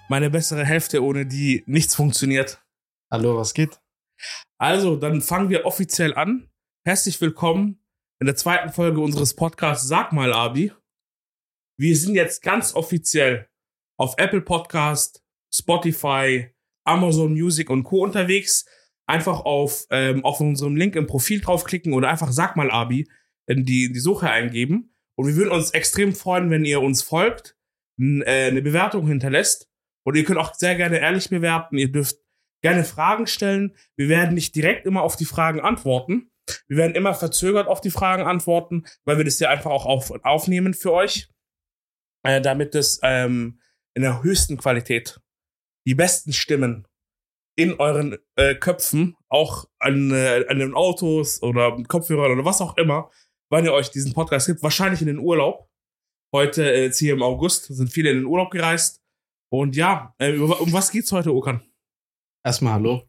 Meine bessere Hälfte, ohne die nichts funktioniert. Hallo, was geht? Also, dann fangen wir offiziell an. Herzlich willkommen in der zweiten Folge unseres Podcasts Sag mal, Abi. Wir sind jetzt ganz offiziell auf Apple Podcast, Spotify, Amazon Music und Co. unterwegs. Einfach auf unserem Link im Profil draufklicken oder einfach Sag mal, Abi in die Suche eingeben. Und wir würden uns extrem freuen, wenn ihr uns folgt, eine Bewertung hinterlässt. Und ihr könnt auch sehr gerne ehrlich bewerten. Ihr dürft gerne Fragen stellen. Wir werden nicht direkt immer auf die Fragen antworten. Wir werden immer verzögert auf die Fragen antworten, weil wir das ja einfach auch aufnehmen für euch, damit es in der höchsten Qualität die besten Stimmen in euren Köpfen, auch an den Autos oder Kopfhörern oder was auch immer, wann ihr euch diesen Podcast gibt, wahrscheinlich in den Urlaub. Heute jetzt hier im August sind viele in den Urlaub gereist. Und ja, um was geht's heute, Okan? Erstmal hallo.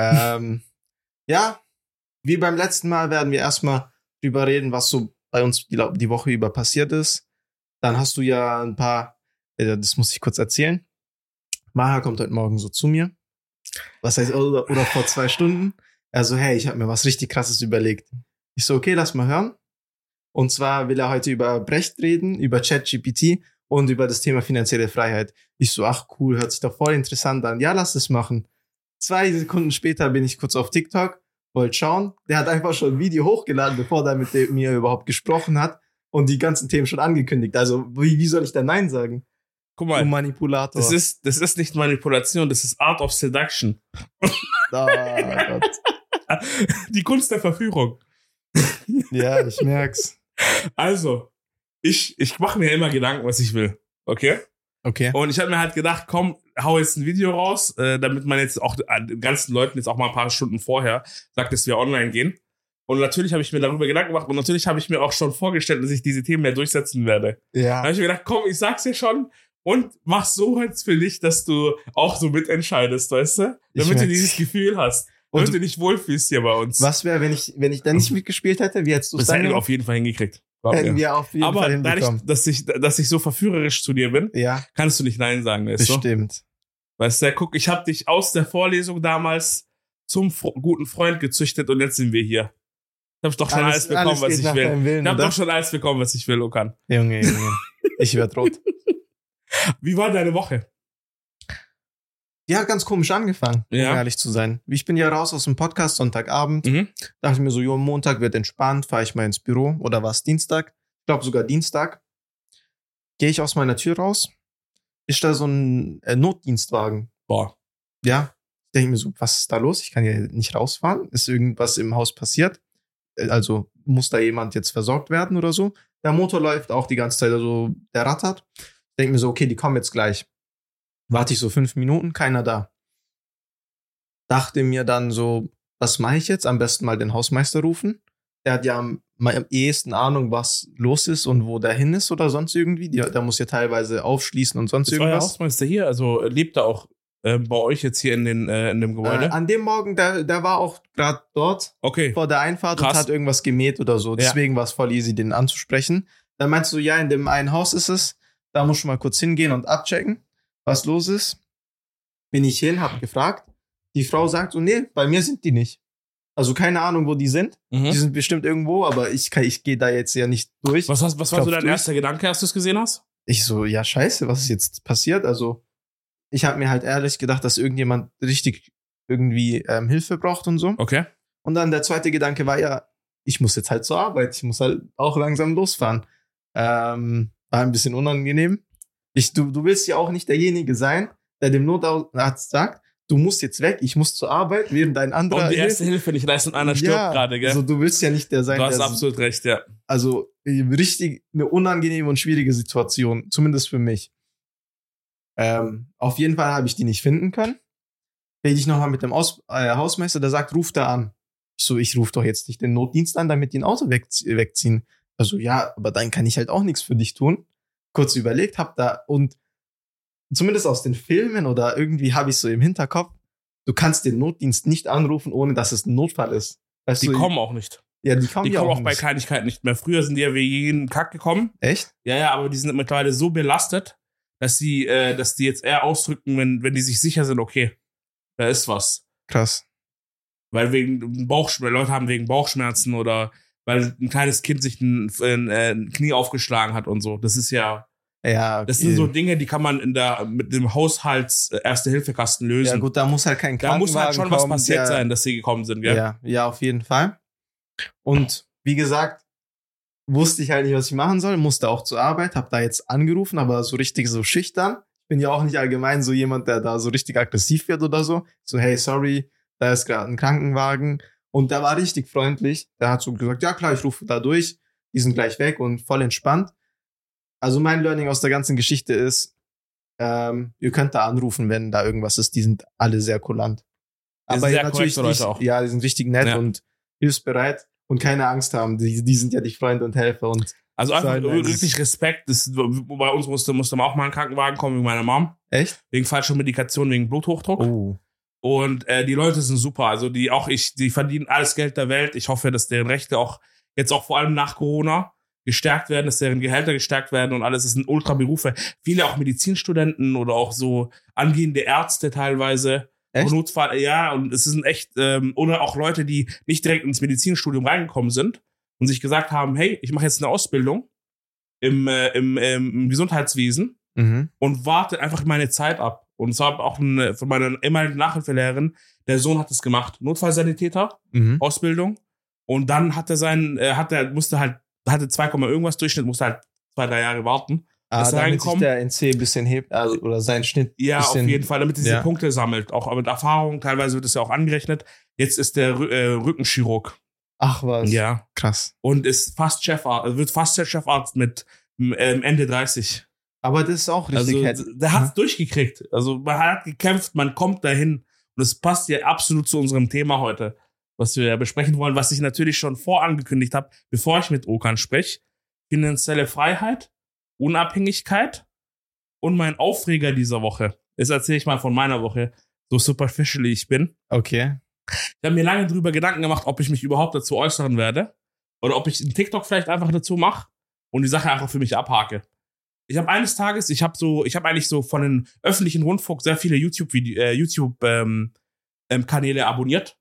Ja, wie beim letzten Mal werden wir erstmal drüber reden, was so bei uns die Woche über passiert ist. Dann hast du ja ein paar, das muss ich kurz erzählen. Maha kommt heute Morgen so zu mir. Was heißt, oder vor 2 Stunden. Also, hey, ich habe mir was richtig Krasses überlegt. Ich so, okay, lass mal hören. Und zwar will er heute über Brecht reden, über ChatGPT und über das Thema finanzielle Freiheit. Ich so, ach cool, hört sich doch voll interessant an. Ja, lass es machen. 2 Sekunden später bin ich kurz auf TikTok, wollte schauen. Der hat einfach schon ein Video hochgeladen, bevor er mit mir überhaupt gesprochen hat und die ganzen Themen schon angekündigt. Also, wie soll ich da Nein sagen? Guck mal, du Manipulator. Das ist nicht Manipulation, das ist Art of Seduction. Oh Gott. Die Kunst der Verführung. Ja, ich merk's. Also, ich mache mir immer Gedanken, was ich will. Okay? Okay. Und ich habe mir halt gedacht, komm, hau jetzt ein Video raus, damit man jetzt auch den ganzen Leuten jetzt auch mal ein paar Stunden vorher sagt, dass wir online gehen. Und natürlich habe ich mir darüber Gedanken gemacht und natürlich habe ich mir auch schon vorgestellt, dass ich diese Themen mehr durchsetzen werde. Ja. Da habe ich mir gedacht, komm, ich sag's dir schon und mach so jetzt für dich, dass du auch so mitentscheidest, weißt du? Damit du dieses Gefühl hast. Und du dich wohlfühlst hier bei uns. Was wäre, wenn ich da nicht mitgespielt hätte? Wie hättest du es dann gemacht? Das hätten wir gemacht? auf jeden Fall hingekriegt. Hätten wir auf jeden Fall hinbekommen. Aber dadurch, dass ich so verführerisch zu dir bin, ja, kannst du nicht Nein sagen, weißt du? Bestimmt. Weißt du, guck, ich habe dich aus der Vorlesung damals zum guten Freund gezüchtet und jetzt sind wir hier. Ich hab doch schon alles bekommen, was ich will. Ich hab doch schon alles bekommen, was ich will, Okan. Junge. Ich werd rot. Wie war deine Woche? Die hat ganz komisch angefangen, um ehrlich zu sein. Ich bin ja raus aus dem Podcast Sonntagabend. Dachte ich mir so, Montag wird entspannt, fahre ich mal ins Büro. Oder war es Dienstag? Ich glaube sogar Dienstag. Gehe ich aus meiner Tür raus. Ist da so ein Notdienstwagen. Boah. Ja. Ich denke mir so, was ist da los? Ich kann ja nicht rausfahren. Ist irgendwas im Haus passiert? Also muss da jemand jetzt versorgt werden oder so? Der Motor läuft auch die ganze Zeit, also der rattert. Ich denke mir so, okay, die kommen jetzt gleich. Warte ich so 5 Minuten, keiner da. Dachte mir dann so, was mache ich jetzt? Am besten mal den Hausmeister rufen. Der hat ja am ehesten Ahnung, was los ist und wo der hin ist oder sonst irgendwie. Der muss ja teilweise aufschließen und sonst irgendwas. Ist euer Hausmeister hier? Also lebt er auch bei euch jetzt hier in dem Gebäude? An dem Morgen, der war auch gerade dort vor der Einfahrt. Krass. Und hat irgendwas gemäht oder so. Deswegen war es voll easy, den anzusprechen. Dann meinst du, ja, in dem einen Haus ist es. Da musst du mal kurz hingehen und abchecken, was los ist. Bin ich hin, hab gefragt. Die Frau sagt so, nee, bei mir sind die nicht. Also keine Ahnung, wo die sind. Die sind bestimmt irgendwo, aber ich gehe da jetzt ja nicht durch. Was war so dein erster Gedanke, als du es gesehen hast? Ich so, ja scheiße, was ist jetzt passiert? Also ich habe mir halt ehrlich gedacht, dass irgendjemand richtig irgendwie Hilfe braucht und so. Okay. Und dann der zweite Gedanke war ja, ich muss jetzt halt zur Arbeit. Ich muss halt auch langsam losfahren. War ein bisschen unangenehm. Du willst ja auch nicht derjenige sein, der dem Notarzt sagt, du musst jetzt weg, ich muss zur Arbeit, während ein anderer... Und die erste Hilfe nicht leisten und einer stirbt gerade, gell? Also du willst ja nicht der sein, der... Du hast absolut recht, ja. Also richtig eine unangenehme und schwierige Situation, zumindest für mich. Auf jeden Fall habe ich die nicht finden können. Rede ich nochmal mit dem Hausmeister, der sagt, ruf da an. Ich rufe doch jetzt nicht den Notdienst an, damit die ein Auto wegziehen. Also ja, aber dann kann ich halt auch nichts für dich tun. Kurz überlegt, und zumindest aus den Filmen oder irgendwie habe ich so im Hinterkopf, du kannst den Notdienst nicht anrufen, ohne dass es ein Notfall ist. Weißt die du, kommen auch nicht. Ja, die kommen auch nicht. Bei Kleinigkeiten nicht mehr. Früher sind die ja wegen jeden Kack gekommen. Echt? Ja, aber die sind mittlerweile so belastet, dass die jetzt eher ausdrücken, wenn die sich sicher sind, okay, da ist was. Krass. Weil Leute haben wegen Bauchschmerzen oder weil ein kleines Kind sich ein Knie aufgeschlagen hat und so. Das ist ja, okay. Das sind so Dinge, die kann man mit dem Haushalts-Erste-Hilfe-Kasten lösen. Ja gut, da muss halt kein Krankenwagen Da muss halt schon kommen, was passiert sein, dass sie gekommen sind, gell? Ja, auf jeden Fall. Und wie gesagt, wusste ich halt nicht, was ich machen soll, musste auch zur Arbeit, hab da jetzt angerufen, aber so richtig so schüchtern. Ich bin ja auch nicht allgemein so jemand, der da so richtig aggressiv wird oder so. So, hey, sorry, da ist gerade ein Krankenwagen. Und der war richtig freundlich. Der hat so gesagt, ja klar, ich rufe da durch. Die sind gleich weg und voll entspannt. Also mein Learning aus der ganzen Geschichte ist, ihr könnt da anrufen, wenn da irgendwas ist. Die sind alle sehr kulant. Aber sehr natürlich korrekte Leute auch. Ja, die sind richtig nett und hilfsbereit und keine Angst haben. Die sind ja die Freunde und Helfer und also einfach wirklich Respekt. Bei uns musste man auch mal ein Krankenwagen kommen wegen meiner Mom. Echt? Wegen falscher Medikation, wegen Bluthochdruck. Oh. Und die Leute sind super. Also die verdienen alles Geld der Welt. Ich hoffe, dass deren Rechte auch jetzt auch vor allem nach Corona gestärkt werden, dass deren Gehälter gestärkt werden und alles. Das sind Ultra-Berufe. Viele auch Medizinstudenten oder auch so angehende Ärzte teilweise. Echt? Notfall, ja, und es sind echt, oder auch Leute, die nicht direkt ins Medizinstudium reingekommen sind und sich gesagt haben, hey, ich mache jetzt eine Ausbildung im Gesundheitswesen und warte einfach meine Zeit ab. Und zwar auch von meiner ehemaligen Nachhilfelehrerin, der Sohn hat es gemacht, Notfallsanitäter, Ausbildung. Und dann hatte 2, irgendwas Durchschnitt, musste halt 2-3 Jahre warten. Damit sich der NC ein bisschen hebt, also, oder sein Schnitt. Ja, auf jeden Fall, damit er diese Punkte sammelt. Auch mit Erfahrung, teilweise wird es ja auch angerechnet. Jetzt ist der Rückenchirurg. Ach was. Ja. Krass. Und ist wird fast Chefarzt mit Ende 30. Aber das ist auch richtig. Also, der hat's durchgekriegt. Also, man hat gekämpft, man kommt dahin. Und es passt ja absolut zu unserem Thema heute, was wir ja besprechen wollen, was ich natürlich schon vorangekündigt habe, bevor ich mit Okan spreche. Finanzielle Freiheit, Unabhängigkeit und mein Aufreger dieser Woche. Jetzt erzähle ich mal von meiner Woche, so superficially ich bin. Okay. Ich habe mir lange drüber Gedanken gemacht, ob ich mich überhaupt dazu äußern werde oder ob ich einen TikTok vielleicht einfach dazu mache und die Sache einfach für mich abhake. Ich habe eines Tages, ich habe eigentlich so von den öffentlichen Rundfunk sehr viele YouTube-Kanäle abonniert,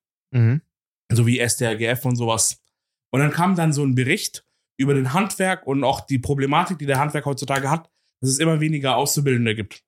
so wie STRGF und sowas. Und dann kam dann so ein Bericht über den Handwerk und auch die Problematik, die der Handwerk heutzutage hat, dass es immer weniger Auszubildende gibt.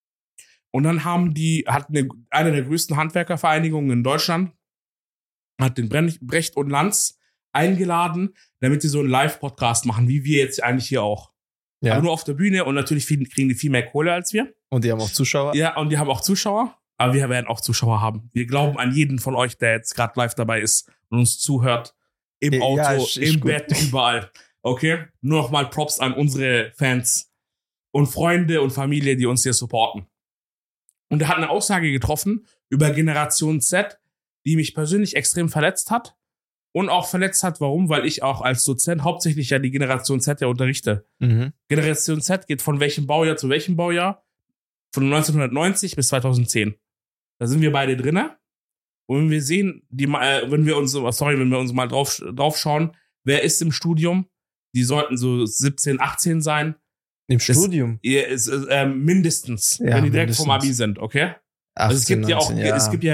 Und dann hat eine der größten Handwerkervereinigungen in Deutschland, hat den Brecht und Lanz eingeladen, damit sie so einen Live-Podcast machen, wie wir jetzt eigentlich hier auch. Ja. Aber nur auf der Bühne und natürlich kriegen die viel mehr Kohle als wir. Und die haben auch Zuschauer? Ja, und die haben auch Zuschauer. Aber wir werden auch Zuschauer haben. Wir glauben an jeden von euch, der jetzt gerade live dabei ist und uns zuhört. Im Auto, im Bett, überall. Okay? Nur noch mal Props an unsere Fans und Freunde und Familie, die uns hier supporten. Und er hat eine Aussage getroffen über Generation Z, die mich persönlich extrem verletzt hat. Und auch verletzt hat, warum? Weil ich auch als Dozent hauptsächlich ja die Generation Z ja unterrichte. Generation Z geht von welchem Baujahr zu welchem Baujahr? Von 1990 bis 2010. Da sind wir beide drinne. Und wenn wir sehen, wenn wir uns mal drauf schauen, wer ist im Studium? Die sollten so 17, 18 sein. Im Studium? Mindestens, wenn die direkt vom Abi sind, okay? 18, also es gibt 19, ja auch, es gibt ja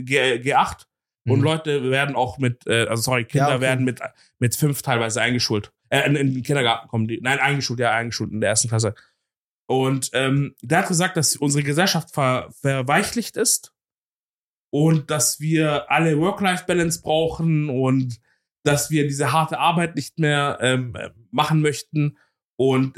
G8 und Leute werden auch Kinder werden mit 5 teilweise eingeschult. In den Kindergarten kommen die. Nein, eingeschult in der 1. Klasse. Und der hat gesagt, dass unsere Gesellschaft verweichlicht ist und dass wir alle Work-Life-Balance brauchen und dass wir diese harte Arbeit nicht mehr machen möchten und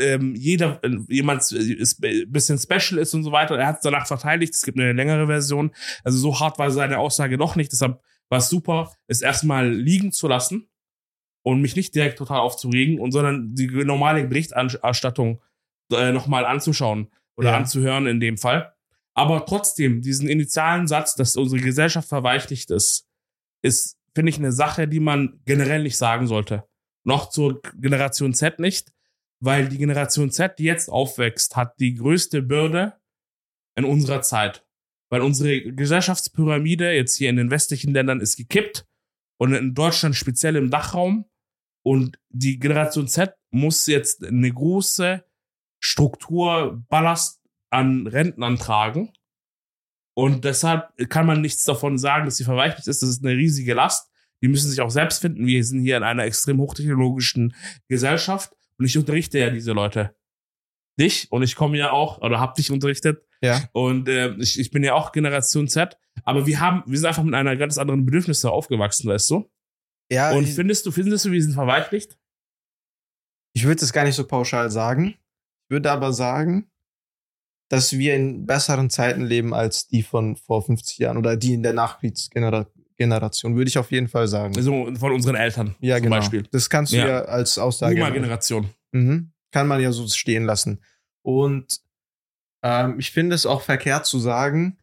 jemand ist ein bisschen special ist und so weiter. Er hat es danach verteidigt, es gibt eine längere Version. Also so hart war seine Aussage doch nicht, deshalb war es super, es erstmal liegen zu lassen und mich nicht direkt total aufzuregen, sondern die normale Berichterstattung nochmal anzuschauen oder anzuhören in dem Fall. Aber trotzdem, diesen initialen Satz, dass unsere Gesellschaft verweichlicht ist, finde ich, eine Sache, die man generell nicht sagen sollte. Noch zur Generation Z nicht, weil die Generation Z, die jetzt aufwächst, hat die größte Bürde in unserer Zeit. Weil unsere Gesellschaftspyramide jetzt hier in den westlichen Ländern ist gekippt und in Deutschland speziell im Dachraum. Und die Generation Z muss jetzt eine große Struktur, Ballast an Rentnern tragen. Und deshalb kann man nichts davon sagen, dass sie verweichlicht ist. Das ist eine riesige Last. Die müssen sich auch selbst finden. Wir sind hier in einer extrem hochtechnologischen Gesellschaft. Und ich unterrichte ja diese Leute. Dich. Und ich komme ja auch, oder hab dich unterrichtet. Ja. Und ich bin ja auch Generation Z. Aber wir sind einfach mit einer ganz anderen Bedürfnisse aufgewachsen, weißt du? Ja. Und findest du, wir sind verweichlicht? Ich würde es gar nicht so pauschal sagen. Ich würde aber sagen, dass wir in besseren Zeiten leben als die von vor 50 Jahren oder die in der Nachkriegsgeneration, würde ich auf jeden Fall sagen. Also von unseren Eltern Ja, zum genau. Beispiel. Das kannst du ja als Aussage. Boomer-Generation. Kann man ja so stehen lassen. Und ich finde es auch verkehrt zu sagen,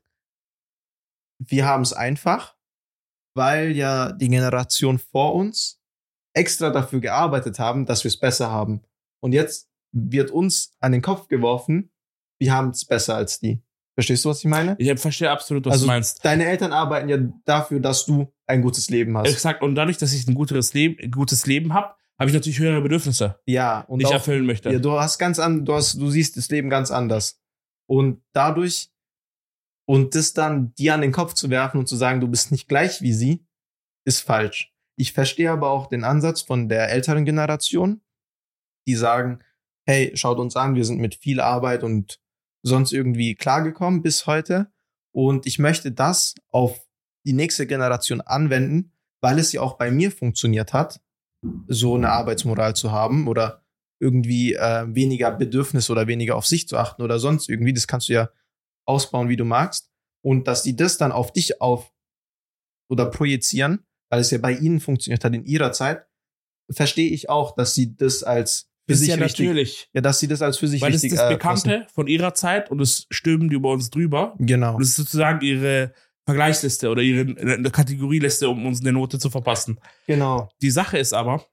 wir haben es einfach, weil ja die Generation vor uns extra dafür gearbeitet haben, dass wir es besser haben. Und jetzt wird uns an den Kopf geworfen, wir haben es besser als die. Verstehst du, was ich meine? Ich verstehe absolut, was du meinst. Deine Eltern arbeiten ja dafür, dass du ein gutes Leben hast. Exakt. Und dadurch, dass ich ein gutes Leben habe, habe ich natürlich höhere Bedürfnisse, ja, und die ich auch erfüllen möchte. Ja, du siehst das Leben ganz anders. Und dadurch, und das dann dir an den Kopf zu werfen und zu sagen, du bist nicht gleich wie sie, ist falsch. Ich verstehe aber auch den Ansatz von der älteren Generation, die sagen, hey, schaut uns an, wir sind mit viel Arbeit und sonst irgendwie klargekommen bis heute. Und ich möchte das auf die nächste Generation anwenden, weil es ja auch bei mir funktioniert hat, so eine Arbeitsmoral zu haben oder irgendwie weniger Bedürfnis oder weniger auf sich zu achten oder sonst irgendwie. Das kannst du ja ausbauen, wie du magst. Und dass die das dann auf dich oder projizieren, weil es ja bei ihnen funktioniert hat in ihrer Zeit, verstehe ich auch, dass sie das als für sich wichtig, natürlich. Ja, dass sie das als für sich weil wichtig das ist das Bekannte von ihrer Zeit und es stürmen die über uns drüber. Genau. Und das ist sozusagen ihre Vergleichsliste oder ihre Kategorieliste, um uns eine Note zu verpassen. Genau. Die Sache ist aber,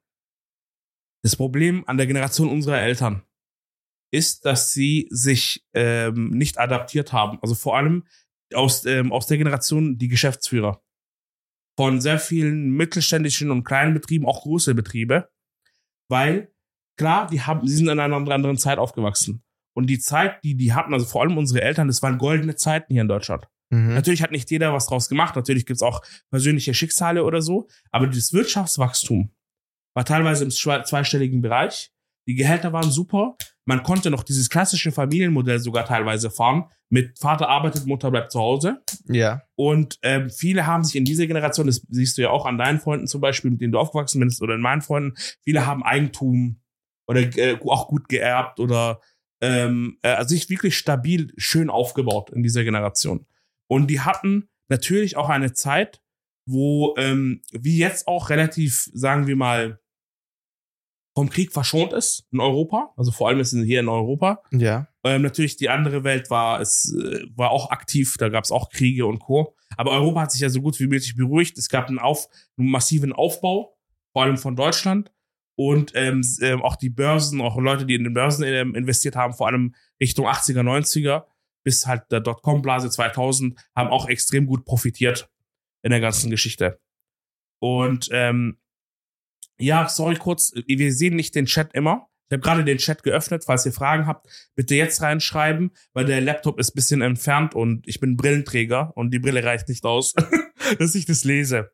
das Problem an der Generation unserer Eltern ist, dass sie sich nicht adaptiert haben. Also vor allem aus der Generation die Geschäftsführer von sehr vielen mittelständischen und kleinen Betrieben, auch große Betriebe, weil klar, sie sind in einer anderen Zeit aufgewachsen. Und die Zeit, die hatten, also vor allem unsere Eltern, das waren goldene Zeiten hier in Deutschland. Natürlich hat nicht jeder was draus gemacht, natürlich gibt's auch persönliche Schicksale oder so, aber das Wirtschaftswachstum war teilweise im zweistelligen Bereich. Die Gehälter waren super. Man konnte noch dieses klassische Familienmodell sogar teilweise fahren. Mit Vater arbeitet, Mutter bleibt zu Hause. Ja. Und viele haben sich in dieser Generation, das siehst du ja auch an deinen Freunden zum Beispiel, mit denen du aufgewachsen bist, oder in meinen Freunden, viele haben Eigentum oder auch gut geerbt oder also sich wirklich stabil, schön aufgebaut in dieser Generation. Und die hatten natürlich auch eine Zeit, wo wie jetzt auch relativ, sagen wir mal, vom Krieg verschont ist in Europa. Also vor allem ist es hier in Europa. Ja. Natürlich die andere Welt war auch aktiv, da gab es auch Kriege und Co. Aber Europa hat sich ja so gut wie möglich beruhigt. Es gab einen massiven Aufbau, vor allem von Deutschland. Und auch die Börsen, auch Leute, die in den Börsen investiert haben, vor allem Richtung 80er, 90er, bis halt der Dotcom-Blase 2000, haben auch extrem gut profitiert in der ganzen Geschichte. Und ja, sorry kurz, wir sehen nicht den Chat immer. Ich habe gerade den Chat geöffnet, falls ihr Fragen habt, bitte jetzt reinschreiben, weil der Laptop ist ein bisschen entfernt und ich bin Brillenträger und die Brille reicht nicht aus, dass ich das lese.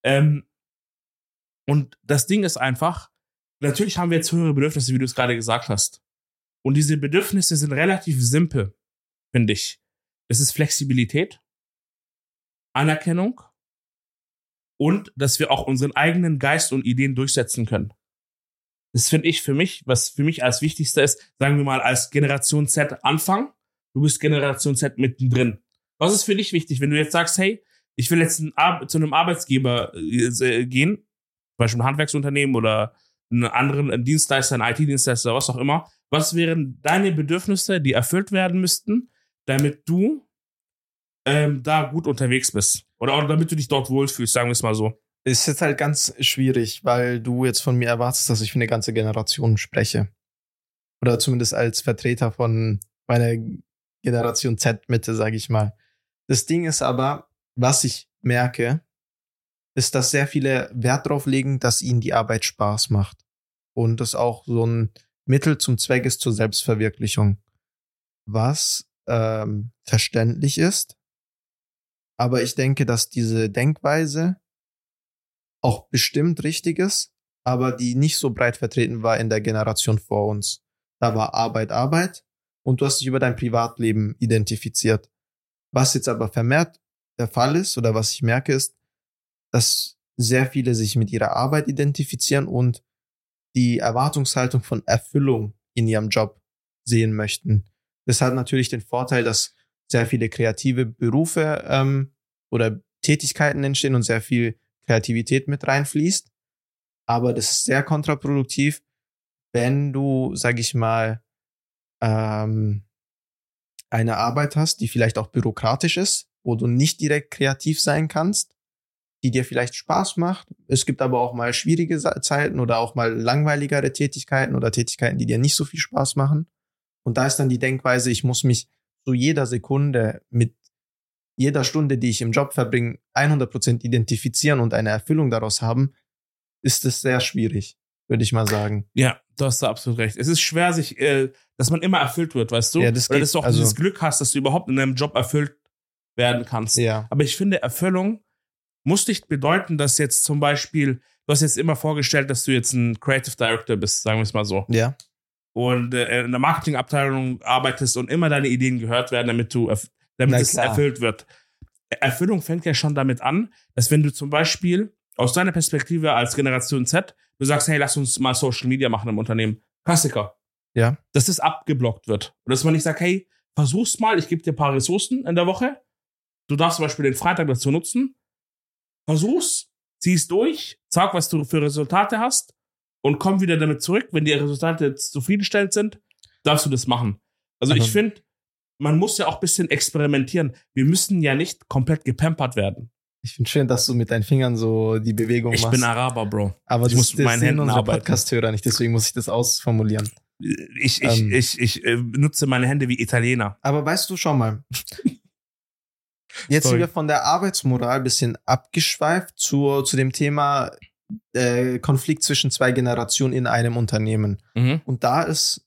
Und das Ding ist einfach, natürlich haben wir jetzt höhere Bedürfnisse, wie du es gerade gesagt hast. Und diese Bedürfnisse sind relativ simpel, finde ich. Es ist Flexibilität, Anerkennung und dass wir auch unseren eigenen Geist und Ideen durchsetzen können. Das finde ich was für mich als Wichtigste ist, sagen wir mal als Generation Z Anfang, du bist Generation Z mittendrin. Was ist für dich wichtig, wenn du jetzt sagst, hey, ich will jetzt zu einem Arbeitsgeber gehen, zum Beispiel ein Handwerksunternehmen oder einen Dienstleister, einen IT-Dienstleister, was auch immer. Was wären deine Bedürfnisse, die erfüllt werden müssten, damit du da gut unterwegs bist? Oder auch damit du dich dort wohlfühlst, sagen wir es mal so. Ist jetzt halt ganz schwierig, weil du jetzt von mir erwartest, dass ich für eine ganze Generation spreche. Oder zumindest als Vertreter von meiner Generation Z-Mitte, sage ich mal. Das Ding ist aber, was ich merke, ist, dass sehr viele Wert drauf legen, dass ihnen die Arbeit Spaß macht. Und das auch so ein Mittel zum Zweck ist zur Selbstverwirklichung. Was verständlich ist. Aber ich denke, dass diese Denkweise auch bestimmt richtig ist, aber die nicht so breit vertreten war in der Generation vor uns. Da war Arbeit, Arbeit und du hast dich über dein Privatleben identifiziert. Was jetzt aber vermehrt der Fall ist oder was ich merke ist, dass sehr viele sich mit ihrer Arbeit identifizieren und die Erwartungshaltung von Erfüllung in ihrem Job sehen möchten. Das hat natürlich den Vorteil, dass sehr viele kreative Berufe oder Tätigkeiten entstehen und sehr viel Kreativität mit reinfließt. Aber das ist sehr kontraproduktiv, wenn du, sag ich mal, eine Arbeit hast, die vielleicht auch bürokratisch ist, wo du nicht direkt kreativ sein kannst, die dir vielleicht Spaß macht. Es gibt aber auch mal schwierige Zeiten oder auch mal langweiligere Tätigkeiten oder Tätigkeiten, die dir nicht so viel Spaß machen. Und da ist dann die Denkweise, ich muss mich zu jeder Sekunde mit jeder Stunde, die ich im Job verbringe, 100% identifizieren und eine Erfüllung daraus haben, ist es sehr schwierig, würde ich mal sagen. Ja, du hast da absolut recht. Es ist schwer, dass man immer erfüllt wird, weißt du? Ja, das Oder geht, dass du auch also, dieses Glück hast, dass du überhaupt in deinem Job erfüllt werden kannst. Ja. Aber ich finde, Erfüllung muss nicht bedeuten, dass jetzt zum Beispiel, du hast jetzt immer vorgestellt, dass du jetzt ein Creative Director bist, sagen wir es mal so. Ja. Und in der Marketingabteilung arbeitest und immer deine Ideen gehört werden, damit es erfüllt wird. Erfüllung fängt ja schon damit an, dass wenn du zum Beispiel aus deiner Perspektive als Generation Z, du sagst, hey, lass uns mal Social Media machen im Unternehmen. Klassiker. Ja. Dass das abgeblockt wird. Und dass man nicht sagt, hey, versuch's mal, ich gebe dir ein paar Ressourcen in der Woche. Du darfst zum Beispiel den Freitag dazu nutzen. Versuch's, zieh's durch, sag, was du für Resultate hast und komm wieder damit zurück. Wenn die Resultate jetzt zufriedenstellend sind, darfst du das machen. Also ich finde, man muss ja auch ein bisschen experimentieren. Wir müssen ja nicht komplett gepampert werden. Ich finde schön, dass du mit deinen Fingern so die Bewegung machst. Ich bin Araber, Bro. Aber ich muss mit meinen Händen unsere arbeiten. Podcast-Hörer nicht, deswegen muss ich das ausformulieren. Ich nutze meine Hände wie Italiener. Aber weißt du, schau mal. Jetzt sind wir von der Arbeitsmoral ein bisschen abgeschweift zu dem Thema Konflikt zwischen zwei Generationen in einem Unternehmen. Mhm. Und da ist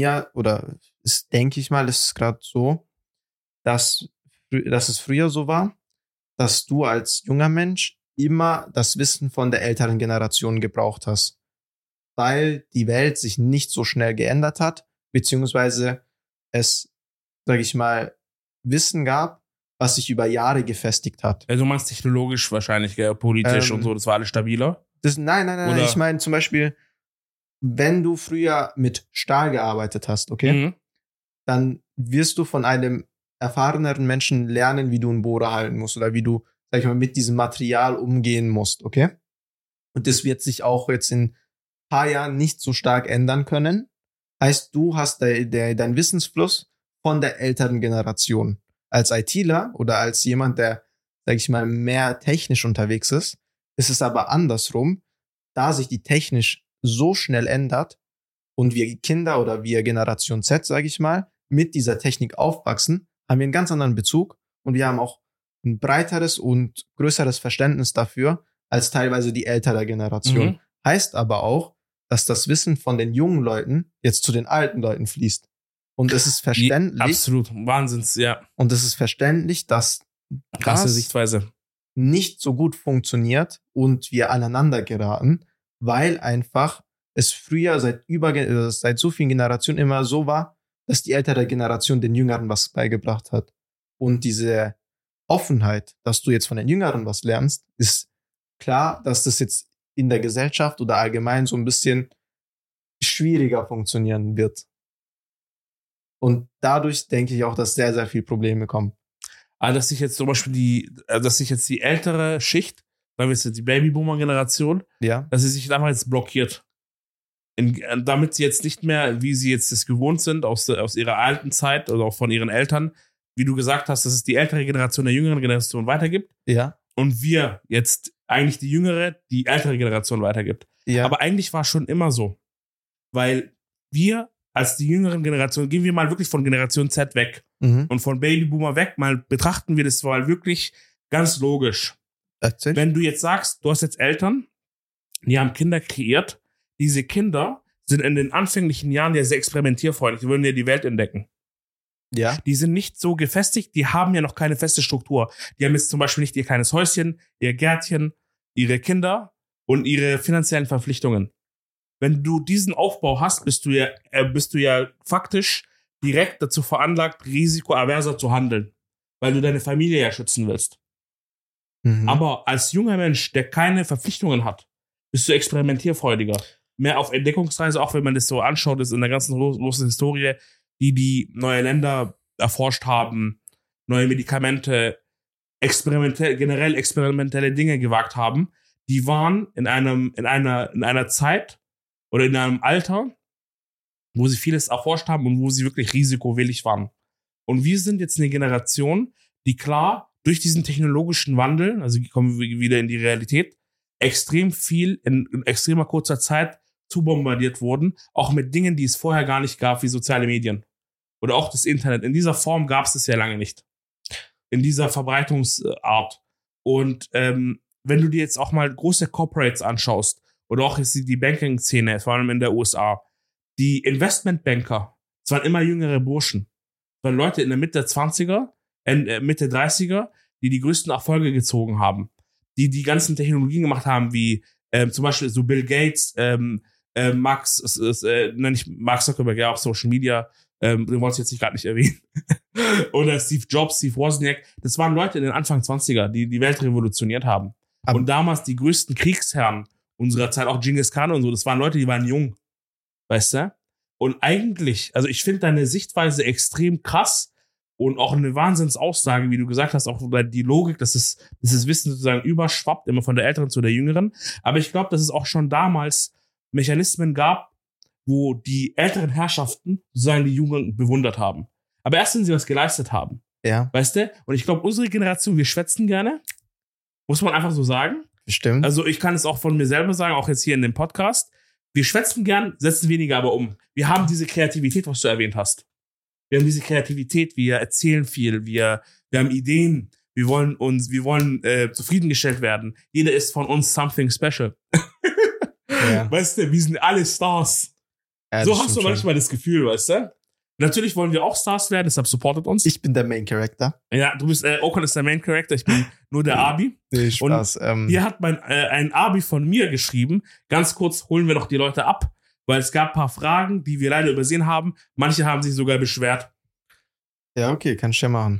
denke ich mal, ist es gerade so, dass es früher so war, dass du als junger Mensch immer das Wissen von der älteren Generation gebraucht hast, weil die Welt sich nicht so schnell geändert hat, beziehungsweise es, sag ich mal, Wissen gab, was sich über Jahre gefestigt hat. Also du meinst technologisch wahrscheinlich, gell, politisch und so, das war alles stabiler? Nein, ich meine zum Beispiel, wenn du früher mit Stahl gearbeitet hast, okay, dann wirst du von einem erfahreneren Menschen lernen, wie du einen Bohrer halten musst oder wie du, sag ich mal, mit diesem Material umgehen musst, okay? Und das wird sich auch jetzt in ein paar Jahren nicht so stark ändern können. Heißt, du hast deinen Wissensfluss von der älteren Generation. Als ITler oder als jemand, der, sag ich mal, mehr technisch unterwegs ist es aber andersrum, da sich die technisch so schnell ändert und wir Kinder oder wir Generation Z, sag ich mal, mit dieser Technik aufwachsen, haben wir einen ganz anderen Bezug und wir haben auch ein breiteres und größeres Verständnis dafür als teilweise die ältere Generation. Mhm. Heißt aber auch, dass das Wissen von den jungen Leuten jetzt zu den alten Leuten fließt. Und es ist verständlich. Absolut, Wahnsinns, ja. Und es ist verständlich, dass krasse Sichtweise nicht so gut funktioniert und wir aneinander geraten, weil einfach es früher seit so vielen Generationen immer so war, dass die ältere Generation den Jüngeren was beigebracht hat. Und diese Offenheit, dass du jetzt von den Jüngeren was lernst, ist klar, dass das jetzt in der Gesellschaft oder allgemein so ein bisschen schwieriger funktionieren wird. Und dadurch denke ich auch, dass sehr, sehr viele Probleme kommen. Aber dass sich jetzt zum Beispiel die ältere Schicht, sagen wir jetzt die Babyboomer-Generation, dass sie sich einfach jetzt blockiert. Damit sie jetzt nicht mehr, wie sie jetzt das gewohnt sind, aus ihrer alten Zeit oder auch von ihren Eltern, wie du gesagt hast, dass es die ältere Generation der jüngeren Generation weitergibt. Ja. Und wir jetzt eigentlich die jüngere, die ältere Generation weitergibt. Ja. Aber eigentlich war es schon immer so. Weil wir als die jüngeren Generationen, gehen wir mal wirklich von Generation Z weg und von Babyboomer weg, mal betrachten wir das mal wirklich ganz logisch. Erzähl. Wenn du jetzt sagst, du hast jetzt Eltern, die haben Kinder kreiert, diese Kinder sind in den anfänglichen Jahren ja sehr experimentierfreudig, die wollen ja die Welt entdecken. Ja. Die sind nicht so gefestigt, die haben ja noch keine feste Struktur. Die haben jetzt zum Beispiel nicht ihr kleines Häuschen, ihr Gärtchen, ihre Kinder und ihre finanziellen Verpflichtungen. Wenn du diesen Aufbau hast, bist du ja faktisch direkt dazu veranlagt, risikoaverser zu handeln, weil du deine Familie ja schützen willst. Mhm. Aber als junger Mensch, der keine Verpflichtungen hat, bist du experimentierfreudiger. Mehr auf Entdeckungsreise, auch wenn man das so anschaut, ist in der ganzen großen Historie, die neue Länder erforscht haben, neue Medikamente, generell experimentelle Dinge gewagt haben, die waren in einer Zeit oder in einem Alter, wo sie vieles erforscht haben und wo sie wirklich risikowillig waren. Und wir sind jetzt eine Generation, die klar durch diesen technologischen Wandel, also kommen wir wieder in die Realität, extrem viel in extremer kurzer Zeit zubombardiert wurden, auch mit Dingen, die es vorher gar nicht gab, wie soziale Medien. Oder auch das Internet. In dieser Form gab es das ja lange nicht. In dieser Verbreitungsart. Und wenn du dir jetzt auch mal große Corporates anschaust, oder auch jetzt die Banking-Szene, vor allem in der USA, die Investmentbanker, das waren immer jüngere Burschen. Das waren Leute in der Mitte der 20er, Mitte 30er, die größten Erfolge gezogen haben. Die ganzen Technologien gemacht haben, wie zum Beispiel so Bill Gates, Mark Zuckerberg, ja auch Social Media, den wollte ich jetzt gerade nicht erwähnen. Oder Steve Jobs, Steve Wozniak. Das waren Leute in den Anfang 20er, die Welt revolutioniert haben. Und damals die größten Kriegsherren unserer Zeit, auch Genghis Khan und so, das waren Leute, die waren jung. Weißt du? Und eigentlich, also ich finde deine Sichtweise extrem krass und auch eine Wahnsinnsaussage, wie du gesagt hast, auch die Logik, dass das Wissen sozusagen überschwappt, immer von der Älteren zu der Jüngeren. Aber ich glaube, dass es auch schon damals Mechanismen gab, wo die älteren Herrschaften sozusagen die Jugend bewundert haben. Aber erst wenn sie was geleistet haben. Ja. Weißt du? Und ich glaube, unsere Generation, wir schwätzen gerne. Muss man einfach so sagen. Stimmt. Also ich kann es auch von mir selber sagen, auch jetzt hier in dem Podcast. Wir schwätzen gern, setzen weniger aber um. Wir haben diese Kreativität, was du erwähnt hast. Wir haben diese Kreativität, wir erzählen viel, wir haben Ideen, wir wollen zufriedengestellt werden. Jeder ist von uns something special. Ja. Weißt du, wir sind alle Stars. Ja, so hast du manchmal das Gefühl, weißt du? Natürlich wollen wir auch Stars werden, deshalb supportet uns. Ich bin der Main Character. Ja, du bist, Okan ist der Main Character, ich bin nur der Abi. Nee, Spaß. Und hier hat ein Abi von mir geschrieben. Ganz kurz holen wir noch die Leute ab, weil es gab ein paar Fragen, die wir leider übersehen haben. Manche haben sich sogar beschwert. Ja, okay, kannst du ja machen.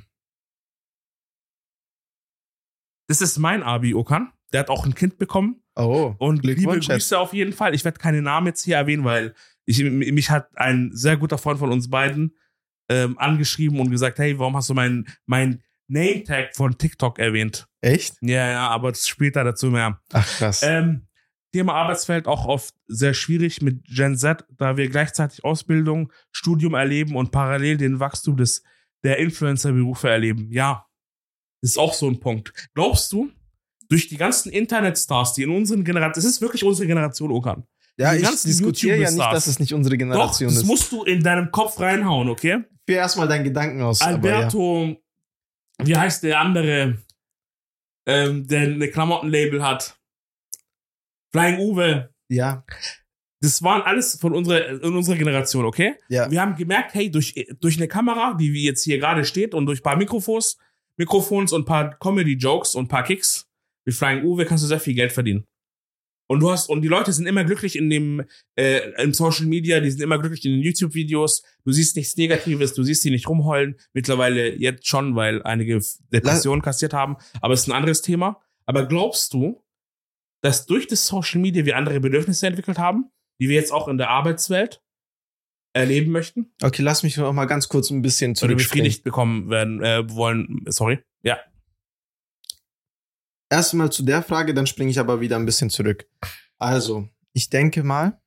Das ist mein Abi, Okan. Der hat auch ein Kind bekommen. Oh, und liebe Grüße auf jeden Fall. Ich werde keine Namen jetzt hier erwähnen, weil mich hat ein sehr guter Freund von uns beiden angeschrieben und gesagt, hey, warum hast du mein Name-Tag von TikTok erwähnt? Echt? Ja, aber später dazu mehr. Ach, krass. Thema Arbeitsfeld auch oft sehr schwierig mit Gen Z, da wir gleichzeitig Ausbildung, Studium erleben und parallel den Wachstum der Influencer-Berufe erleben. Ja, das ist auch so ein Punkt. Glaubst du, durch die ganzen Internetstars, die in unseren Generationen, das ist wirklich unsere Generation, Okan. Ja, ich diskutiere ja nicht, dass es nicht unsere Generation ist. Das musst du in deinem Kopf reinhauen, okay? Führ erstmal deinen Gedanken aus. Alberto, wie heißt der andere, der eine Klamottenlabel hat? Flying Uwe. Ja. Das waren alles in unserer Generation, okay? Ja. Wir haben gemerkt, hey, durch eine Kamera, die wie jetzt hier gerade steht und durch ein paar Mikrofons und ein paar Comedy-Jokes und ein paar Kicks mit Flying Uwe kannst du sehr viel Geld verdienen. Und die Leute sind immer glücklich im Social Media, die sind immer glücklich in den YouTube-Videos. Du siehst nichts Negatives, du siehst sie nicht rumheulen. Mittlerweile jetzt schon, weil einige Depressionen kassiert haben. Aber es ist ein anderes Thema. Aber glaubst du, dass durch das Social Media wir andere Bedürfnisse entwickelt haben, die wir jetzt auch in der Arbeitswelt erleben möchten? Okay, lass mich noch mal ganz kurz ein bisschen zurückspringen. Oder befriedigt bekommen werden wollen. Sorry. Ja. Erstmal zu der Frage, dann springe ich aber wieder ein bisschen zurück. Also, ich denke mal,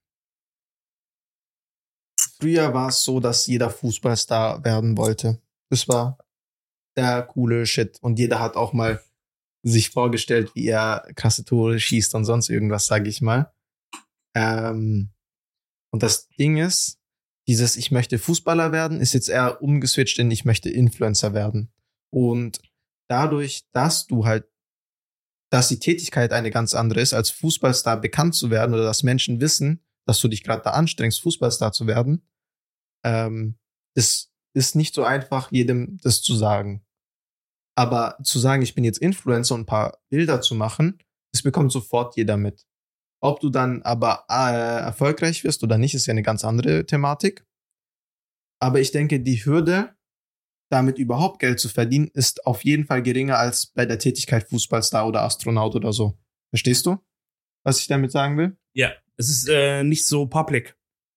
früher war es so, dass jeder Fußballstar werden wollte. Das war der coole Shit. Und jeder hat auch mal sich vorgestellt, wie er krasse Tore schießt und sonst irgendwas, sage ich mal. Und das Ding ist, dieses ich möchte Fußballer werden, ist jetzt eher umgeswitcht in ich möchte Influencer werden. Und dadurch, dass die Tätigkeit eine ganz andere ist, als Fußballstar bekannt zu werden oder dass Menschen wissen, dass du dich gerade da anstrengst, Fußballstar zu werden, ist ist nicht so einfach, jedem das zu sagen. Aber zu sagen, ich bin jetzt Influencer und ein paar Bilder zu machen, das bekommt sofort jeder mit. Ob du dann aber erfolgreich wirst oder nicht, ist ja eine ganz andere Thematik. Aber ich denke, die Hürde, damit überhaupt Geld zu verdienen, ist auf jeden Fall geringer als bei der Tätigkeit Fußballstar oder Astronaut oder so. Verstehst du, was ich damit sagen will? Ja, es ist nicht so public.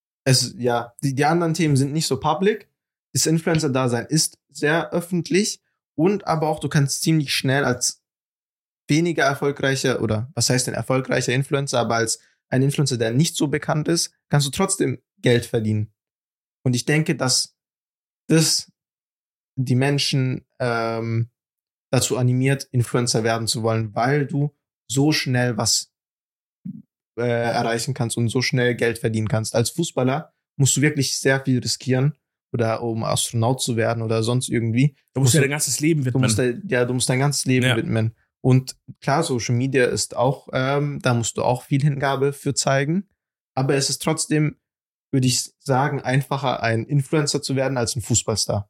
Die anderen Themen sind nicht so public. Das Influencer-Dasein ist sehr öffentlich und aber auch, du kannst ziemlich schnell als weniger erfolgreicher oder was heißt denn erfolgreicher Influencer, aber als ein Influencer, der nicht so bekannt ist, kannst du trotzdem Geld verdienen. Und ich denke, dass das die Menschen dazu animiert, Influencer werden zu wollen, weil du so schnell was erreichen kannst und so schnell Geld verdienen kannst. Als Fußballer musst du wirklich sehr viel riskieren oder um Astronaut zu werden oder sonst irgendwie. Du musst ja dein ganzes Leben widmen. Du musst dein ganzes Leben widmen. Und klar, Social Media ist auch, da musst du auch viel Hingabe für zeigen. Aber es ist trotzdem, würde ich sagen, einfacher, ein Influencer zu werden als ein Fußballstar.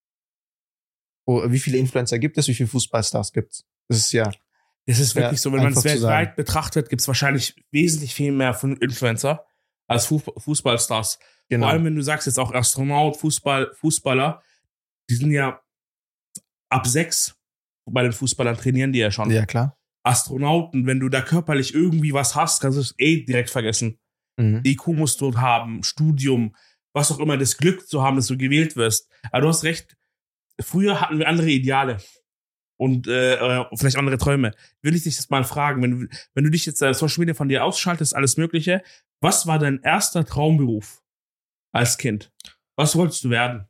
Wie viele Influencer gibt es? Wie viele Fußballstars gibt es? Das ist ja. Es ist wirklich so, wenn man es weltweit betrachtet, gibt es wahrscheinlich wesentlich viel mehr von Influencer als Fußballstars. Genau. Vor allem, wenn du sagst jetzt auch Astronaut, Fußballer, die sind ja ab 6 bei den Fußballern trainieren die ja schon. Ja, klar. Astronauten, wenn du da körperlich irgendwie was hast, kannst du es direkt vergessen. IQ musst du haben, Studium, was auch immer, das Glück zu haben, dass du gewählt wirst. Aber du hast recht, früher hatten wir andere Ideale. Und vielleicht andere Träume. Will ich dich jetzt mal fragen, wenn du dich jetzt Social Media von dir ausschaltest, alles Mögliche, was war dein erster Traumberuf als Kind? Was wolltest du werden?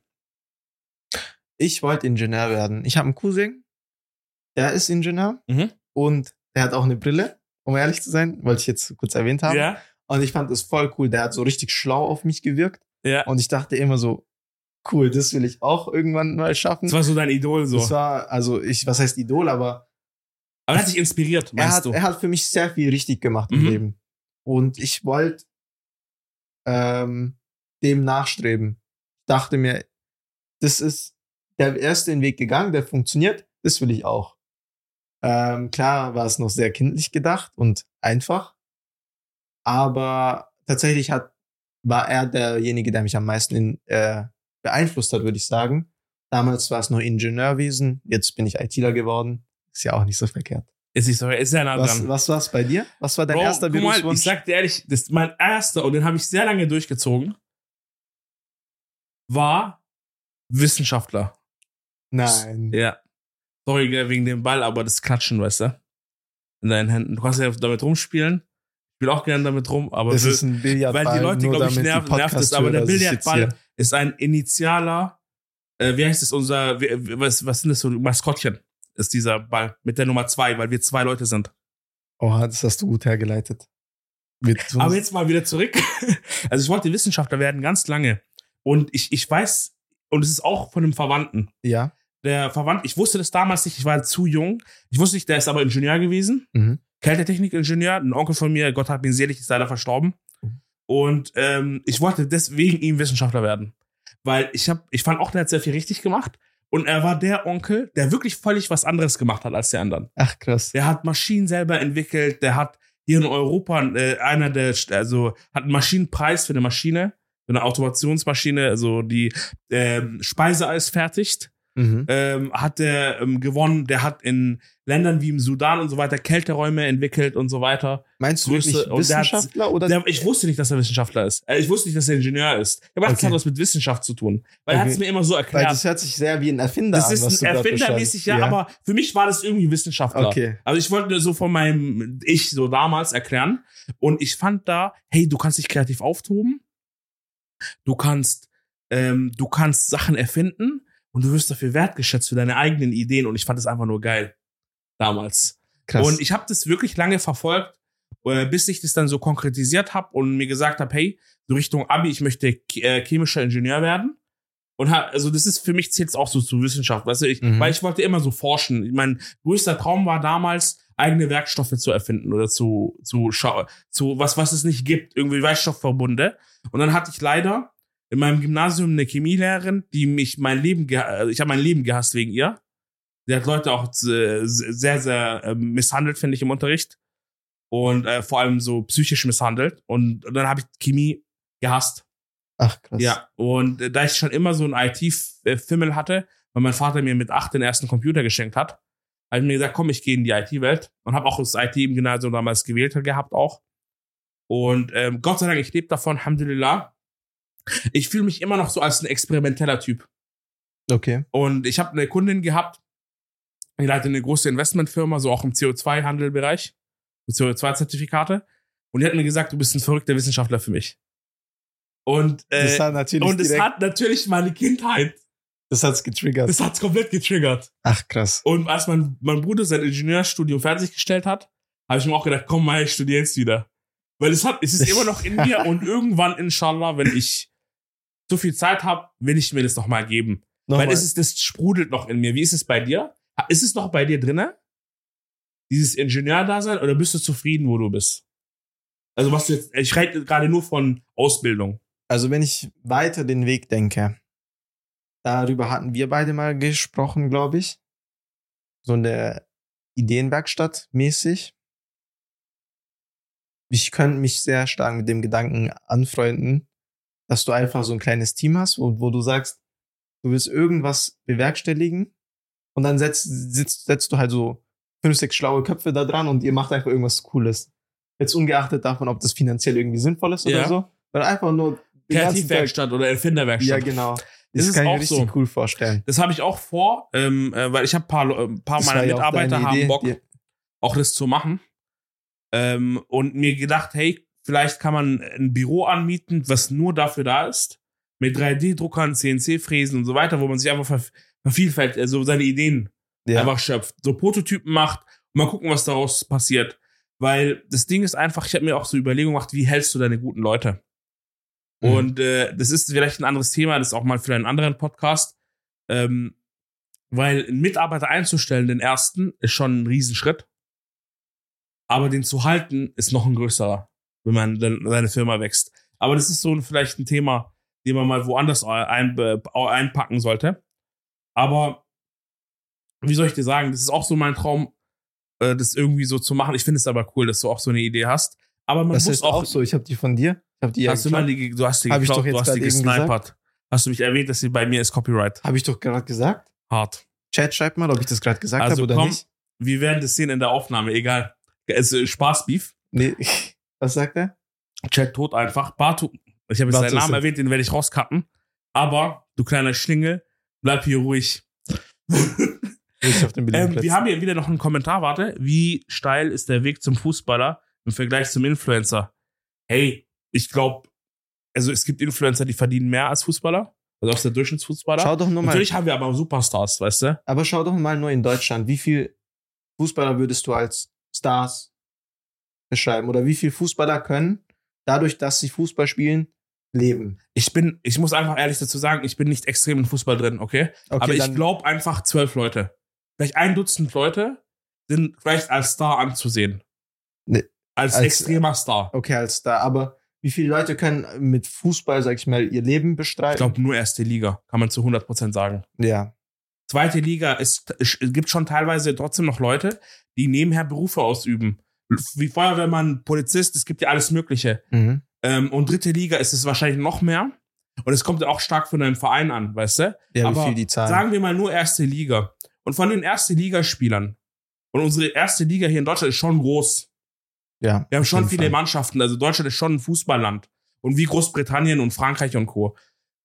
Ich wollte Ingenieur werden. Ich habe einen Cousin, der ist Ingenieur und der hat auch eine Brille, um ehrlich zu sein, wollte ich jetzt kurz erwähnt haben. Ja. Und ich fand das voll cool. Der hat so richtig schlau auf mich gewirkt. Ja. Und ich dachte immer so, cool, das will ich auch irgendwann mal schaffen. Das war so dein Idol so. Das war, was heißt Idol, aber er hat dich inspiriert, meinst du? Er hat für mich sehr viel richtig gemacht im Leben. Und ich wollte dem nachstreben. Ich dachte mir, das ist der erste Weg gegangen, der funktioniert, das will ich auch. Klar war es noch sehr kindlich gedacht und einfach, aber tatsächlich war er derjenige, der mich am meisten beeinflusst hat, würde ich sagen. Damals war es noch Ingenieurwesen, jetzt bin ich ITler geworden. Ist ja auch nicht so verkehrt. Ist nicht so, ist ja nah dran. Was war's bei dir? Was war dein erster Berufswunsch? Guck mal, ich sag dir ehrlich, das ist mein erster, und den habe ich sehr lange durchgezogen, war Wissenschaftler. Nein. Ja. Sorry wegen dem Ball, aber das Klatschen, weißt du? In deinen Händen. Du kannst ja damit rumspielen. Ich spiele auch gerne damit rum, aber das ist ein Billardball, weil die Leute, glaube ich, nervt es, aber der Billardball ist ein initialer, wie heißt es, was sind das so, Maskottchen ist dieser Ball mit der Nummer 2, weil wir 2 Leute sind. Oha, das hast du gut hergeleitet. Aber jetzt mal wieder zurück. Also ich wollte Wissenschaftler werden ganz lange. Und ich weiß, und es ist auch von einem Verwandten. Ja. Der Verwandte, ich wusste das damals nicht, ich war zu jung. Ich wusste nicht, der ist aber Ingenieur gewesen. Kältetechnik-Ingenieur. Ein Onkel von mir, Gott hat ihn selig, ist leider verstorben. Und ich wollte deswegen ihm Wissenschaftler werden. Weil ich fand auch, der hat sehr viel richtig gemacht. Und er war der Onkel, der wirklich völlig was anderes gemacht hat als die anderen. Ach, krass. Der hat Maschinen selber entwickelt, der hat hier in Europa hat einen Maschinenpreis für eine Maschine, für eine Automationsmaschine, also die Speiseeis fertigt. Hat der gewonnen, der hat in Ländern wie im Sudan und so weiter Kälteräume entwickelt und so weiter. Meinst du wirklich Wissenschaftler? Ich wusste nicht, dass er Wissenschaftler ist. Ich wusste nicht, dass er Ingenieur ist. Aber das hat was mit Wissenschaft zu tun. Weil er hat es mir immer so erklärt. Weil das hört sich sehr wie ein Erfinder an. Das ist ein erfindermäßig, ja, aber für mich war das irgendwie Wissenschaftler. Okay. Also ich wollte so von meinem Ich so damals erklären. Und ich fand da, hey, du kannst dich kreativ auftoben. Du kannst Sachen erfinden. Und du wirst dafür wertgeschätzt für deine eigenen Ideen. Und ich fand das einfach nur geil. Damals. Krass. Und ich habe das wirklich lange verfolgt, bis ich das dann so konkretisiert habe und mir gesagt habe, hey, so Richtung Abi, ich möchte chemischer Ingenieur werden. Und also das ist für mich, zählt es auch so zur Wissenschaft. Weißt du, weil ich wollte immer so forschen. Mein größter Traum war damals, eigene Werkstoffe zu erfinden oder zu was es nicht gibt. Irgendwie Werkstoffverbunde. Und dann hatte ich leider in meinem Gymnasium eine Chemielehrerin, die ich habe mein Leben gehasst wegen ihr. Sie hat Leute auch sehr, sehr misshandelt, finde ich, im Unterricht. Und vor allem so psychisch misshandelt. Und dann habe ich Chemie gehasst. Ach, krass. Ja, und da ich schon immer so einen IT-Fimmel hatte, weil mein Vater mir mit 8 den ersten Computer geschenkt hat, habe ich mir gesagt, komm, ich gehe in die IT-Welt. Und habe auch das IT im Gymnasium damals gewählt gehabt auch. Und Gott sei Dank, ich lebe davon, Alhamdulillah. Ich fühle mich immer noch so als ein experimenteller Typ. Okay. Und ich habe eine Kundin gehabt, die leitet eine große Investmentfirma, so auch im CO2-Handelbereich, CO2-Zertifikate. Und die hat mir gesagt, du bist ein verrückter Wissenschaftler für mich. Und das hat natürlich meine Kindheit. Das hat's getriggert. Das hat's komplett getriggert. Ach, krass. Und als mein Bruder sein Ingenieurstudium fertiggestellt hat, habe ich mir auch gedacht, komm mal, ich studiere jetzt wieder. Weil es ist immer noch in mir und irgendwann, inshallah, wenn ich so viel Zeit habe, will ich mir das noch mal geben. Weil das sprudelt noch in mir. Wie ist es bei dir? Ist es noch bei dir drinne? Dieses Ingenieurdasein, oder bist du zufrieden, wo du bist? Also was du jetzt, ich rede gerade nur von Ausbildung. Also wenn ich weiter den Weg denke, darüber hatten wir beide mal gesprochen, glaube ich. So eine Ideenwerkstatt mäßig. Ich könnte mich sehr stark mit dem Gedanken anfreunden, dass du einfach so ein kleines Team hast, wo du sagst, du willst irgendwas bewerkstelligen und dann setzt du halt so 5, 6 schlaue Köpfe da dran und ihr macht einfach irgendwas Cooles. Jetzt ungeachtet davon, ob das finanziell irgendwie sinnvoll ist oder so, sondern einfach nur Kreativwerkstatt oder Erfinderwerkstatt. Ja, genau. Das kann ich auch mir richtig cool vorstellen. Das habe ich auch vor, weil ich habe ein paar meiner Mitarbeiter haben Bock, auch das zu machen. Und mir gedacht, hey, vielleicht kann man ein Büro anmieten, was nur dafür da ist, mit 3D-Druckern, CNC-Fräsen und so weiter, wo man sich einfach vervielfältigt, also seine Ideen einfach schöpft, so Prototypen macht und mal gucken, was daraus passiert. Weil das Ding ist einfach, ich habe mir auch so Überlegungen gemacht, wie hältst du deine guten Leute? Und das ist vielleicht ein anderes Thema, das ist auch mal für einen anderen Podcast, weil einen Mitarbeiter einzustellen, den ersten, ist schon ein Riesenschritt. Aber den zu halten, ist noch ein größerer, wenn man dann seine Firma wächst. Aber das ist so vielleicht ein Thema, den man mal woanders einpacken sollte. Aber wie soll ich dir sagen, das ist auch so mein Traum, das irgendwie so zu machen. Ich finde es aber cool, dass du auch so eine Idee hast. Aber man das muss ist auch so, ich habe die von dir. Du hast die geklaut, du hast die gesnipert. Hast du mich erwähnt, dass sie bei mir ist Copyright? Habe ich doch gerade gesagt. Hart. Chat, schreibt mal, ob ich das gerade gesagt habe oder nicht. Wir werden das sehen in der Aufnahme, egal. Es ist Spaß-Beef. Nee, was sagt er? Chat tot einfach. Batu, ich habe jetzt seinen Namen erwähnt, den werde ich rauscutten. Aber, du kleiner Schlingel, bleib hier ruhig. Auf dem wir haben hier wieder noch einen Kommentar, warte. Wie steil ist der Weg zum Fußballer im Vergleich zum Influencer? Hey, ich glaube, also es gibt Influencer, die verdienen mehr als Fußballer. Also aus der Durchschnittsfußballer. Schau doch nur mal. Natürlich haben wir aber Superstars, weißt du? Aber schau doch mal nur in Deutschland. Wie viel Fußballer würdest du als Stars beschreiben? Oder wie viel Fußballer können, dadurch, dass sie Fußball spielen, leben? Ich muss einfach ehrlich dazu sagen, ich bin nicht extrem im Fußball drin, okay? Aber ich glaube einfach 12 Leute. Vielleicht 1 Dutzend Leute sind vielleicht als Star anzusehen. Nee, als extremer Star. Okay, als Star. Aber wie viele Leute können mit Fußball, sag ich mal, ihr Leben bestreiten? Ich glaube nur erste Liga, kann man zu 100% sagen. Ja. Zweite Liga, es gibt schon teilweise trotzdem noch Leute, die nebenher Berufe ausüben. Wie Feuerwehrmann, Polizist, es gibt ja alles Mögliche. Mhm. Und dritte Liga ist es wahrscheinlich noch mehr. Und es kommt ja auch stark von deinem Verein an, weißt du? Ja, aber wie viel die zahlen. Sagen wir mal nur erste Liga. Und von den erste Ligaspielern, und unsere erste Liga hier in Deutschland ist schon groß. Ja. Wir haben schon viele Mannschaften. Also Deutschland ist schon ein Fußballland. Und wie Großbritannien und Frankreich und Co.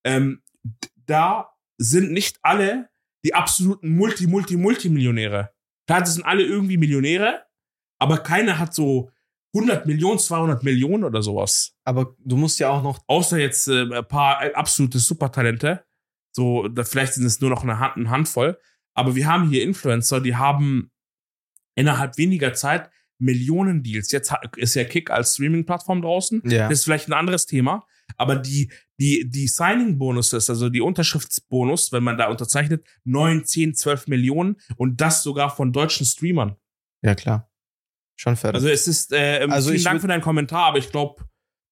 Da sind nicht alle die absoluten Multimillionäre. Klar, das sind alle irgendwie Millionäre, aber keiner hat so 100 Millionen, 200 Millionen oder sowas. Aber du musst ja auch noch... Außer jetzt ein paar absolute Supertalente. So, vielleicht sind es nur noch eine Handvoll. Aber wir haben hier Influencer, die haben innerhalb weniger Zeit Millionen Deals. Jetzt ist ja Kick als Streaming-Plattform draußen. Ja. Das ist vielleicht ein anderes Thema. Aber die Signing-Bonuses, also die Unterschriftsbonus, wenn man da unterzeichnet, 9, 10, 12 Millionen und das sogar von deutschen Streamern. Ja, klar. Schon fertig. Also es ist, vielen Dank für deinen Kommentar, aber ich glaube,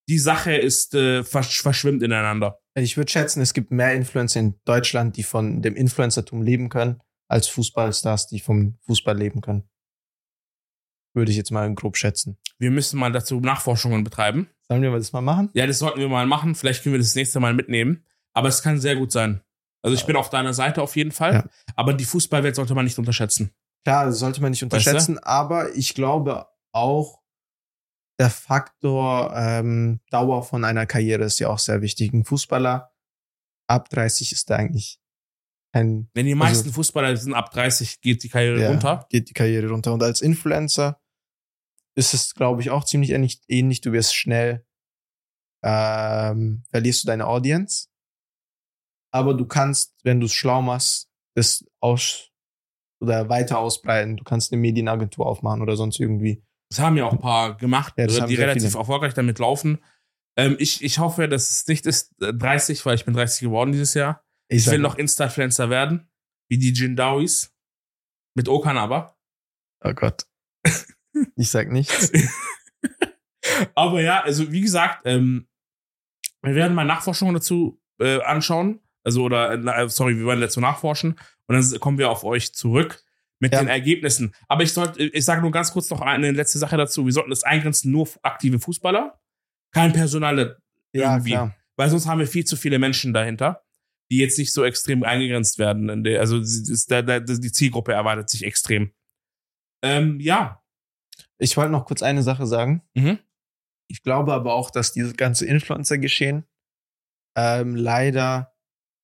die Sache ist verschwimmt ineinander. Ich würde schätzen, es gibt mehr Influencer in Deutschland, die von dem Influencertum leben können, als Fußballstars, die vom Fußball leben können. Würde ich jetzt mal grob schätzen. Wir müssen mal dazu Nachforschungen betreiben. Sollen wir das mal machen? Ja, das sollten wir mal machen. Vielleicht können wir das nächste Mal mitnehmen. Aber es kann sehr gut sein. Also ich bin auf deiner Seite auf jeden Fall. Ja. Aber die Fußballwelt sollte man nicht unterschätzen. Klar, das sollte man nicht unterschätzen. Weißt du? Aber ich glaube auch, der Faktor Dauer von einer Karriere ist ja auch sehr wichtig. Ein Fußballer ab 30 ist da eigentlich kein... Wenn die meisten Fußballer sind ab 30, geht die Karriere runter. Geht die Karriere runter. Und als Influencer ist es, glaube ich, auch ziemlich ähnlich. Du wirst schnell, verlierst du deine Audience. Aber du kannst, wenn du es schlau machst, das oder weiter ausbreiten. Du kannst eine Medienagentur aufmachen oder sonst irgendwie. Das haben ja auch ein paar gemacht, die relativ erfolgreich damit laufen. Ich hoffe, dass es nicht ist 30, weil ich bin 30 geworden dieses Jahr. Ich will noch Insta-Influencer werden, wie die Jindawis. Mit Okan aber. Oh Gott. Ich sag nichts. Aber ja, also wie gesagt, wir werden mal Nachforschungen dazu anschauen. Also, wir werden dazu nachforschen. Und dann kommen wir auf euch zurück mit den Ergebnissen. Aber ich sage nur ganz kurz noch eine letzte Sache dazu. Wir sollten das eingrenzen, nur aktive Fußballer. Kein Personal irgendwie. Ja, weil sonst haben wir viel zu viele Menschen dahinter, die jetzt nicht so extrem eingegrenzt werden. Also die Zielgruppe erweitert sich extrem. Ja. Ich wollte noch kurz eine Sache sagen. Mhm. Ich glaube aber auch, dass dieses ganze Influencer-Geschehen leider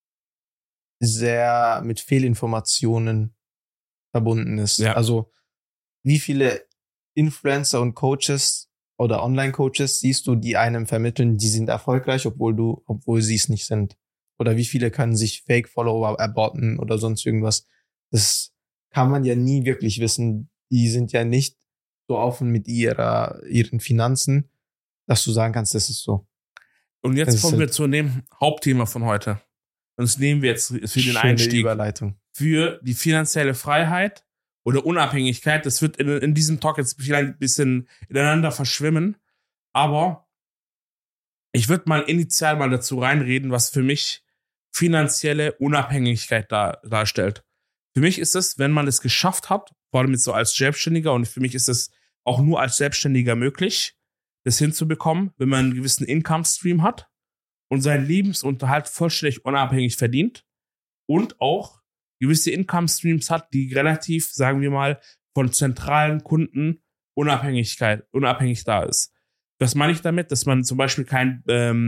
sehr mit Fehlinformationen verbunden ist. Ja. Also wie viele Influencer und Coaches oder Online-Coaches siehst du, die einem vermitteln, die sind erfolgreich, obwohl sie es nicht sind? Oder wie viele können sich Fake-Follower erbotten oder sonst irgendwas? Das kann man ja nie wirklich wissen. Die sind ja nicht so offen mit ihren Finanzen, dass du sagen kannst, das ist so. Und jetzt kommen wir zu dem Hauptthema von heute. Und das nehmen wir jetzt für den Einstieg. Überleitung. Für die finanzielle Freiheit oder Unabhängigkeit. Das wird in diesem Talk jetzt vielleicht ein bisschen ineinander verschwimmen. Aber ich würde mal initial mal dazu reinreden, was für mich finanzielle Unabhängigkeit darstellt. Für mich ist es, wenn man es geschafft hat, vor allem jetzt so als Selbstständiger, und für mich ist es auch nur als Selbstständiger möglich, das hinzubekommen, wenn man einen gewissen Income-Stream hat und seinen Lebensunterhalt vollständig unabhängig verdient und auch gewisse Income-Streams hat, die relativ, sagen wir mal, von zentralen Kunden unabhängig da ist. Was meine ich damit? Dass man zum Beispiel kein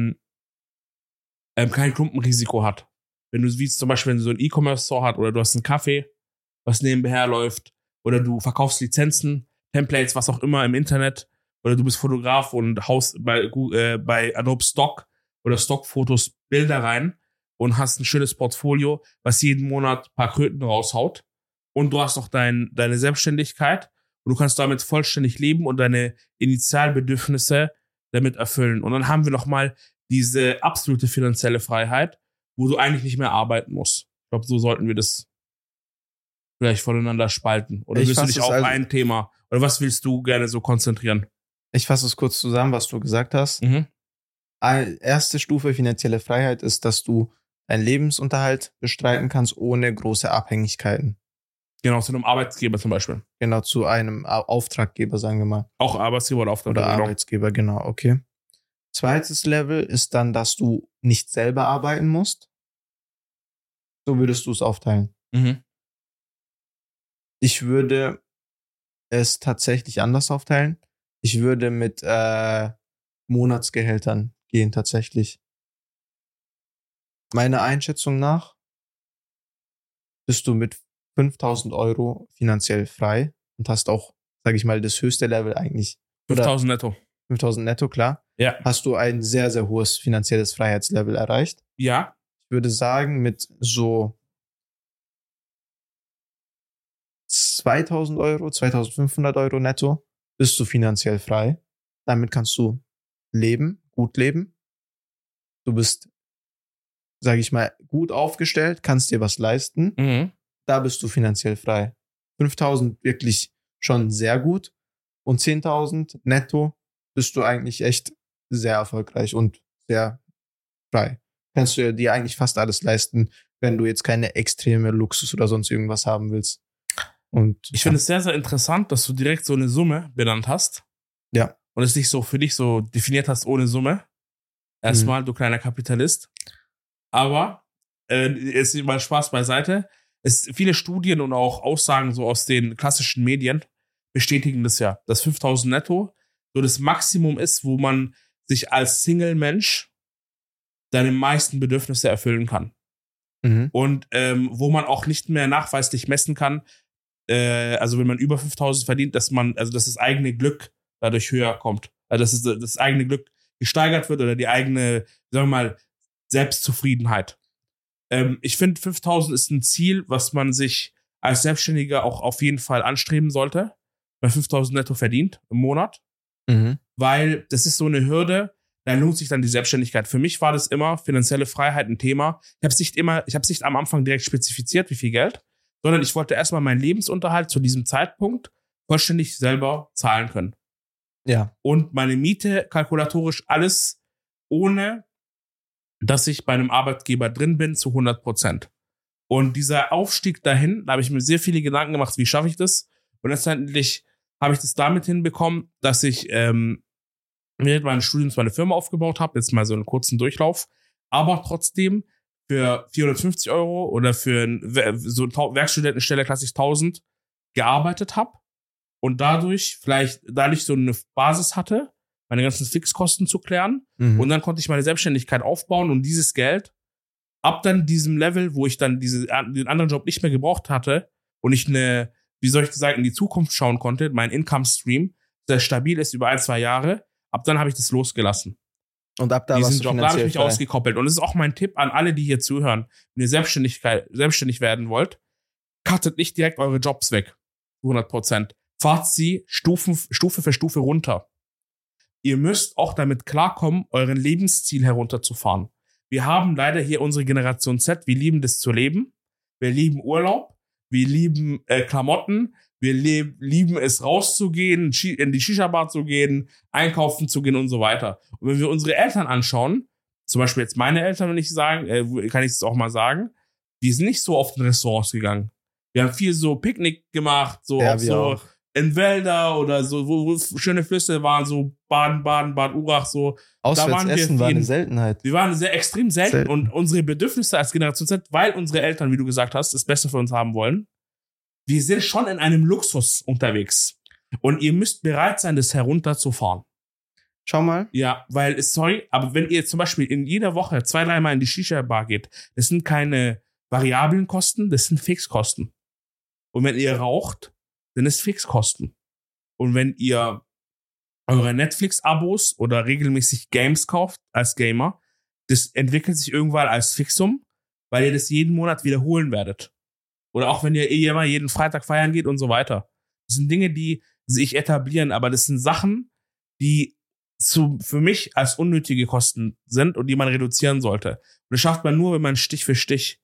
Klumpenrisiko hat. Wenn du zum Beispiel so einen E-Commerce-Store hast oder du hast einen Café, was nebenher läuft, oder du verkaufst Lizenzen, Templates, was auch immer im Internet, oder du bist Fotograf und haust bei Adobe Stock oder Stockfotos Bilder rein und hast ein schönes Portfolio, was jeden Monat ein paar Kröten raushaut. Und du hast auch deine Selbstständigkeit und du kannst damit vollständig leben und deine Initialbedürfnisse damit erfüllen. Und dann haben wir nochmal diese absolute finanzielle Freiheit, wo du eigentlich nicht mehr arbeiten musst. Ich glaube, so sollten wir das vielleicht voneinander spalten. Oder willst du dich auf ein Thema, oder was willst du gerne so konzentrieren? Ich fasse es kurz zusammen, was du gesagt hast. Mhm. Erste Stufe finanzielle Freiheit ist, dass du deinen Lebensunterhalt bestreiten kannst, ohne große Abhängigkeiten. Genau, zu einem Arbeitgeber zum Beispiel. Genau, zu einem Auftraggeber, sagen wir mal. Auch Arbeitgeber oder Auftraggeber. Oder Arbeitsgeber, genau, okay. Zweites Level ist dann, dass du nicht selber arbeiten musst. So würdest du es aufteilen. Mhm. Ich würde es tatsächlich anders aufteilen. Ich würde mit Monatsgehältern gehen, tatsächlich. Meiner Einschätzung nach bist du mit 5.000 Euro finanziell frei und hast auch, sage ich mal, das höchste Level eigentlich. 5.000 netto. 5.000 netto, klar. Ja. Hast du ein sehr, sehr hohes finanzielles Freiheitslevel erreicht. Ja. Ich würde sagen, mit so 2.000 Euro, 2.500 Euro netto bist du finanziell frei. Damit kannst du leben, gut leben. Du bist, sage ich mal, gut aufgestellt, kannst dir was leisten. Mhm. Da bist du finanziell frei. 5.000 wirklich schon sehr gut. Und 10.000 netto bist du eigentlich echt sehr erfolgreich und sehr frei. Kannst du dir eigentlich fast alles leisten, wenn du jetzt keine extreme Luxus oder sonst irgendwas haben willst. Und Ich finde es sehr, sehr interessant, dass du direkt so eine Summe benannt hast. Ja. Und es nicht so für dich so definiert hast ohne Summe. Erstmal, du kleiner Kapitalist. Aber, jetzt mal Spaß beiseite. Viele Studien und auch Aussagen so aus den klassischen Medien bestätigen das ja, dass 5.000 netto so das Maximum ist, wo man sich als Single-Mensch deine meisten Bedürfnisse erfüllen kann. Und wo man auch nicht mehr nachweislich messen kann, also wenn man über 5.000 verdient, dass das eigene Glück dadurch höher kommt. Also dass das eigene Glück gesteigert wird oder die eigene, sagen wir mal, Selbstzufriedenheit. Ich finde, 5.000 ist ein Ziel, was man sich als Selbstständiger auch auf jeden Fall anstreben sollte, wenn 5.000 netto verdient im Monat. Weil das ist so eine Hürde, da lohnt sich dann die Selbstständigkeit. Für mich war das immer finanzielle Freiheit ein Thema. Ich habe es nicht am Anfang direkt spezifiziert, wie viel Geld, sondern ich wollte erstmal meinen Lebensunterhalt zu diesem Zeitpunkt vollständig selber zahlen können. Ja. Und meine Miete kalkulatorisch alles, ohne dass ich bei einem Arbeitgeber drin bin, zu 100%. Und dieser Aufstieg dahin, da habe ich mir sehr viele Gedanken gemacht, wie schaffe ich das? Und letztendlich habe ich das damit hinbekommen, dass ich während meines Studiums meine Firma aufgebaut habe, jetzt mal so einen kurzen Durchlauf, aber trotzdem für 450 € oder für so Werkstudentenstelle klassisch 1.000 gearbeitet habe und dadurch so eine Basis hatte, meine ganzen Fixkosten zu klären. Und dann konnte ich meine Selbstständigkeit aufbauen und dieses Geld ab dann diesem Level, wo ich dann den anderen Job nicht mehr gebraucht hatte und ich wie soll ich sagen, in die Zukunft schauen konnte, mein Income-Stream, der stabil ist über 1-2 Jahre, ab dann habe ich das losgelassen. Und ab da warst du Job, da habe ich mich ausgekoppelt. Und das ist auch mein Tipp an alle, die hier zuhören. Wenn ihr selbstständig werden wollt, cuttet nicht direkt eure Jobs weg. 100%. Fahrt sie Stufe für Stufe runter. Ihr müsst auch damit klarkommen, euren Lebensziel herunterzufahren. Wir haben leider hier unsere Generation Z, wir lieben das zu leben. Wir lieben Urlaub. Wir lieben Klamotten. Wir lieben es, rauszugehen, in die Shisha-Bar zu gehen, einkaufen zu gehen und so weiter. Und wenn wir unsere Eltern anschauen, zum Beispiel jetzt meine Eltern, wenn ich sagen, kann ich es auch mal sagen, die sind nicht so oft in Restaurants gegangen. Wir haben viel so Picknick gemacht, so Ja, auch so in Wälder oder so, wo schöne Flüsse waren, so Baden, Bad Urach, so. Auswärtsessen war eine Seltenheit. Wir waren sehr extrem selten. Und unsere Bedürfnisse als Generation Z, weil unsere Eltern, wie du gesagt hast, das Beste für uns haben wollen, wir sind schon in einem Luxus unterwegs. Und ihr müsst bereit sein, das herunterzufahren. Schau mal. Ja, aber wenn ihr zum Beispiel in jeder Woche 2-3 Mal in die Shisha-Bar geht, das sind keine variablen Kosten, das sind Fixkosten. Und wenn ihr raucht, sind es Fixkosten. Und wenn ihr eure Netflix-Abos oder regelmäßig Games kauft als Gamer, das entwickelt sich irgendwann als Fixum, weil ihr das jeden Monat wiederholen werdet. Oder auch wenn ihr immer jeden Freitag feiern geht und so weiter. Das sind Dinge, die sich etablieren, aber das sind Sachen, die für mich als unnötige Kosten sind und die man reduzieren sollte. Und das schafft man nur, wenn man Schritt für Schritt,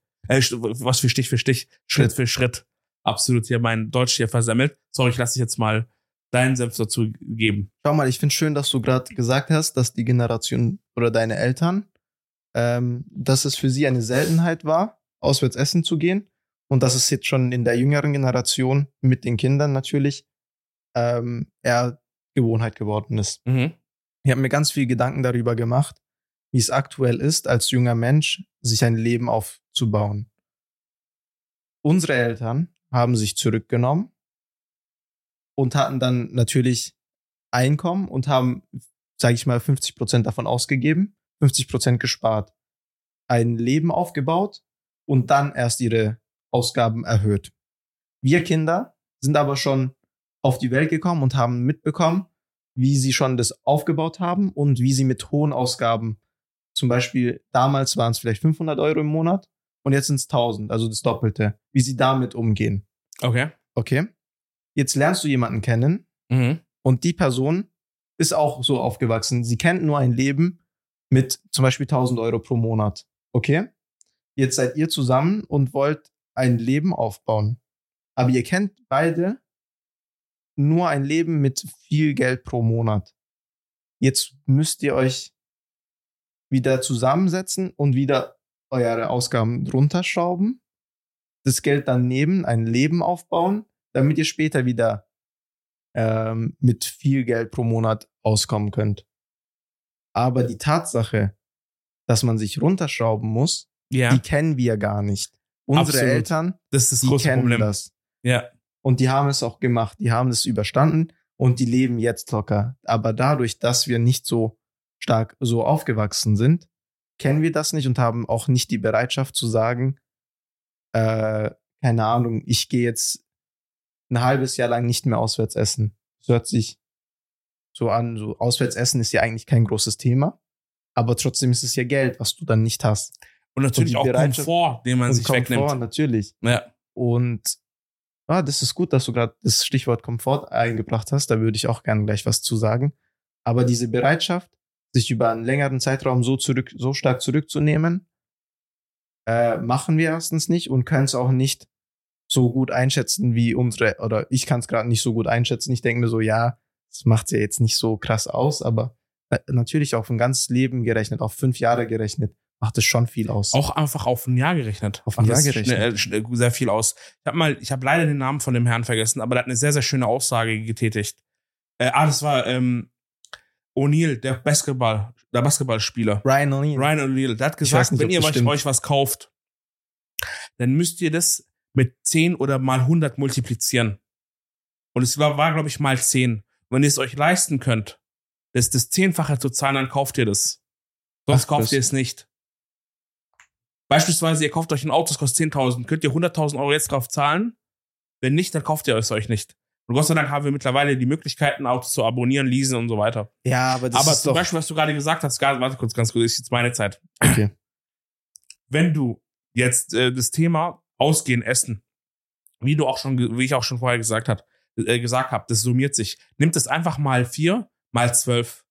absolut hier mein Deutsch hier versemmelt. Sorry, ich lasse dich jetzt mal deinen Senf dazu geben. Schau mal, ich finde schön, dass du gerade gesagt hast, dass die Generation oder deine Eltern, dass es für sie eine Seltenheit war, auswärts essen zu gehen. Und dass es jetzt schon in der jüngeren Generation mit den Kindern natürlich eher Gewohnheit geworden ist. Ich habe mir ganz viel Gedanken darüber gemacht, wie es aktuell ist, als junger Mensch sich ein Leben aufzubauen. Unsere Eltern haben sich zurückgenommen und hatten dann natürlich Einkommen und haben, sage ich mal, 50% davon ausgegeben, 50% gespart, ein Leben aufgebaut und dann erst ihre Ausgaben erhöht. Wir Kinder sind aber schon auf die Welt gekommen und haben mitbekommen, wie sie schon das aufgebaut haben und wie sie mit hohen Ausgaben, zum Beispiel damals waren es vielleicht 500 € im Monat und jetzt sind es 1.000, also das Doppelte, wie sie damit umgehen. Okay. Jetzt lernst du jemanden kennen und die Person ist auch so aufgewachsen. Sie kennt nur ein Leben mit zum Beispiel 1.000 € pro Monat. Okay? Jetzt seid ihr zusammen und wollt ein Leben aufbauen. Aber ihr kennt beide nur ein Leben mit viel Geld pro Monat. Jetzt müsst ihr euch wieder zusammensetzen und wieder eure Ausgaben runterschrauben, das Geld dann nehmen, ein Leben aufbauen, damit ihr später wieder mit viel Geld pro Monat auskommen könnt. Aber die Tatsache, dass man sich runterschrauben muss, die kennen wir gar nicht. Unsere Absolut. Eltern, Das ist das die große kennen Problem. das. Ja. Und die haben es auch gemacht. Die haben es überstanden und die leben jetzt locker. Aber dadurch, dass wir nicht so stark so aufgewachsen sind, kennen wir das nicht und haben auch nicht die Bereitschaft zu sagen, keine Ahnung, ich gehe jetzt ein halbes Jahr lang nicht mehr auswärts essen. Das hört sich so an, so auswärts essen ist ja eigentlich kein großes Thema, aber trotzdem ist es ja Geld, was du dann nicht hast. Und natürlich auch Komfort, den man sich wegnimmt. Komfort, natürlich. Ja. Und das ist gut, dass du gerade das Stichwort Komfort eingebracht hast, da würde ich auch gerne gleich was zu sagen. Aber diese Bereitschaft, sich über einen längeren Zeitraum so stark zurückzunehmen, machen wir erstens nicht und können es auch nicht so gut einschätzen wie oder ich kann es gerade nicht so gut einschätzen. Ich denke mir so, ja, das macht ja jetzt nicht so krass aus, aber natürlich auf ein ganzes Leben gerechnet, auf 5 Jahre gerechnet, macht es schon viel aus. Auch einfach auf ein Jahr gerechnet. Auf ein Jahr gerechnet. Sehr viel aus. Ich habe leider den Namen von dem Herrn vergessen, aber der hat eine sehr, sehr schöne Aussage getätigt. Das war O'Neal, der Basketballspieler. Ryan O'Neal. Der hat gesagt, wenn ihr euch was kauft, dann müsst ihr das mit 10 oder mal 100 multiplizieren. Und es war, glaube ich, mal 10. Und wenn ihr es euch leisten könnt, das 10-fache zu zahlen, dann kauft ihr das. Sonst kauft ihr es nicht. Beispielsweise, ihr kauft euch ein Auto, das kostet 10.000. Könnt ihr 100.000 Euro jetzt drauf zahlen? Wenn nicht, dann kauft ihr es euch nicht. Und Gott sei Dank haben wir mittlerweile die Möglichkeiten, Autos zu abonnieren, leasen und so weiter. Ja, aber das ist zum Beispiel, was du gerade gesagt hast, warte kurz, ganz kurz, ist jetzt meine Zeit. Okay. Wenn du jetzt das Thema Ausgehen, Essen, wie ich auch schon vorher gesagt habe, das summiert sich. Nimmt es einfach mal 4 mal 12.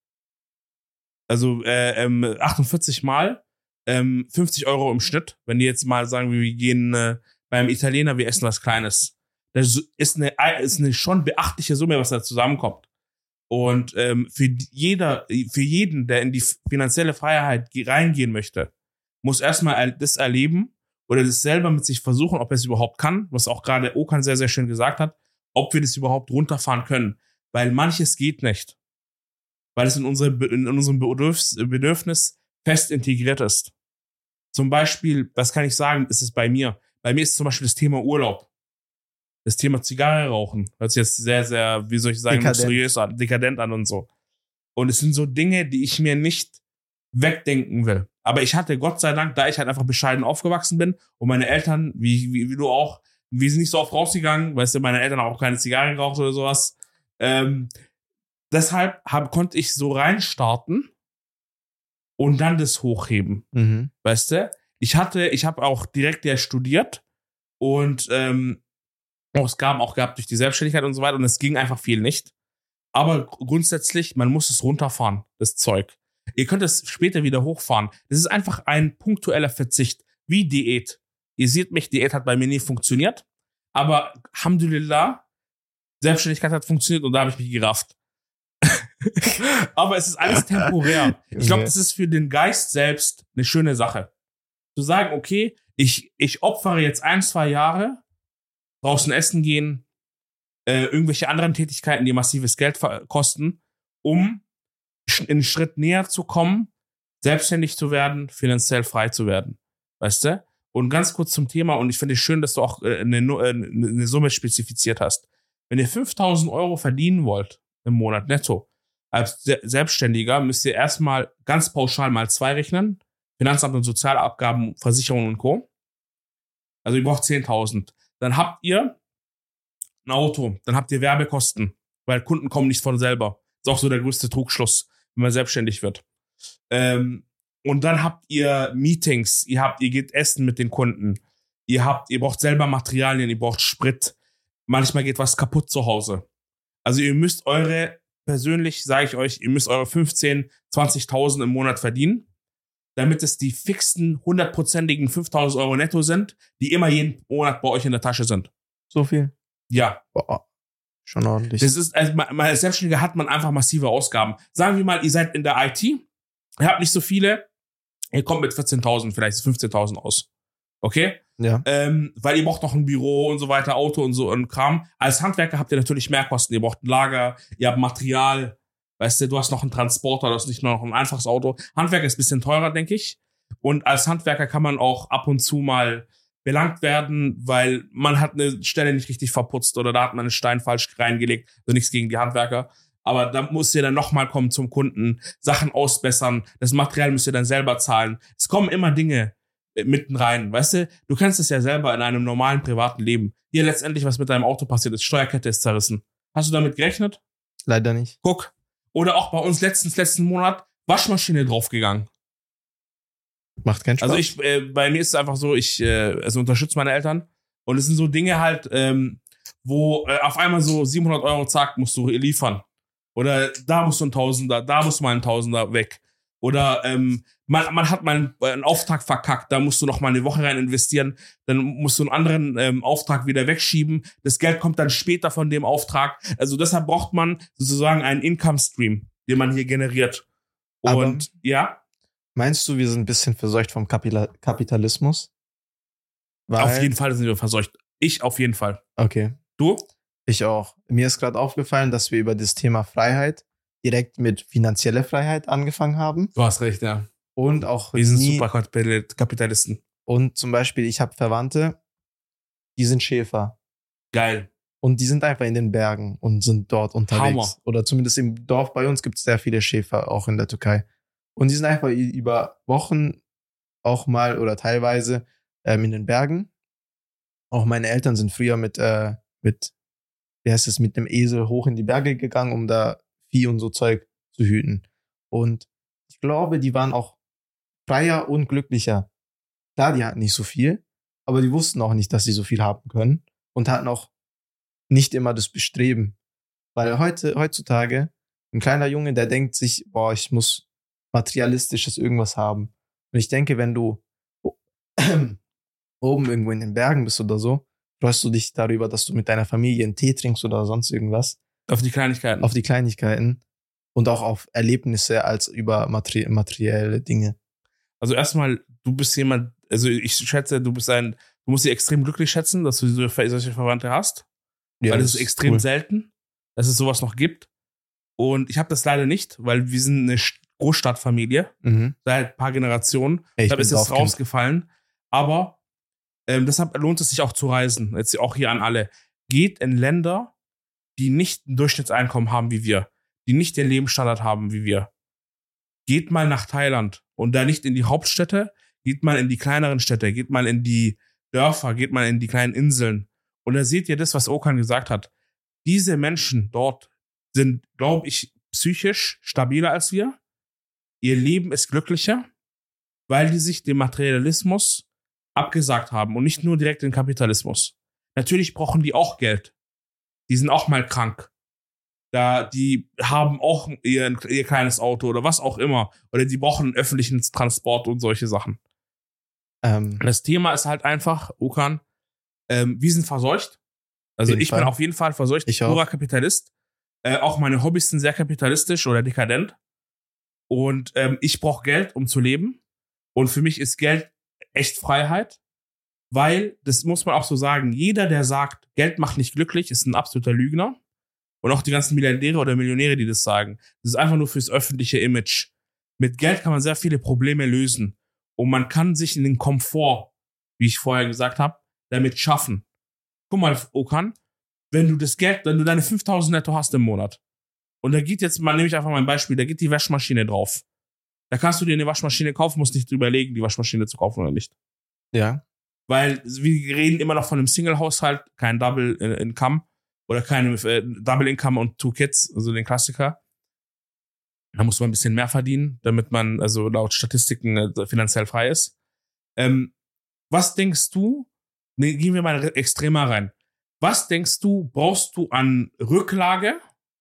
Also 48 mal 50 Euro im Schnitt. Wenn die jetzt mal sagen, wir gehen beim Italiener, wir essen was Kleines. Das ist eine schon beachtliche Summe, was da zusammenkommt. Und für jeden, der in die finanzielle Freiheit reingehen möchte, muss erstmal das erleben oder das selber mit sich versuchen, ob er es überhaupt kann, was auch gerade Okan sehr, sehr schön gesagt hat, ob wir das überhaupt runterfahren können. Weil manches geht nicht. Weil es in unserem Bedürfnis fest integriert ist. Zum Beispiel, was kann ich sagen, ist es bei mir? Bei mir ist zum Beispiel das Thema Urlaub. Das Thema Zigarre rauchen. Hört sich jetzt sehr, sehr, wie soll ich sagen, luxuriös an, dekadent an und so. Und es sind so Dinge, die ich mir nicht wegdenken will. Aber ich hatte, Gott sei Dank, da ich halt einfach bescheiden aufgewachsen bin und meine Eltern, wie du auch, wir sind nicht so oft rausgegangen, weißt du, meine Eltern haben auch keine Zigarren geraucht oder sowas. Deshalb konnte ich so reinstarten und dann das hochheben. Mhm. Weißt du? Ich habe auch direkt ja studiert und Ausgaben auch gehabt durch die Selbstständigkeit und so weiter und es ging einfach viel nicht. Aber grundsätzlich, man muss es runterfahren, das Zeug. Ihr könnt es später wieder hochfahren. Das ist einfach ein punktueller Verzicht, wie Diät. Ihr seht mich, Diät hat bei mir nie funktioniert, aber Alhamdulillah, Selbstständigkeit hat funktioniert und da habe ich mich gerafft. Aber es ist alles temporär. Ich glaube, das ist für den Geist selbst eine schöne Sache. Zu sagen, okay, ich opfere jetzt 1-2 Jahre, draußen essen gehen, irgendwelche anderen Tätigkeiten, die massives Geld kosten, um einen Schritt näher zu kommen, selbstständig zu werden, finanziell frei zu werden. Weißt du? Und ganz kurz zum Thema, und ich finde es schön, dass du auch eine Summe spezifiziert hast. Wenn ihr 5.000 Euro verdienen wollt im Monat netto, als Selbstständiger müsst ihr erstmal ganz pauschal mal 2 rechnen. Finanzamt und Sozialabgaben, Versicherungen und Co. Also ihr braucht 10.000. Dann habt ihr ein Auto, dann habt ihr Werbekosten, weil Kunden kommen nicht von selber. Das ist auch so der größte Trugschluss, wenn man selbstständig wird. Und dann habt ihr Meetings, ihr geht essen mit den Kunden, ihr braucht selber Materialien, ihr braucht Sprit. Manchmal geht was kaputt zu Hause. Also ihr müsst persönlich sage ich euch, ihr müsst eure 15.000, 20.000 im Monat verdienen, damit es die fixen, 100%igen 5.000 Euro netto sind, die immer jeden Monat bei euch in der Tasche sind. So viel? Ja. Boah. Schon ordentlich. Das ist, also als Selbstständiger hat man einfach massive Ausgaben. Sagen wir mal, ihr seid in der IT, ihr habt nicht so viele, ihr kommt mit 14.000, vielleicht 15.000 aus. Okay? Ja. Weil ihr braucht noch ein Büro und so weiter, Auto und so und Kram. Als Handwerker habt ihr natürlich mehr Kosten. Ihr braucht ein Lager, ihr habt Material, weißt du hast noch einen Transporter, du hast nicht nur noch ein einfaches Auto. Handwerker ist ein bisschen teurer, denke ich. Und als Handwerker kann man auch ab und zu mal belangt werden, weil man hat eine Stelle nicht richtig verputzt oder da hat man einen Stein falsch reingelegt. Also nichts gegen die Handwerker. Aber da muss ihr dann nochmal kommen zum Kunden, Sachen ausbessern, das Material müsst ihr dann selber zahlen. Es kommen immer Dinge mitten rein, weißt du? Du kennst es ja selber in einem normalen privaten Leben. Hier letztendlich, was mit deinem Auto passiert ist, Steuerkette ist zerrissen. Hast du damit gerechnet? Leider nicht. Guck. Oder auch bei uns letzten Monat Waschmaschine draufgegangen. Macht keinen Spaß. Also bei mir ist es einfach so, ich unterstütze meine Eltern und es sind so Dinge halt, wo auf einmal so 700 Euro, zack, musst du liefern. Oder da musst du ein Tausender, da muss mal ein Tausender weg. Oder man hat mal einen Auftrag verkackt, da musst du noch mal eine Woche rein investieren, dann musst du einen anderen Auftrag wieder wegschieben. Das Geld kommt dann später von dem Auftrag. Also deshalb braucht man sozusagen einen Income-Stream, den man hier generiert. Und Aber ja. meinst du, wir sind ein bisschen verseucht vom Kapitalismus? Auf jeden Fall sind wir verseucht. Ich auf jeden Fall. Okay. Du? Ich auch. Mir ist gerade aufgefallen, dass wir über das Thema Freiheit direkt mit finanzieller Freiheit angefangen haben. Du hast recht, ja. Und auch wir sind super Kapitalisten. Und zum Beispiel, ich habe Verwandte, die sind Schäfer. Geil. Und die sind einfach in den Bergen und sind dort unterwegs. Hammer. Oder zumindest im Dorf bei uns gibt es sehr viele Schäfer, auch in der Türkei. Und die sind einfach über Wochen auch mal oder teilweise in den Bergen. Auch meine Eltern sind früher mit dem Esel hoch in die Berge gegangen, um da Vieh und so Zeug zu hüten. Und ich glaube, die waren auch freier und glücklicher. Klar, die hatten nicht so viel, aber die wussten auch nicht, dass sie so viel haben können und hatten auch nicht immer das Bestreben. Weil heutzutage ein kleiner Junge, der denkt sich, boah, ich muss materialistisches irgendwas haben. Und ich denke, wenn du oben irgendwo in den Bergen bist oder so, freust du dich darüber, dass du mit deiner Familie einen Tee trinkst oder sonst irgendwas. Auf die Kleinigkeiten. Auf die Kleinigkeiten und auch auf Erlebnisse als über materielle Dinge. Also erstmal, du bist jemand, also ich schätze, du musst dich extrem glücklich schätzen, dass du solche Verwandte hast. Ja, weil es ist extrem selten, dass es sowas noch gibt. Und ich habe das leider nicht, weil wir sind eine Großstadtfamilie, seit ein paar Generationen. Deshalb ist es rausgefallen. Aber deshalb lohnt es sich auch zu reisen. Jetzt auch hier an alle. Geht in Länder, die nicht ein Durchschnittseinkommen haben wie wir, die nicht den Lebensstandard haben wie wir. Geht mal nach Thailand und da nicht in die Hauptstädte, geht mal in die kleineren Städte, geht mal in die Dörfer, geht mal in die kleinen Inseln. Und da seht ihr das, was Okan gesagt hat. Diese Menschen dort sind, glaube ich, psychisch stabiler als wir. Ihr Leben ist glücklicher, weil die sich dem Materialismus abgesagt haben und nicht nur direkt den Kapitalismus. Natürlich brauchen die auch Geld. Die sind auch mal krank. Die haben auch ihr kleines Auto oder was auch immer. Oder die brauchen einen öffentlichen Transport und solche Sachen. Das Thema ist halt einfach, Okan, wir sind verseucht. Also ich bin auf jeden Fall verseucht. Ich purer Kapitalist. Auch meine Hobbys sind sehr kapitalistisch oder dekadent. Und ich brauche Geld, um zu leben. Und für mich ist Geld echt Freiheit. Weil, das muss man auch so sagen, jeder, der sagt, Geld macht nicht glücklich, ist ein absoluter Lügner. Und auch die ganzen Milliardäre oder Millionäre, die das sagen. Das ist einfach nur fürs öffentliche Image. Mit Geld kann man sehr viele Probleme lösen. Und man kann sich in den Komfort, wie ich vorher gesagt habe, damit schaffen. Guck mal, Okan, wenn du deine 5.000 netto hast im Monat und da geht jetzt mal, nehme ich einfach mal ein Beispiel, da geht die Waschmaschine drauf. Da kannst du dir eine Waschmaschine kaufen, musst nicht überlegen, die Waschmaschine zu kaufen oder nicht. Ja. Weil wir reden immer noch von einem Single-Haushalt, kein Double Income oder kein Double Income und 2 Kids, also den Klassiker. Da muss man ein bisschen mehr verdienen, damit man also laut Statistiken finanziell frei ist. Was denkst du, gehen wir mal extremer rein. Was denkst du, brauchst du an Rücklage,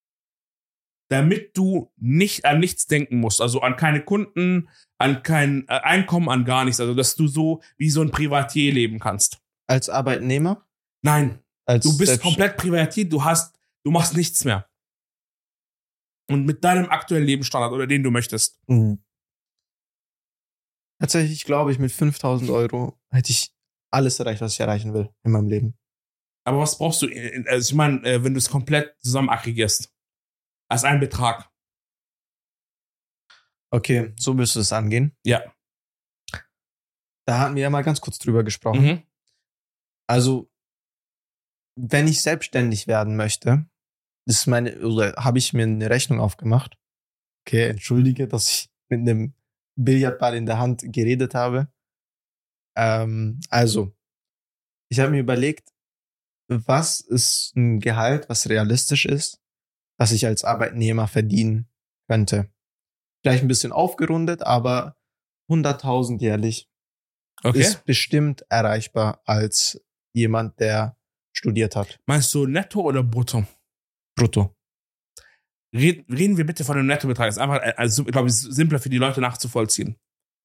damit du nicht an nichts denken musst? Also an keine Kunden, an kein Einkommen, an gar nichts. Also dass du so wie so ein Privatier leben kannst. Als Arbeitnehmer? Nein. Du bist komplett Privatier. Du hast du machst nichts mehr. Und mit deinem aktuellen Lebensstandard oder den du möchtest. Mhm. Tatsächlich glaube ich, mit 5.000 Euro hätte ich alles erreicht, was ich erreichen will in meinem Leben. Aber was brauchst du? Also ich meine, wenn du es komplett zusammen aggregierst. Als einen Betrag. Okay, so willst du es angehen. Ja. Da hatten wir ja mal ganz kurz drüber gesprochen. Mhm. Also, wenn ich selbstständig werden möchte, oder habe ich mir eine Rechnung aufgemacht. Okay, entschuldige, dass ich mit einem Billardball in der Hand geredet habe. Also, ich habe mir überlegt, was ist ein Gehalt, was realistisch ist, was ich als Arbeitnehmer verdienen könnte. Vielleicht ein bisschen aufgerundet, aber 100.000 jährlich ist bestimmt erreichbar als jemand, der studiert hat. Meinst du netto oder brutto? Brutto. Reden wir bitte von dem Nettobetrag. Das ist einfach, also, ich glaube, es ist simpler für die Leute nachzuvollziehen.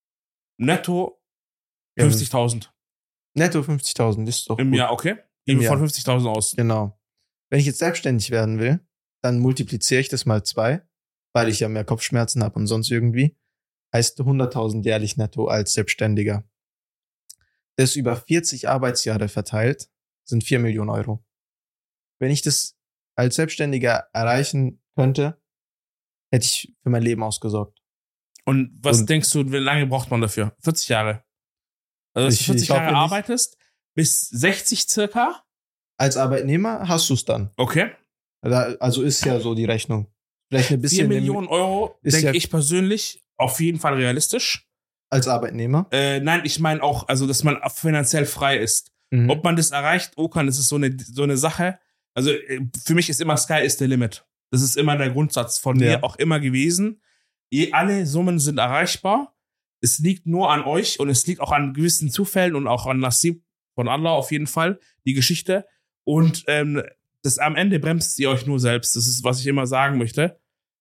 Netto 50.000. Netto 50.000 ist doch Im gut. Jahr, okay? Gehen wir von 50.000 aus. Genau. Wenn ich jetzt selbstständig werden will, dann multipliziere ich das mal 2, weil ich ja mehr Kopfschmerzen habe und sonst irgendwie. Heißt 100.000 jährlich netto als Selbstständiger. Das über 40 Arbeitsjahre verteilt sind 4 Millionen Euro. Wenn ich das als Selbstständiger erreichen könnte, hätte ich für mein Leben ausgesorgt. Und was denkst du, wie lange braucht man dafür? 40 Jahre. Also, dass du 40 Jahre arbeitest, bis 60 circa? Als Arbeitnehmer hast du es dann. Okay. Also ist ja so die Rechnung. Vielleicht ein bisschen 4 Millionen Euro, denke ich persönlich, auf jeden Fall realistisch. Als Arbeitnehmer? Nein, ich meine auch, also dass man finanziell frei ist. Mhm. Ob man das erreicht, das ist so eine Sache. Also für mich ist immer Sky is the limit. Das ist immer der Grundsatz von mir auch immer gewesen. Alle Summen sind erreichbar. Es liegt nur an euch und es liegt auch an gewissen Zufällen und auch an Nasib von Allah auf jeden Fall, die Geschichte. Und das am Ende bremst ihr euch nur selbst. Das ist, was ich immer sagen möchte.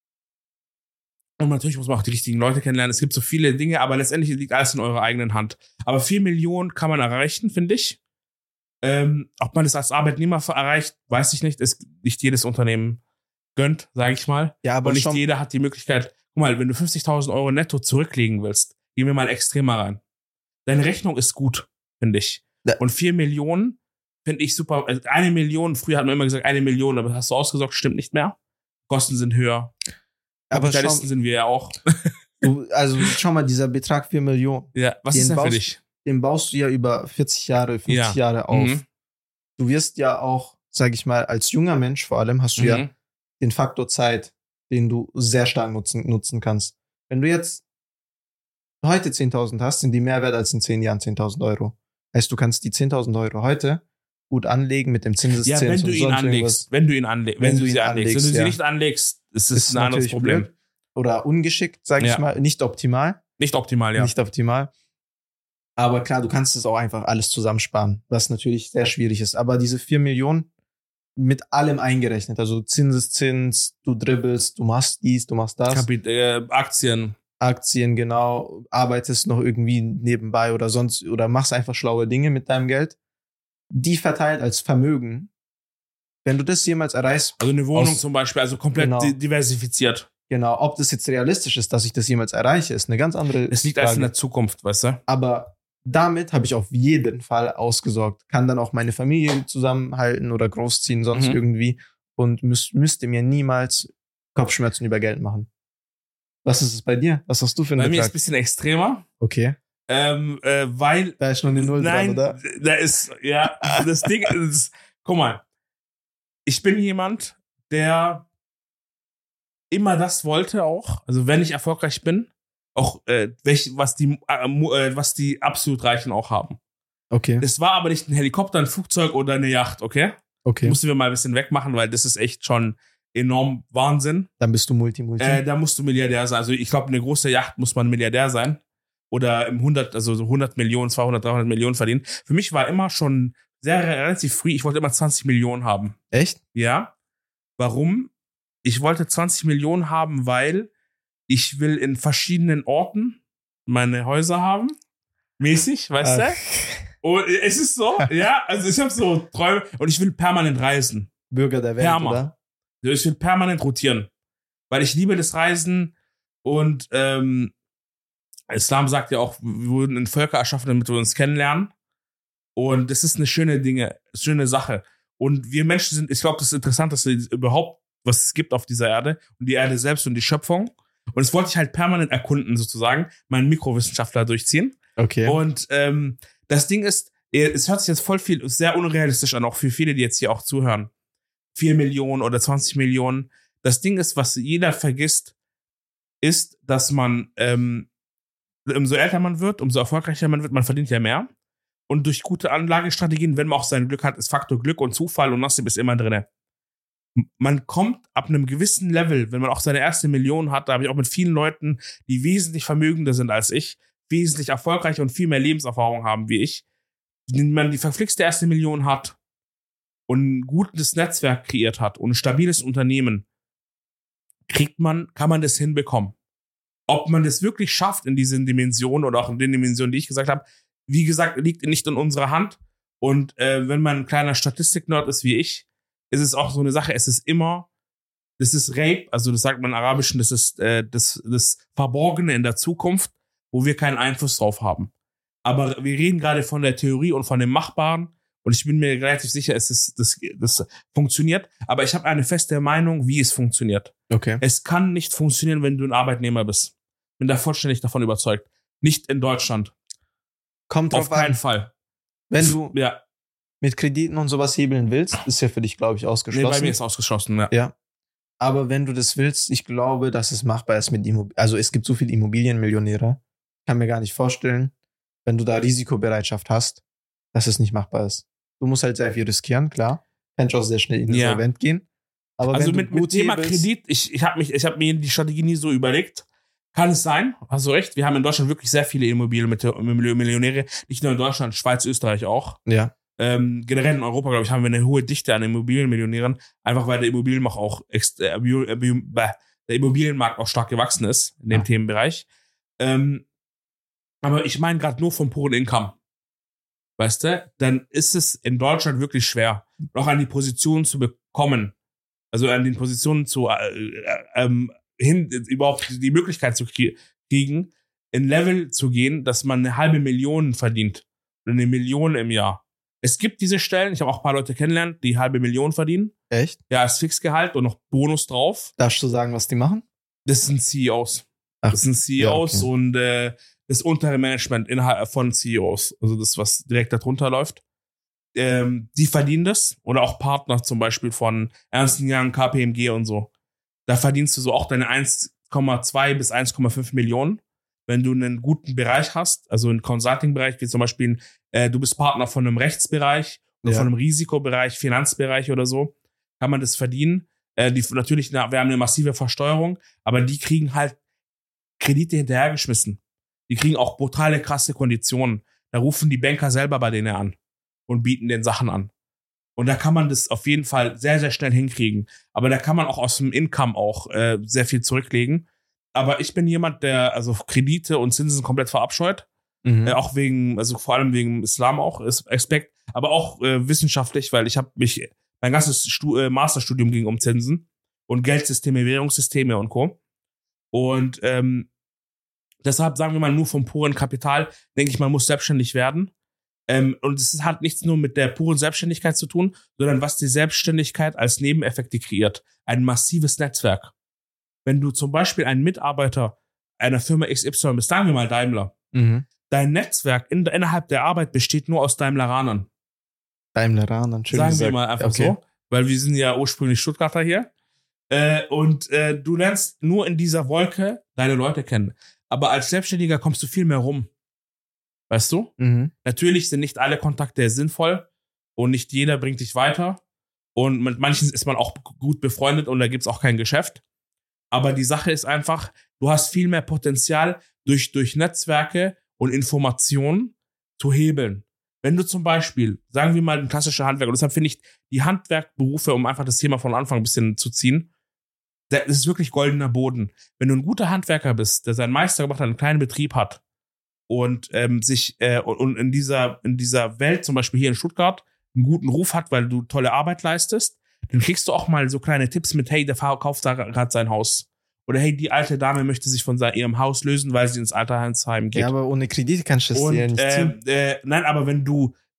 Und natürlich muss man auch die richtigen Leute kennenlernen. Es gibt so viele Dinge, aber letztendlich liegt alles in eurer eigenen Hand. Aber 4 Millionen kann man erreichen, finde ich. Ob man das als Arbeitnehmer erreicht, weiß ich nicht. Es nicht jedes Unternehmen gönnt, sage ich mal. Ja, aber und nicht jeder hat die Möglichkeit. Guck mal, wenn du 50.000 Euro netto zurücklegen willst, gehen wir mal extremer rein. Deine Rechnung ist gut, finde ich. Ja. Und 4 Millionen finde ich super. Also 1 Million, früher hat man immer gesagt 1 Million, aber hast du ausgesorgt, stimmt nicht mehr. Kosten sind höher. Aber Kapitalisten sind wir ja auch. Also schau mal, dieser Betrag 4 Millionen. Ja, was ist denn für dich? Den baust du ja über 40 Jahre, 50 Jahre auf. Mhm. Du wirst ja auch, sag ich mal, als junger Mensch vor allem, hast du ja den Faktor Zeit, den du sehr stark nutzen kannst. Wenn du jetzt heute 10.000 hast, sind die mehr wert als in 10 Jahren 10.000 Euro. Heißt, du kannst die 10.000 Euro heute gut anlegen mit dem Zinseszins. Ja, wenn du ihn anlegst. Wenn du sie anlegst. Wenn du sie nicht anlegst, ist es ein anderes Problem. Blöd. Oder ungeschickt, sag ich mal. Nicht optimal. Nicht optimal, ja. Nicht optimal. Aber klar, du kannst es auch einfach alles zusammensparen, was natürlich sehr schwierig ist. Aber diese 4 Millionen mit allem eingerechnet, also Zinseszins, du dribbelst, du machst dies, du machst das. Aktien, genau. Arbeitest noch irgendwie nebenbei oder sonst, oder machst einfach schlaue Dinge mit deinem Geld. Die verteilt als Vermögen. Wenn du das jemals erreichst. Also eine Wohnung zum Beispiel, also komplett diversifiziert. Genau. Ob das jetzt realistisch ist, dass ich das jemals erreiche, ist eine ganz andere Es liegt alles in der Zukunft, weißt du? Aber damit habe ich auf jeden Fall ausgesorgt. Kann dann auch meine Familie zusammenhalten oder großziehen, sonst irgendwie. Und müsste mir niemals Kopfschmerzen über Geld machen. Was ist es bei dir? Was hast du für einen Bei mir ist es ein bisschen extremer. Okay. Weil... Da ist schon die Null dran, oder? Da ist, ja, das Ding ist, guck mal, ich bin jemand, der immer das wollte auch, also wenn ich erfolgreich bin, auch was die absolut Reichen auch haben. Okay. Es war aber nicht ein Helikopter, ein Flugzeug oder eine Yacht, okay? Okay. Mussten wir mal ein bisschen wegmachen, weil das ist echt schon enorm Wahnsinn. Dann bist du Multi. Da musst du Milliardär sein. Also ich glaube, eine große Yacht muss man Milliardär sein. Oder im 100 Millionen, 200, 300 Millionen verdienen. Für mich war immer schon relativ früh, ich wollte immer 20 Millionen haben. Echt? Ja. Warum? Ich wollte 20 Millionen haben, weil ich will in verschiedenen Orten meine Häuser haben. Mäßig, weißt du? Und es ist so, ja, also ich habe so Träume und ich will permanent reisen. Bürger der Welt, oder? Ich will permanent rotieren. Weil ich liebe das Reisen und Islam sagt ja auch, wir wurden in Völker erschaffen, damit wir uns kennenlernen. Und das ist eine schöne Sache. Und wir Menschen sind, ich glaube, das Interessanteste überhaupt, was es gibt auf dieser Erde und die Erde selbst und die Schöpfung. Und das wollte ich halt permanent erkunden, sozusagen, meinen Mikrowissenschaftler durchziehen. Okay. Und das Ding ist, es hört sich jetzt sehr unrealistisch an, auch für viele, die jetzt hier auch zuhören. 4 Millionen oder 20 Millionen. Das Ding ist, was jeder vergisst, ist, dass man, umso älter man wird, umso erfolgreicher man wird, man verdient ja mehr. Und durch gute Anlagestrategien, wenn man auch sein Glück hat, ist Faktor Glück und Zufall und Nasib ist immer drin. Man kommt ab einem gewissen Level, wenn man auch seine erste Million hat, da habe ich auch mit vielen Leuten, die wesentlich vermögender sind als ich, wesentlich erfolgreicher und viel mehr Lebenserfahrung haben wie ich, wenn man die verflixte erste Million hat und ein gutes Netzwerk kreiert hat und ein stabiles Unternehmen, kann man das hinbekommen. Ob man das wirklich schafft in diesen Dimensionen oder auch in den Dimensionen, die ich gesagt habe, wie gesagt, liegt nicht in unserer Hand. Und wenn man ein kleiner Statistik-Nerd ist wie ich, ist es auch so eine Sache, das ist Rape, also das sagt man im Arabischen, das ist das Verborgene in der Zukunft, wo wir keinen Einfluss drauf haben. Aber wir reden gerade von der Theorie und von dem Machbaren und ich bin mir relativ sicher, das funktioniert. Aber ich habe eine feste Meinung, wie es funktioniert. Okay. Es kann nicht funktionieren, wenn du ein Arbeitnehmer bist. Bin da vollständig davon überzeugt. Nicht in Deutschland. Kommt drauf Auf keinen an. Fall. Wenn du Ja. mit Krediten und sowas hebeln willst, ist ja für dich, glaube ich, ausgeschlossen. Nee, bei mir ist ausgeschlossen, ja. Ja. Aber wenn du das willst, ich glaube, dass es machbar ist mit Immobilien. Also es gibt so viele Immobilienmillionäre. Kann mir gar nicht vorstellen, wenn du da Risikobereitschaft hast, dass es nicht machbar ist. Du musst halt sehr viel riskieren, klar. Kannst auch sehr schnell in Insolvent gehen. Aber also wenn mit Thema hebelst, Kredit, ich habe mir die Strategie nie so überlegt. Kann es sein? Hast du recht. Wir haben in Deutschland wirklich sehr viele Immobilienmillionäre. Nicht nur in Deutschland, Schweiz, Österreich auch. Ja. Generell in Europa, glaube ich, haben wir eine hohe Dichte an Immobilienmillionären. Einfach weil der Immobilienmarkt auch stark gewachsen ist in dem Themenbereich. Aber ich meine gerade nur vom puren Income. Weißt du? Dann ist es in Deutschland wirklich schwer, noch an die Position zu bekommen. Also an den Positionen überhaupt die Möglichkeit zu kriegen, in Level zu gehen, dass man 500.000 verdient. Oder 1 Million im Jahr. Es gibt diese Stellen, ich habe auch ein paar Leute kennengelernt, die 500.000 verdienen. Echt? Ja, als Fixgehalt und noch Bonus drauf. Darfst du sagen, was die machen? Das sind CEOs. Ach, das sind CEOs ja, okay. Und das untere Management innerhalb von CEOs. Also das, was direkt darunter läuft. Die verdienen das. Oder auch Partner zum Beispiel von Ernst & Young, KPMG und so. Da verdienst du so auch deine 1,2 bis 1,5 Millionen. Wenn du einen guten Bereich hast, also einen Consulting-Bereich, wie zum Beispiel, du bist Partner von einem Rechtsbereich oder von einem Risikobereich, Finanzbereich oder so, kann man das verdienen. Natürlich, wir haben eine massive Versteuerung, aber die kriegen halt Kredite hinterhergeschmissen. Die kriegen auch brutale, krasse Konditionen. Da rufen die Banker selber bei denen an und bieten den Sachen an. Und da kann man das auf jeden Fall sehr, sehr schnell hinkriegen. Aber da kann man auch aus dem Income auch sehr viel zurücklegen. Aber ich bin jemand, der also Kredite und Zinsen komplett verabscheut. Auch vor allem wegen Islam auch, Aspekt. Aber auch wissenschaftlich, weil mein ganzes Masterstudium ging um Zinsen und Geldsysteme, Währungssysteme und Co. Und deshalb sagen wir mal nur vom puren Kapital, denke ich, man muss selbstständig werden. Und es hat nichts nur mit der puren Selbstständigkeit zu tun, sondern was die Selbstständigkeit als Nebeneffekte kreiert. Ein massives Netzwerk. Wenn du zum Beispiel ein Mitarbeiter einer Firma XY bist, sagen wir mal Daimler, dein Netzwerk innerhalb der Arbeit besteht nur aus Daimleranern. Daimleranern, schön sagen gesagt. Wir mal einfach so, weil wir sind ja ursprünglich Stuttgarter hier. Und du lernst nur in dieser Wolke deine Leute kennen. Aber als Selbstständiger kommst du viel mehr rum. Weißt du? Natürlich sind nicht alle Kontakte sinnvoll und nicht jeder bringt dich weiter. Und mit manchen ist man auch gut befreundet und da gibt's auch kein Geschäft. Aber die Sache ist einfach, du hast viel mehr Potenzial durch Netzwerke und Informationen zu hebeln. Wenn du zum Beispiel, sagen wir mal, ein klassischer Handwerker, und deshalb finde ich die Handwerkberufe, um einfach das Thema von Anfang ein bisschen zu ziehen, das ist wirklich goldener Boden. Wenn du ein guter Handwerker bist, der seinen Meister gemacht hat, einen kleinen Betrieb hat und und in dieser Welt, zum Beispiel hier in Stuttgart, einen guten Ruf hat, weil du tolle Arbeit leistest, dann kriegst du auch mal so kleine Tipps mit, hey, der kauft da gerade sein Haus. Oder hey, die alte Dame möchte sich von ihrem Haus lösen, weil sie ins Altersheim geht. Ja, aber ohne Kredit kannst du das dir ja nicht ziehen. Nein, aber wenn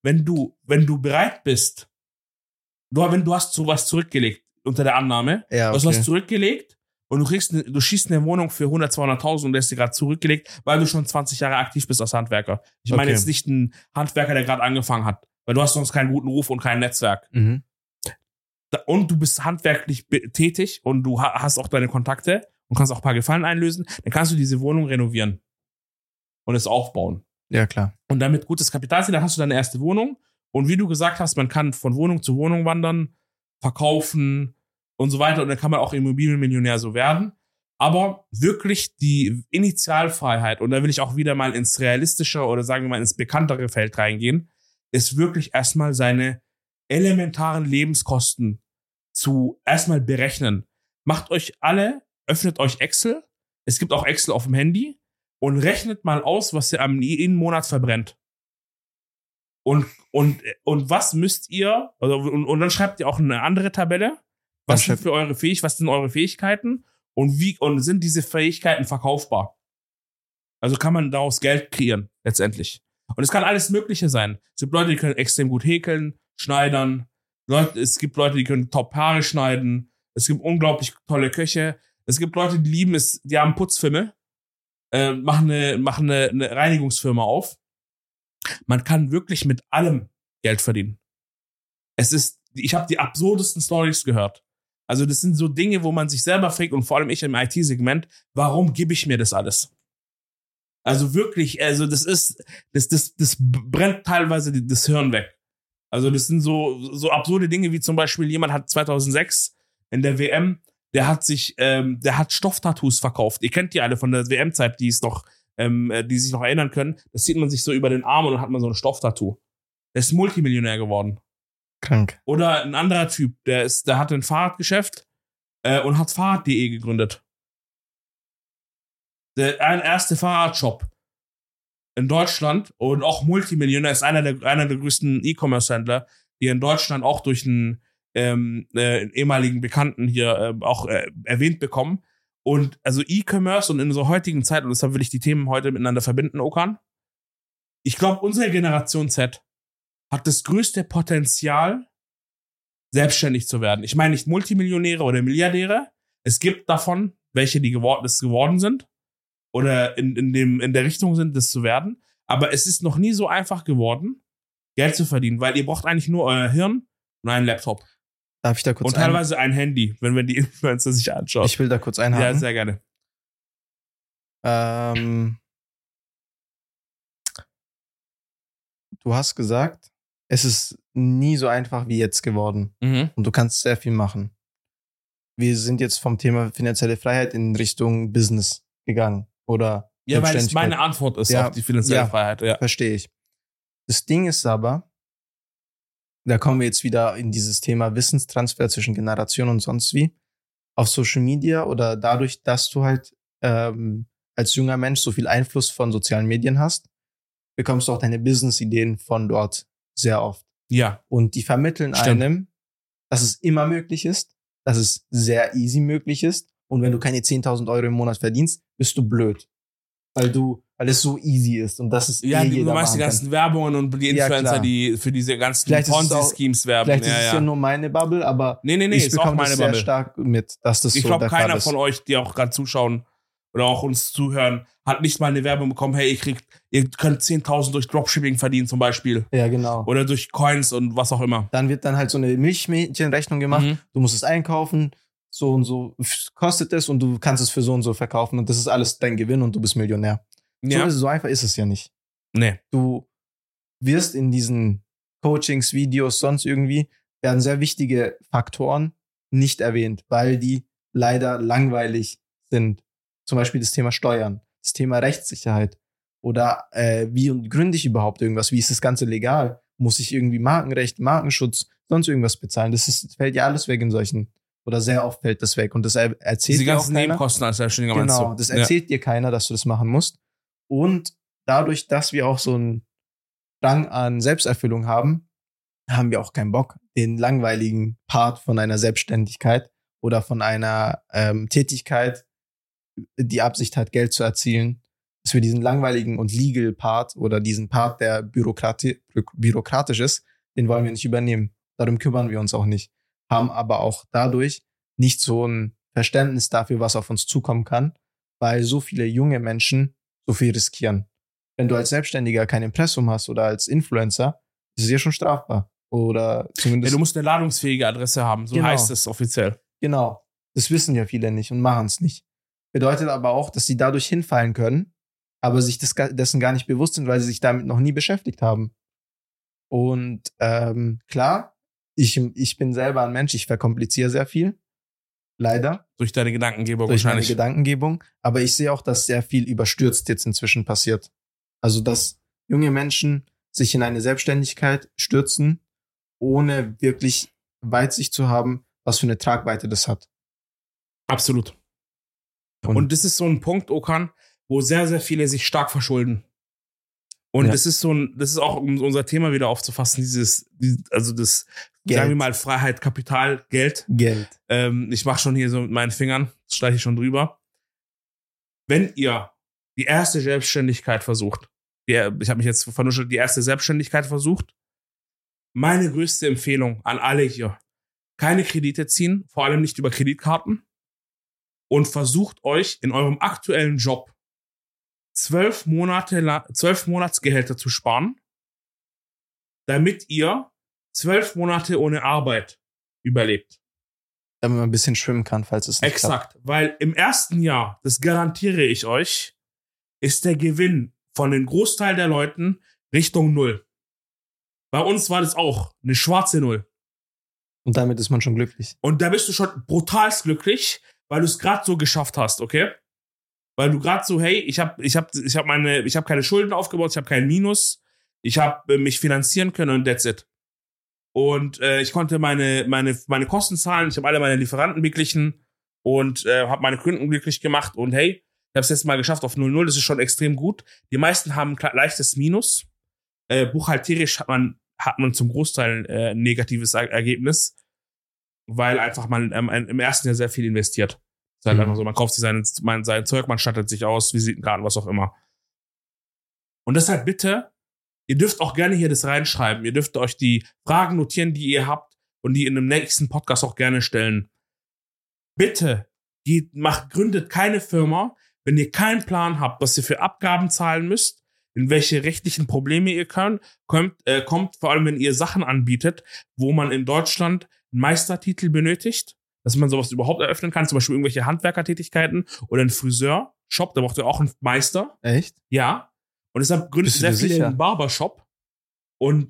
du bereit bist, du hast sowas zurückgelegt unter der Annahme, Ja, du hast okay. was zurückgelegt und du schießt eine Wohnung für 100.000, 200.000 und lässt dir gerade zurückgelegt, weil du schon 20 Jahre aktiv bist als Handwerker. Ich meine Okay. jetzt nicht einen Handwerker, der gerade angefangen hat, weil du hast sonst keinen guten Ruf und kein Netzwerk. Mhm. Und du bist handwerklich tätig und du hast auch deine Kontakte und kannst auch ein paar Gefallen einlösen, dann kannst du diese Wohnung renovieren und es aufbauen. Ja, klar. Und damit gutes Kapital ziehen, dann hast du deine erste Wohnung. Und wie du gesagt hast, man kann von Wohnung zu Wohnung wandern, verkaufen und so weiter. Und dann kann man auch Immobilienmillionär so werden. Aber wirklich die Initialfreiheit, und da will ich auch wieder mal ins realistische oder sagen wir mal ins bekanntere Feld reingehen, ist wirklich erstmal seine elementaren Lebenskosten zu erstmal berechnen. Öffnet euch Excel. Es gibt auch Excel auf dem Handy. Und rechnet mal aus, was ihr jeden Monat verbrennt. Und was müsst ihr, und dann schreibt ihr auch eine andere Tabelle, was sind eure Fähigkeiten und sind diese Fähigkeiten verkaufbar? Also kann man daraus Geld kreieren, letztendlich. Und es kann alles Mögliche sein. Es gibt Leute, die können extrem gut häkeln, schneidern. Es gibt Leute, die können top Haare schneiden. Es gibt unglaublich tolle Köche. Es gibt Leute, die lieben es, die haben Putzfirma. Machen eine Reinigungsfirma auf. Man kann wirklich mit allem Geld verdienen. Ich habe die absurdesten Stories gehört. Also das sind so Dinge, wo man sich selber fragt und vor allem ich im IT-Segment, warum gebe ich mir das alles? Also wirklich, also das brennt teilweise das Hirn weg. Also das sind so absurde Dinge wie zum Beispiel jemand hat 2006 in der WM der hat Stofftattoos verkauft. Ihr kennt die alle von der WM-Zeit, die sich noch erinnern können. Das zieht man sich so über den Arm und dann hat man so ein Stofftattoo. Der ist Multimillionär geworden. Krank. Oder ein anderer Typ, der hatte ein Fahrradgeschäft und hat Fahrrad.de gegründet. Der erste Fahrradshop in Deutschland und auch Multimillionär, ist einer der größten E-Commerce-Händler, die in Deutschland auch durch einen ehemaligen Bekannten hier auch erwähnt bekommen. Und also E-Commerce und in unserer heutigen Zeit, und deshalb will ich die Themen heute miteinander verbinden, Okan. Ich glaube, unsere Generation Z hat das größte Potenzial, selbstständig zu werden. Ich meine nicht Multimillionäre oder Milliardäre. Es gibt davon welche, die geworden sind oder in der Richtung sind, das zu werden. Aber es ist noch nie so einfach geworden, Geld zu verdienen, weil ihr braucht eigentlich nur euer Hirn und einen Laptop. Darf ich da kurz und teilweise ein Handy, wenn die Influencer sich anschauen. Ich will da kurz einhaken. Ja, sehr gerne. Du hast gesagt, es ist nie so einfach wie jetzt geworden. Mhm. Und du kannst sehr viel machen. Wir sind jetzt vom Thema finanzielle Freiheit in Richtung Business gegangen. Oder ja, weil es meine Antwort ist auf die finanzielle Freiheit. Ja, verstehe ich. Das Ding ist aber, da kommen wir jetzt wieder in dieses Thema Wissenstransfer zwischen Generationen und sonst wie. Auf Social Media oder dadurch, dass du halt als junger Mensch so viel Einfluss von sozialen Medien hast, bekommst du auch deine Business-Ideen von dort sehr oft. Ja. Und die vermitteln einem, dass es immer möglich ist, dass es sehr easy möglich ist. Und wenn du keine 10.000 Euro im Monat verdienst, bist du blöd. Weil es so easy ist und das ist ja, du jeder meinst die ganzen Werbungen und die Influencer, die für diese ganzen Ponzi-Schemes werben. Vielleicht ist es ja nur meine Bubble, aber nee, ich ist auch meine das sehr Bubble. stark mit, dass das ich so glaube, der Fall keiner ist. von euch, die auch gerade zuschauen oder auch uns zuhören, hat nicht mal eine Werbung bekommen, hey, ihr könnt 10.000 durch Dropshipping verdienen zum Beispiel. Ja, genau. Oder durch Coins und was auch immer. Dann wird dann halt so eine Milchmädchenrechnung gemacht. Du musst es einkaufen, so und so kostet es und du kannst es für so und so verkaufen und das ist alles dein Gewinn und du bist Millionär. Ja. So einfach ist es ja nicht. Nee. Du wirst in diesen Coachings, Videos, sonst irgendwie, werden sehr wichtige Faktoren nicht erwähnt, weil die leider langweilig sind. Zum Beispiel das Thema Steuern, das Thema Rechtssicherheit oder wie gründe ich überhaupt irgendwas? Wie ist das Ganze legal? Muss ich irgendwie Markenrecht, Markenschutz, sonst irgendwas bezahlen? Das fällt ja alles weg in solchen, oder sehr oft fällt das weg und das erzählt dir auch keiner. Die Nebenkosten als Selbstständiger genau, meinst du? das erzählt dir keiner, dass du das machen musst. Und dadurch, dass wir auch so einen Drang an Selbsterfüllung haben, haben wir auch keinen Bock, den langweiligen Part von einer Selbstständigkeit oder von einer Tätigkeit, die Absicht hat, Geld zu erzielen, dass wir diesen langweiligen und legal Part oder diesen Part, der bürokratisch ist, den wollen wir nicht übernehmen. Darum kümmern wir uns auch nicht. Haben aber auch dadurch nicht so ein Verständnis dafür, was auf uns zukommen kann, weil so viele junge Menschen so viel riskieren. Wenn du als Selbstständiger kein Impressum hast oder als Influencer, ist es ja schon strafbar. Oder zumindest. Ja, du musst eine ladungsfähige Adresse haben, so Genau. heißt es offiziell. Genau. Das wissen ja viele nicht und machen es nicht. Bedeutet aber auch, dass sie dadurch hinfallen können, aber sich dessen gar nicht bewusst sind, weil sie sich damit noch nie beschäftigt haben. Und klar, ich bin selber ein Mensch, ich verkompliziere sehr viel. Leider. Durch deine Gedankengebung Durch meine wahrscheinlich. Gedankengebung. Aber ich sehe auch, dass sehr viel überstürzt jetzt inzwischen passiert. Also, dass junge Menschen sich in eine Selbstständigkeit stürzen, ohne wirklich Weitsicht zu haben, was für eine Tragweite das hat. Absolut. Und das ist so ein Punkt, Okan, wo sehr, sehr viele sich stark verschulden. Und Ja. das ist auch, um unser Thema wieder aufzufassen, also das, Geld. sagen wir mal, Freiheit, Kapital, Geld. Geld. Ich mache schon hier so mit meinen Fingern, streiche ich schon drüber. Wenn ihr die erste Selbstständigkeit versucht, ich habe mich jetzt vernuschelt, die erste Selbstständigkeit versucht, meine größte Empfehlung an alle hier, keine Kredite ziehen, vor allem nicht über Kreditkarten, und versucht euch in eurem aktuellen Job 12 Monatsgehälter zu sparen, damit ihr 12 Monate ohne Arbeit überlebt. Damit man ein bisschen schwimmen kann, falls es nicht klappt. Exakt, weil im ersten Jahr, das garantiere ich euch, ist der Gewinn von den Großteil der Leuten Richtung Null. Bei uns war das auch eine schwarze Null. Und damit ist man schon glücklich. Und da bist du schon brutalst glücklich, weil du es gerade so geschafft hast, okay? Weil du gerade so, hey, ich hab keine Schulden aufgebaut, ich habe keinen Minus, ich habe mich finanzieren können und that's it. Und ich konnte meine Kosten zahlen, ich habe alle meine Lieferanten beglichen und habe meine Kunden glücklich gemacht und hey, ich habe es jetzt mal geschafft auf 0,0, das ist schon extrem gut. Die meisten haben ein leichtes Minus. Buchhalterisch hat man zum Großteil ein negatives Ergebnis, weil einfach man im ersten Jahr sehr viel investiert. Das ist halt einfach so, man kauft sich sein Zeug, man stattet sich aus, Visitenkarten, was auch immer. Und deshalb bitte, ihr dürft auch gerne hier das reinschreiben. Ihr dürft euch die Fragen notieren, die ihr habt und die in einem nächsten Podcast auch gerne stellen. Bitte, gründet keine Firma, wenn ihr keinen Plan habt, was ihr für Abgaben zahlen müsst, in welche rechtlichen Probleme ihr kommt, vor allem wenn ihr Sachen anbietet, wo man in Deutschland einen Meistertitel benötigt, dass man sowas überhaupt eröffnen kann, zum Beispiel irgendwelche Handwerkertätigkeiten oder einen Friseurshop, da braucht ihr auch einen Meister. Echt? Ja. Und deshalb gründet sehr viele einen Barbershop und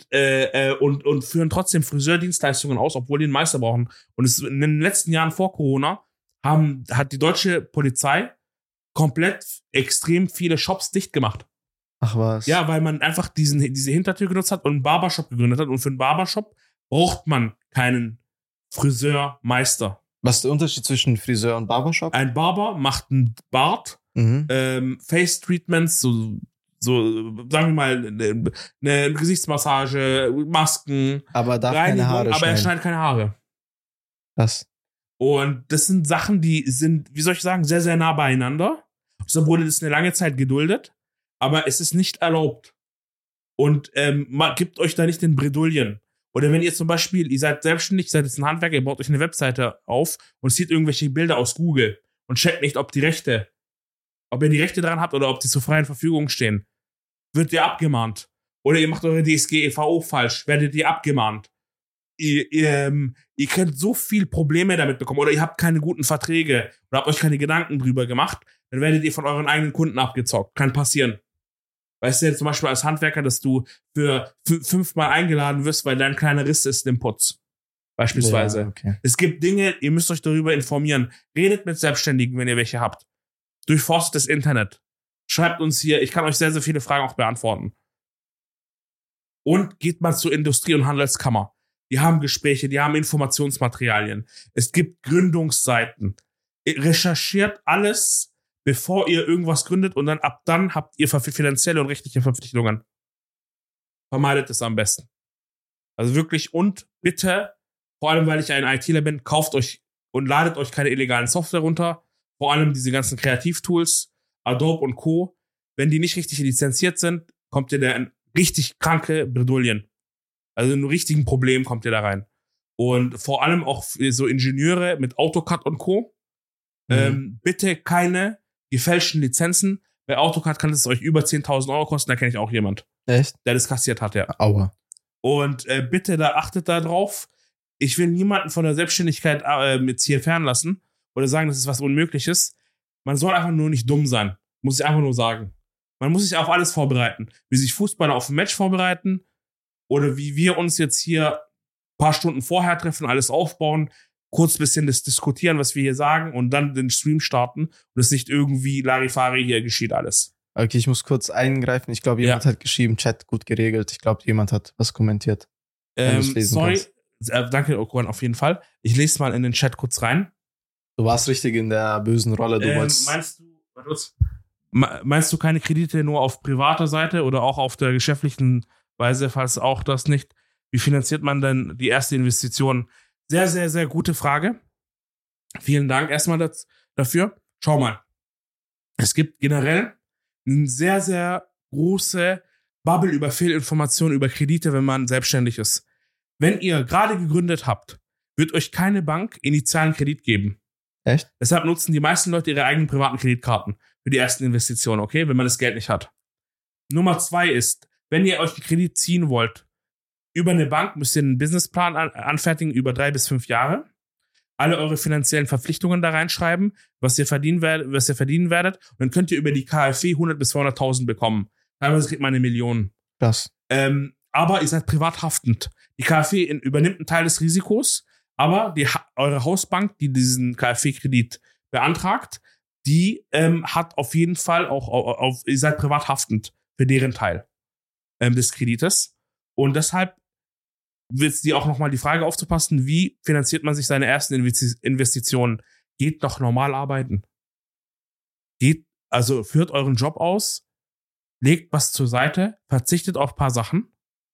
führen trotzdem Friseurdienstleistungen aus, obwohl die einen Meister brauchen. Und in den letzten Jahren vor Corona hat die deutsche Polizei komplett extrem viele Shops dicht gemacht. Ach was. Ja, weil man einfach diese Hintertür genutzt hat und einen Barbershop gegründet hat. Und für einen Barbershop braucht man keinen Friseurmeister. Was ist der Unterschied zwischen Friseur und Barbershop? Ein Barber macht einen Bart, Face-Treatments, so sagen wir mal, eine Gesichtsmassage, Masken, aber darf Reinigung, keine Haare aber er schneiden. schneidet keine Haare. Was? Und das sind Sachen, die sind, wie soll ich sagen, sehr, sehr nah beieinander. Deshalb wurde das eine lange Zeit geduldet, aber es ist nicht erlaubt. Und gebt euch da nicht in Bredouillen. Oder wenn ihr zum Beispiel, ihr seid selbstständig, seid jetzt ein Handwerker, ihr baut euch eine Webseite auf und zieht irgendwelche Bilder aus Google und checkt nicht, ob ihr die Rechte dran habt oder ob die zur freien Verfügung stehen, wird ihr abgemahnt. Oder ihr macht eure DSGVO falsch, werdet ihr abgemahnt. Ihr könnt so viel Probleme damit bekommen oder ihr habt keine guten Verträge oder habt euch keine Gedanken drüber gemacht, dann werdet ihr von euren eigenen Kunden abgezockt. Kann passieren. Weißt du, zum Beispiel als Handwerker, dass du für 5-mal eingeladen wirst, weil dein kleiner Riss ist im Putz. Beispielsweise. Ja, okay. Es gibt Dinge, ihr müsst euch darüber informieren. Redet mit Selbstständigen, wenn ihr welche habt. Durchforstet das Internet. Schreibt uns hier, ich kann euch sehr, sehr viele Fragen auch beantworten. Und geht mal zur Industrie- und Handelskammer. Die haben Gespräche, die haben Informationsmaterialien. Es gibt Gründungsseiten. Ihr recherchiert alles, bevor ihr irgendwas gründet und dann ab dann habt ihr finanzielle und rechtliche Verpflichtungen. Vermeidet es am besten. Also wirklich, und bitte, vor allem, weil ich ein ITler bin, kauft euch und ladet euch keine illegalen Software runter. Vor allem diese ganzen Kreativtools, Adobe und Co. Wenn die nicht richtig lizenziert sind, kommt ihr da in richtig kranke Bredouillen. Also in einem richtigen Problem kommt ihr da rein. Und vor allem auch für so Ingenieure mit AutoCAD und Co. Bitte keine gefälschten Lizenzen. Bei AutoCAD kann es euch über 10.000 Euro kosten. Da kenne ich auch jemand. Echt? Der das kassiert hat, ja. Aua. Und bitte, da achtet da drauf. Ich will niemanden von der Selbstständigkeit mit hier fernlassen oder sagen, das ist was Unmögliches. Man soll einfach nur nicht dumm sein. Muss ich einfach nur sagen. Man muss sich auf alles vorbereiten. Wie sich Fußballer auf ein Match vorbereiten oder wie wir uns jetzt hier ein paar Stunden vorher treffen, alles aufbauen, kurz bisschen das diskutieren, was wir hier sagen und dann den Stream starten und es nicht irgendwie Larifari hier geschieht alles. Okay, ich muss kurz eingreifen. Ich glaube, jemand hat geschrieben, Chat gut geregelt. Ich glaube, jemand hat was kommentiert. Sorry, danke, Okuan, auf jeden Fall. Ich lese mal in den Chat kurz rein. Du warst richtig in der bösen Rolle. Du wolltest. Meinst du keine Kredite nur auf privater Seite oder auch auf der geschäftlichen Weise, falls auch das nicht? Wie finanziert man denn die erste Investition? Sehr, sehr, sehr gute Frage. Vielen Dank erstmal dafür. Schau mal. Es gibt generell eine sehr, sehr große Bubble über Fehlinformationen über Kredite, wenn man selbstständig ist. Wenn ihr gerade gegründet habt, wird euch keine Bank initialen Kredit geben. Echt? Deshalb nutzen die meisten Leute ihre eigenen privaten Kreditkarten für die ersten Investitionen, okay? Wenn man das Geld nicht hat. Nummer 2 ist, wenn ihr euch den Kredit ziehen wollt, über eine Bank müsst ihr einen Businessplan anfertigen über 3 bis 5 Jahre. Alle eure finanziellen Verpflichtungen da reinschreiben, was ihr verdienen werdet. Und dann könnt ihr über die KfW 100.000 bis 200.000 bekommen. Teilweise kriegt man 1 Million. Krass. Aber ihr seid privat haftend. Die KfW übernimmt einen Teil des Risikos, aber eure Hausbank, die diesen KfW-Kredit beantragt, die hat auf jeden Fall auch ihr seid privat haftend für deren Teil des Kredites. Und deshalb wird es dir auch nochmal die Frage aufzupassen, wie finanziert man sich seine ersten Investitionen? Geht doch normal arbeiten. Führt euren Job aus, legt was zur Seite, verzichtet auf ein paar Sachen,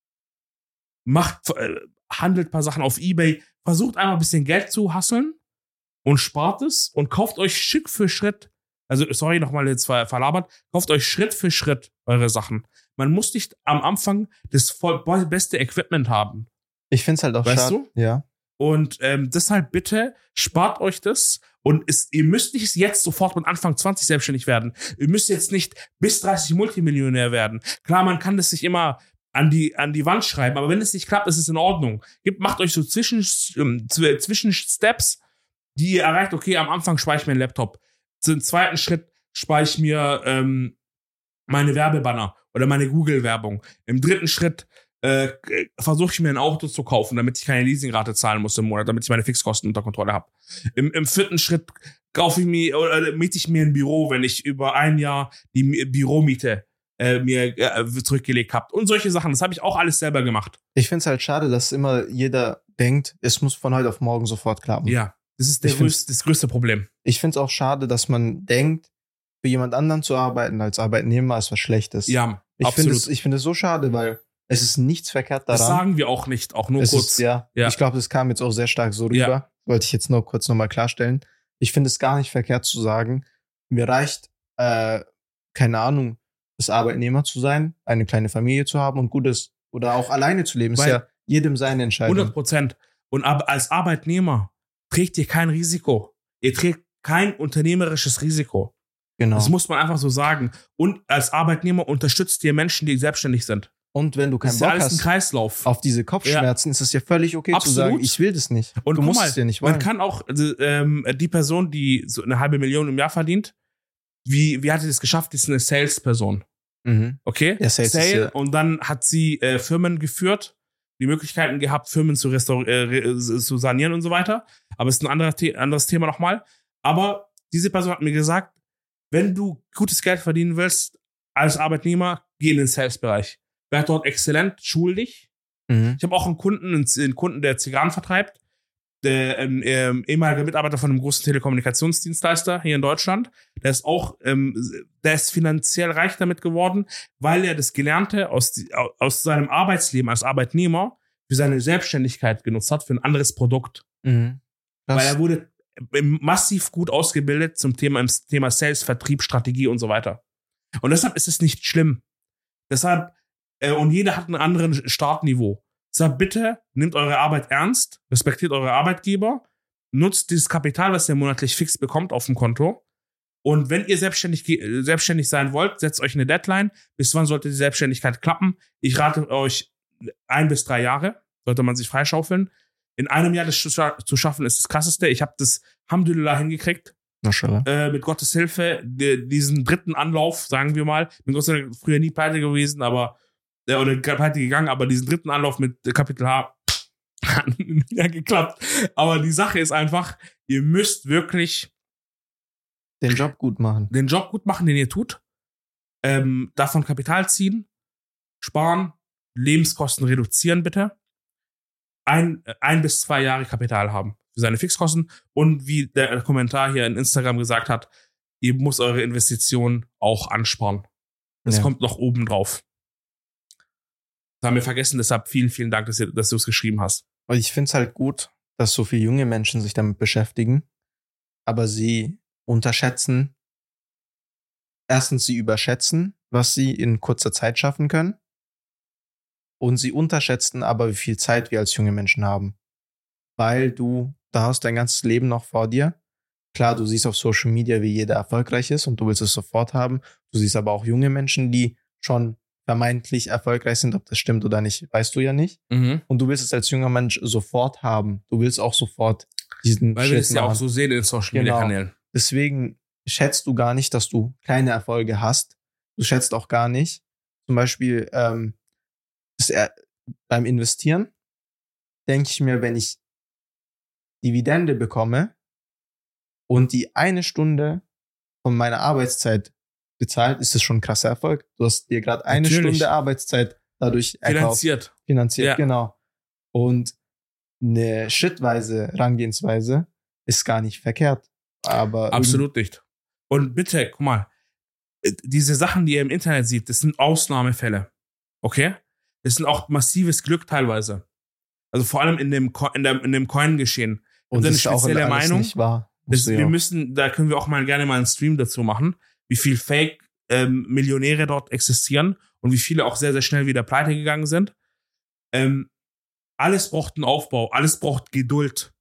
handelt ein paar Sachen auf eBay, versucht einmal ein bisschen Geld zu hustlen und spart es und kauft euch Stück für Schritt, also sorry, nochmal jetzt verlabert, kauft euch Schritt für Schritt eure Sachen. Man muss nicht am Anfang das beste Equipment haben. Ich find's halt auch schade. Weißt du? Ja. Und deshalb bitte spart euch das und ihr müsst nicht jetzt sofort mit Anfang 20 selbstständig werden. Ihr müsst jetzt nicht bis 30 Multimillionär werden. Klar, man kann das sich immer an die Wand schreiben, aber wenn es nicht klappt, ist es in Ordnung. Macht euch so Zwischensteps, die ihr erreicht. Okay, am Anfang spare ich mir einen Laptop. Zum zweiten Schritt spare ich mir meine Werbebanner oder meine Google-Werbung. Im dritten Schritt versuche ich mir ein Auto zu kaufen, damit ich keine Leasingrate zahlen muss im Monat, damit ich meine Fixkosten unter Kontrolle habe. Im vierten Schritt miete ich mir ein Büro, wenn ich über ein Jahr die Büromiete mir zurückgelegt habe. Und solche Sachen, das habe ich auch alles selber gemacht. Ich finde es halt schade, dass immer jeder denkt, es muss von heute auf morgen sofort klappen. Ja, das ist das größte Problem. Ich finde es auch schade, dass man denkt, für jemand anderen zu arbeiten als Arbeitnehmer ist was Schlechtes. Ja, absolut. Ich finde es so schade, weil es ist nichts verkehrt daran. Das sagen wir auch nicht, auch nur kurz. Ja. Ich glaube, das kam jetzt auch sehr stark so rüber. Ja. Wollte ich jetzt noch kurz nochmal klarstellen. Ich finde es gar nicht verkehrt zu sagen, mir reicht, keine Ahnung, das Arbeitnehmer zu sein, eine kleine Familie zu haben und gutes oder auch alleine zu leben. Ist ja jedem seine Entscheidung. 100%. Und als Arbeitnehmer trägt ihr kein Risiko. Ihr trägt kein unternehmerisches Risiko. Genau. Das muss man einfach so sagen. Und als Arbeitnehmer unterstützt ihr Menschen, die selbstständig sind. Und wenn du keinen Bock hast Kreislauf. auf diese Kopfschmerzen, ist es ja völlig okay Absolut. zu sagen, ich will das nicht. Und du musst es ja nicht wollen. Man kann auch die Person, die so 500.000 im Jahr verdient, wie hat sie das geschafft? Die ist eine Sales-Person. Mhm. Okay? Ja, Sales. Und dann hat sie Firmen geführt, die Möglichkeiten gehabt, Firmen zu sanieren und so weiter. Aber es ist ein anderes Thema nochmal. Aber diese Person hat mir gesagt, wenn du gutes Geld verdienen willst als Arbeitnehmer, geh in den Sales-Bereich. Werd dort exzellent, schul dich. Mhm. Ich habe auch einen Kunden, der Zigarren vertreibt, der ehemaliger Mitarbeiter von einem großen Telekommunikationsdienstleister hier in Deutschland. Der ist auch, der ist finanziell reich damit geworden, weil er das Gelernte aus seinem Arbeitsleben als Arbeitnehmer für seine Selbstständigkeit genutzt hat, für ein anderes Produkt. Mhm. Weil er wurde massiv gut ausgebildet im Thema Sales, Vertrieb, Strategie und so weiter. Und deshalb ist es nicht schlimm. Deshalb, und jeder hat einen anderen Startniveau. Deshalb bitte, nehmt eure Arbeit ernst, respektiert eure Arbeitgeber, nutzt dieses Kapital, was ihr monatlich fix bekommt auf dem Konto. Und wenn ihr selbstständig sein wollt, setzt euch eine Deadline. Bis wann sollte die Selbstständigkeit klappen? Ich rate euch 1 bis 3 Jahre, sollte man sich freischaufeln. In einem Jahr das zu schaffen, ist das Krasseste. Ich habe das Alhamdulillah hingekriegt. Mit Gottes Hilfe, diesen 3. Anlauf, sagen wir mal. Bin Gott sei Dank früher nie pleite gewesen, oder pleite gegangen, aber diesen 3. Anlauf mit Kapitel H hat ja geklappt. Aber die Sache ist einfach, ihr müsst wirklich den Job gut machen, den ihr tut. Davon Kapital ziehen, sparen, Lebenskosten reduzieren bitte. 1 bis 2 Jahre Kapital haben für seine Fixkosten. Und wie der Kommentar hier in Instagram gesagt hat, ihr müsst eure Investitionen auch ansparen. Das kommt noch oben drauf. Das haben wir vergessen, deshalb vielen, vielen Dank, dass du es geschrieben hast. Weil ich finde es halt gut, dass so viele junge Menschen sich damit beschäftigen, aber sie unterschätzen, erstens sie überschätzen, was sie in kurzer Zeit schaffen können, und sie unterschätzen aber, wie viel Zeit wir als junge Menschen haben. Weil da hast dein ganzes Leben noch vor dir. Klar, du siehst auf Social Media, wie jeder erfolgreich ist und du willst es sofort haben. Du siehst aber auch junge Menschen, die schon vermeintlich erfolgreich sind. Ob das stimmt oder nicht, weißt du ja nicht. Mhm. Und du willst es als junger Mensch sofort haben. Du willst auch sofort diesen Weil Schritt wir das ja machen. auch so sehen in den Social Media Kanälen. Deswegen schätzt du gar nicht, dass du kleine Erfolge hast. Du schätzt auch gar nicht. Zum Beispiel beim Investieren denke ich mir, wenn ich Dividende bekomme und die 1 Stunde von meiner Arbeitszeit bezahlt, ist das schon ein krasser Erfolg. Du hast dir gerade 1 Stunde Arbeitszeit dadurch finanziert, ja. Genau. Und eine schrittweise Herangehensweise ist gar nicht verkehrt. Aber absolut nicht. Und bitte, guck mal, diese Sachen, die ihr im Internet seht, das sind Ausnahmefälle. Okay? Das sind auch massives Glück teilweise. Also vor allem in dem Coin-Geschehen. Und das ist eine spezielle Meinung. Nicht wahr. Da können wir auch gerne mal einen Stream dazu machen, wie viel Fake-Millionäre dort existieren und wie viele auch sehr, sehr schnell wieder pleite gegangen sind. Alles braucht einen Aufbau, alles braucht Geduld.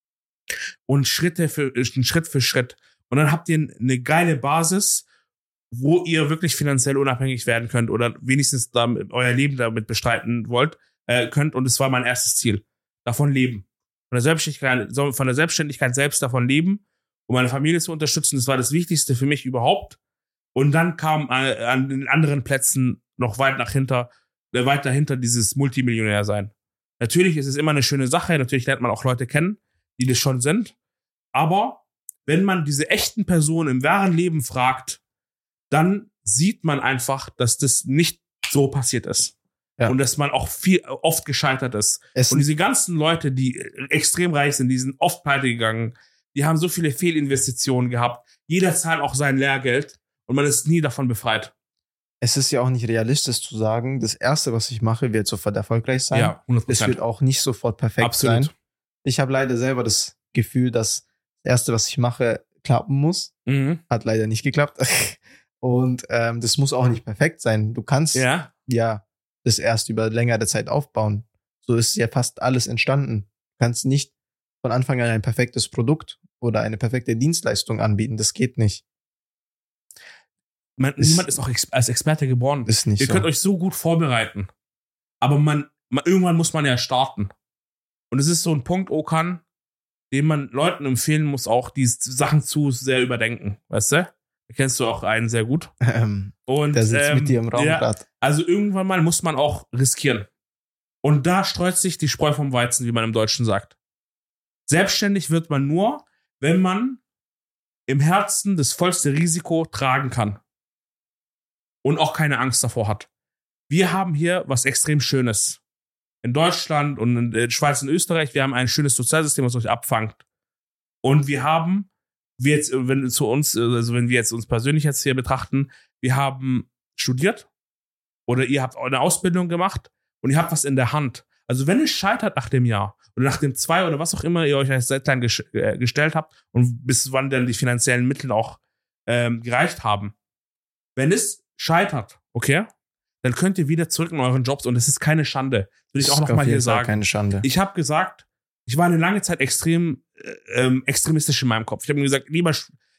Und Schritt für Schritt. Und dann habt ihr eine geile Basis, wo ihr wirklich finanziell unabhängig werden könnt oder wenigstens euer Leben damit bestreiten könnt. Und es war mein erstes Ziel. Davon leben. Von der Selbstständigkeit selbst davon leben, um meine Familie zu unterstützen. Das war das Wichtigste für mich überhaupt. Und dann kam an den anderen Plätzen noch weit dahinter dieses Multimillionär sein. Natürlich ist es immer eine schöne Sache. Natürlich lernt man auch Leute kennen, die das schon sind. Aber wenn man diese echten Personen im wahren Leben fragt, dann sieht man einfach, dass das nicht so passiert ist. Ja. Und dass man auch oft gescheitert ist. Und diese ganzen Leute, die extrem reich sind, die sind oft pleite gegangen. Die haben so viele Fehlinvestitionen gehabt. Jeder zahlt auch sein Lehrgeld und man ist nie davon befreit. Es ist ja auch nicht realistisch zu sagen, das Erste, was ich mache, wird sofort erfolgreich sein. Ja, 100%. Es wird auch nicht sofort perfekt sein. Ich habe leider selber das Gefühl, dass das Erste, was ich mache, klappen muss. Mhm. Hat leider nicht geklappt. Und das muss auch nicht perfekt sein. Du kannst ja das erst über längere Zeit aufbauen. So ist ja fast alles entstanden. Du kannst nicht von Anfang an ein perfektes Produkt oder eine perfekte Dienstleistung anbieten. Das geht nicht. Niemand ist auch als Experte geboren. Ist nicht Ihr könnt euch so gut vorbereiten. Aber irgendwann muss man ja starten. Und es ist so ein Punkt, Okan, den man Leuten empfehlen muss, auch die Sachen zu sehr überdenken. Weißt du? Da kennst du auch einen sehr gut. Und der sitzt mit dir im Raum gerade. Also irgendwann mal muss man auch riskieren. Und da streut sich die Spreu vom Weizen, wie man im Deutschen sagt. Selbstständig wird man nur, wenn man im Herzen das vollste Risiko tragen kann. Und auch keine Angst davor hat. Wir haben hier was extrem Schönes. In Deutschland und in der Schweiz und Österreich, wir haben ein schönes Sozialsystem, was euch abfangt. Und wir haben, wenn wir jetzt uns persönlich jetzt hier betrachten, wir haben studiert oder ihr habt eine Ausbildung gemacht und ihr habt was in der Hand. Also wenn es scheitert nach dem Jahr oder nach dem 2 oder was auch immer ihr euch als Deadline gestellt habt und bis wann dann die finanziellen Mittel auch gereicht haben, wenn es scheitert, okay, dann könnt ihr wieder zurück in euren Jobs und es ist keine Schande. Das will ich auch nochmal hier sagen. Keine Schande. Ich habe gesagt, ich war eine lange Zeit extrem extremistisch in meinem Kopf. Ich habe mir gesagt, lieber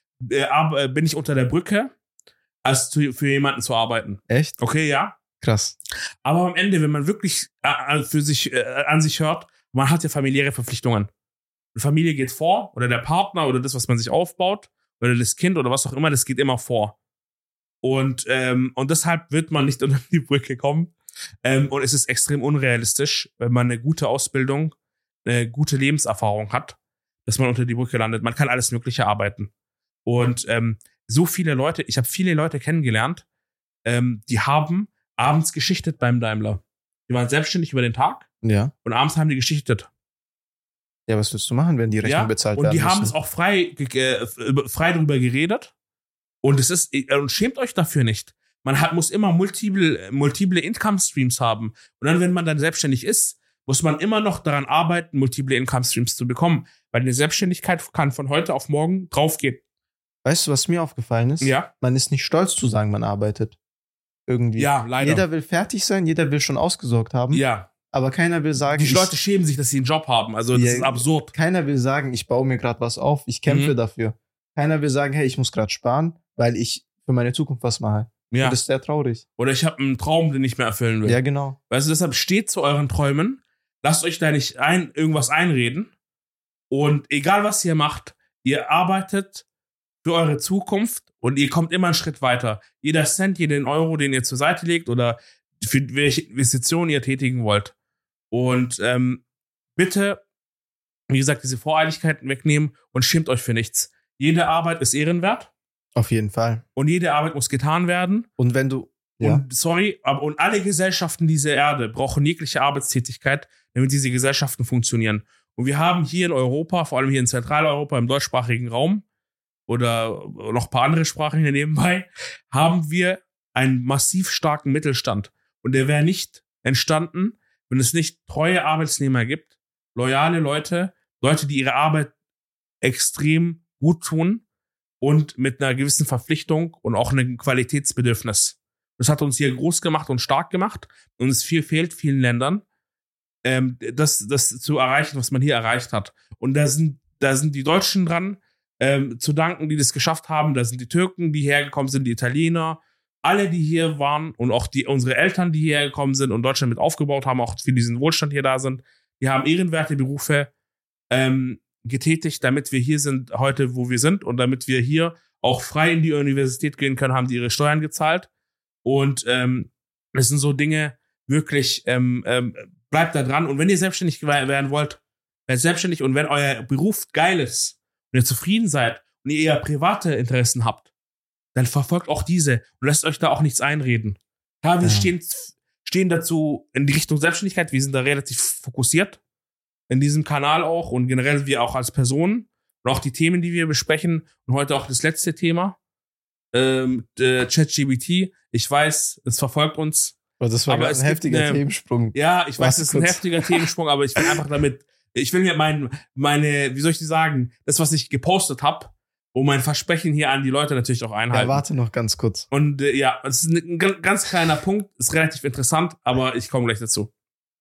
bin ich unter der Brücke, als für jemanden zu arbeiten. Echt? Okay, ja. Krass. Aber am Ende, wenn man wirklich für sich an sich hört, man hat ja familiäre Verpflichtungen. Die Familie geht vor oder der Partner oder das, was man sich aufbaut oder das Kind oder was auch immer, das geht immer vor. Und deshalb wird man nicht unter die Brücke kommen. Und es ist extrem unrealistisch, wenn man eine gute Ausbildung, eine gute Lebenserfahrung hat, dass man unter die Brücke landet. Man kann alles Mögliche arbeiten. Und so viele Leute, ich habe viele Leute kennengelernt, die haben abends geschichtet beim Daimler. Die waren selbstständig über den Tag Ja. und abends haben die geschichtet. Ja, was willst du machen, wenn die Rechnung bezahlt werden und die müssen? haben es auch frei drüber geredet. Und und schämt euch dafür nicht. Man muss immer multiple Income Streams haben. Und dann, wenn man dann selbstständig ist, muss man immer noch daran arbeiten, multiple Income Streams zu bekommen. Weil eine Selbstständigkeit kann von heute auf morgen draufgehen. Weißt du, was mir aufgefallen ist? Ja. Man ist nicht stolz zu sagen, man arbeitet. Irgendwie. Ja, leider. Jeder will fertig sein, jeder will schon ausgesorgt haben. Ja. Aber keiner will sagen, Die Leute schämen sich, dass sie einen Job haben. Also das ist absurd. Keiner will sagen, ich baue mir gerade was auf, ich kämpfe dafür. Keiner will sagen, hey, ich muss gerade sparen, weil ich für meine Zukunft was mache. Ja. Und das ist sehr traurig. Oder ich habe einen Traum, den ich mehr erfüllen will. Ja, genau. Weißt du, deshalb steht zu euren Träumen. Lasst euch da nicht irgendwas einreden. Und egal, was ihr macht, ihr arbeitet für eure Zukunft und ihr kommt immer einen Schritt weiter. Jeder Cent, jeden Euro, den ihr zur Seite legt oder für welche Investitionen ihr tätigen wollt. Und bitte, wie gesagt, diese Voreiligkeiten wegnehmen und schämt euch für nichts. Jede Arbeit ist ehrenwert. Auf jeden Fall. Und jede Arbeit muss getan werden. Und wenn du... Ja. Und alle Gesellschaften dieser Erde brauchen jegliche Arbeitstätigkeit, damit diese Gesellschaften funktionieren. Und wir haben hier in Europa, vor allem hier in Zentraleuropa, im deutschsprachigen Raum oder noch ein paar andere Sprachen hier nebenbei, haben wir einen massiv starken Mittelstand. Und der wäre nicht entstanden, wenn es nicht treue Arbeitsnehmer gibt, loyale Leute, die ihre Arbeit extrem gut tun und mit einer gewissen Verpflichtung und auch einem Qualitätsbedürfnis. Das hat uns hier groß gemacht und stark gemacht. Und es fehlt vielen Ländern, das zu erreichen, was man hier erreicht hat. Und da sind die Deutschen dran zu danken, die das geschafft haben. Da sind die Türken, die hergekommen sind, die Italiener, alle, die hier waren und auch unsere Eltern, die hierher gekommen sind und Deutschland mit aufgebaut haben, auch für diesen Wohlstand hier da sind. Die haben ehrenwerte Berufe getätigt, damit wir hier sind heute, wo wir sind und damit wir hier auch frei in die Universität gehen können, haben die ihre Steuern gezahlt. Und das sind so Dinge, wirklich, bleibt da dran. Und wenn ihr selbstständig werden wollt, werdet selbstständig. Und wenn euer Beruf geil ist und ihr zufrieden seid und ihr eher private Interessen habt, dann verfolgt auch diese und lasst euch da auch nichts einreden. Ja, wir stehen dazu in die Richtung Selbstständigkeit. Wir sind da relativ fokussiert in diesem Kanal auch und generell wir auch als Personen und auch die Themen, die wir besprechen. Und heute auch das letzte Thema. ChatGPT, ich weiß, es verfolgt uns. Aber das war aber ein heftiger Themensprung. Ja, ich weiß, es ist ein heftiger Themensprung, aber ich will einfach ich will mir meine, wie soll ich die sagen, das, was ich gepostet habe, und mein Versprechen hier an die Leute natürlich auch einhalten. Ja, warte noch ganz kurz. Und ja, es ist ein ganz kleiner Punkt, ist relativ interessant, aber ich komme gleich dazu.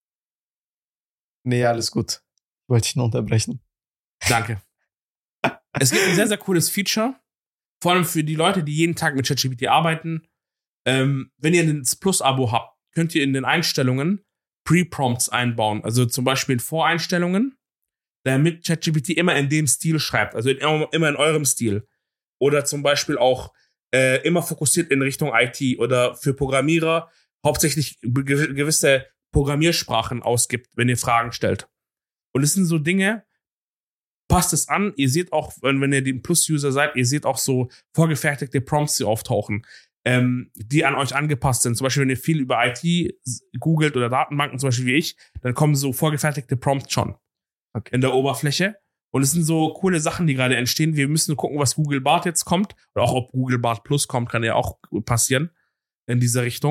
Nee, alles gut. Ich wollte dich nur unterbrechen. Danke. Es gibt ein sehr, sehr cooles Feature, vor allem für die Leute, die jeden Tag mit ChatGPT arbeiten. Wenn ihr ein Plus-Abo habt, könnt ihr in den Einstellungen Pre-Prompts einbauen. Also zum Beispiel in Voreinstellungen, damit ChatGPT immer in dem Stil schreibt. Also immer in eurem Stil. Oder zum Beispiel auch immer fokussiert in Richtung IT oder für Programmierer hauptsächlich gewisse Programmiersprachen ausgibt, wenn ihr Fragen stellt. Und es sind so Dinge, passt es an. Ihr seht auch, wenn ihr den Plus-User seid, ihr seht auch so vorgefertigte Prompts, die auftauchen, die an euch angepasst sind. Zum Beispiel, wenn ihr viel über IT googelt oder Datenbanken, zum Beispiel wie ich, dann kommen so vorgefertigte Prompts schon in der Oberfläche. Und es sind so coole Sachen, die gerade entstehen. Wir müssen gucken, was Google Bart jetzt kommt. Oder auch ob Google Bart Plus kommt, kann ja auch passieren in dieser Richtung.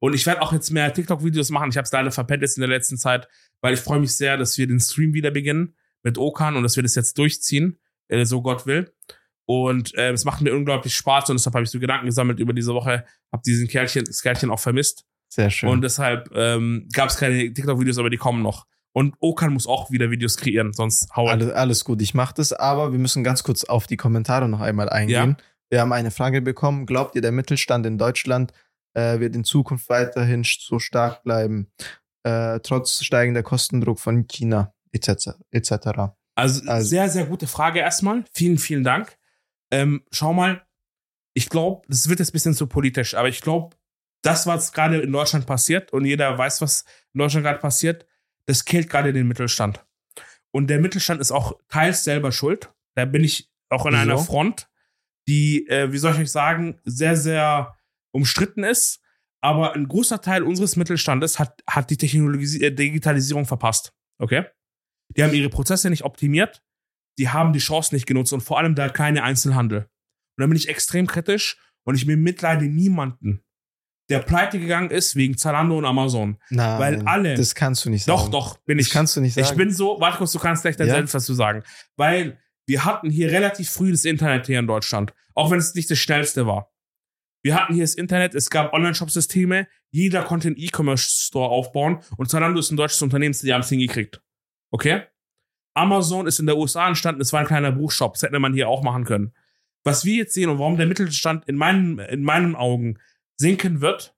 Und ich werde auch jetzt mehr TikTok-Videos machen. Ich habe es leider verpennt jetzt in der letzten Zeit, weil ich freue mich sehr, dass wir den Stream wieder beginnen mit Okan und dass wir das jetzt durchziehen, so Gott will. Und es macht mir unglaublich Spaß und deshalb habe ich so Gedanken gesammelt über diese Woche, habe das Kerlchen auch vermisst. Sehr schön. Und deshalb gab es keine TikTok-Videos, aber die kommen noch. Und Okan muss auch wieder Videos kreieren, sonst hau alles gut, ich mache das, aber wir müssen ganz kurz auf die Kommentare noch einmal eingehen. Ja. Wir haben eine Frage bekommen, glaubt ihr, der Mittelstand in Deutschland wird in Zukunft weiterhin so stark bleiben, trotz steigender Kostendruck von China etc.? Also sehr, sehr gute Frage erstmal. Vielen, vielen Dank. Schau mal, ich glaube, das wird jetzt ein bisschen zu politisch, aber ich glaube, das, was gerade in Deutschland passiert und jeder weiß, was in Deutschland gerade passiert, das killt gerade den Mittelstand. Und der Mittelstand ist auch teils selber schuld. Da bin ich auch in einer Front, die, wie soll ich euch sagen, sehr, sehr umstritten ist. Aber ein großer Teil unseres Mittelstandes hat die Digitalisierung verpasst. Okay? Die haben ihre Prozesse nicht optimiert. Die haben die Chance nicht genutzt und vor allem der kleine Einzelhandel. Und da bin ich extrem kritisch und ich bemitleide niemanden, der pleite gegangen ist wegen Zalando und Amazon. Nein, weil alle. Das kannst du nicht sagen. Doch, bin ich. Das kannst du nicht sagen. Ich bin so, warte kurz, du kannst gleich dann selbst was zu sagen. Weil wir hatten hier relativ früh das Internet hier in Deutschland. Auch wenn es nicht das schnellste war. Wir hatten hier das Internet, es gab Online-Shop-Systeme, jeder konnte einen E-Commerce-Store aufbauen und Zalando ist ein deutsches Unternehmen, die haben es hingekriegt. Okay? Amazon ist in der USA entstanden, es war ein kleiner Buchshop, das hätte man hier auch machen können. Was wir jetzt sehen und warum der Mittelstand in meinen Augen sinken wird,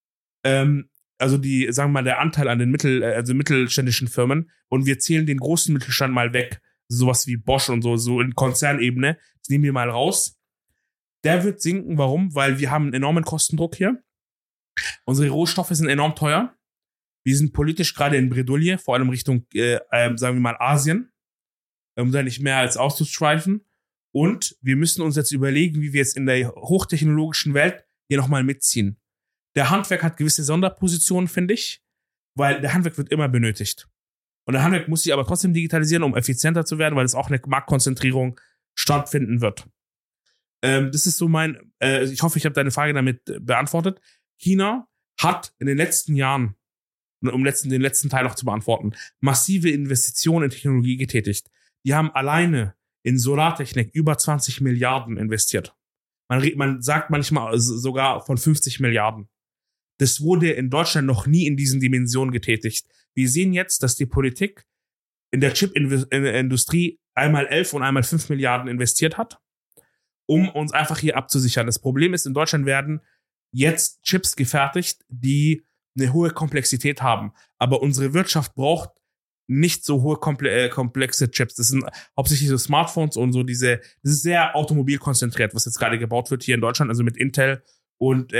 also sagen wir mal, der Anteil an den mittelständischen Firmen und wir zählen den großen Mittelstand mal weg, sowas wie Bosch und so in Konzernebene, das nehmen wir mal raus. Der wird sinken, warum? Weil wir haben einen enormen Kostendruck hier. Unsere Rohstoffe sind enorm teuer. Wir sind politisch gerade in Bredouille, vor allem Richtung, sagen wir mal, Asien, um da nicht mehr als auszuschweifen. Und wir müssen uns jetzt überlegen, wie wir jetzt in der hochtechnologischen Welt hier nochmal mitziehen. Der Handwerk hat gewisse Sonderpositionen, finde ich, weil der Handwerk wird immer benötigt. Und der Handwerk muss sich aber trotzdem digitalisieren, um effizienter zu werden, weil es auch eine Marktkonzentrierung stattfinden wird. Das ist so ich hoffe, ich habe deine Frage damit beantwortet. China hat in den letzten Jahren, um den letzten Teil noch zu beantworten, massive Investitionen in Technologie getätigt. Die haben alleine in Solartechnik über 20 Milliarden investiert. Man sagt manchmal sogar von 50 Milliarden. Das wurde in Deutschland noch nie in diesen Dimensionen getätigt. Wir sehen jetzt, dass die Politik in der Chip-Industrie einmal 11 und einmal 5 Milliarden investiert hat, um uns einfach hier abzusichern. Das Problem ist, in Deutschland werden jetzt Chips gefertigt, die eine hohe Komplexität haben. Aber unsere Wirtschaft braucht nicht so hohe komplexe Chips. Das sind hauptsächlich so Smartphones und so das ist sehr automobilkonzentriert, was jetzt gerade gebaut wird hier in Deutschland, also mit Intel und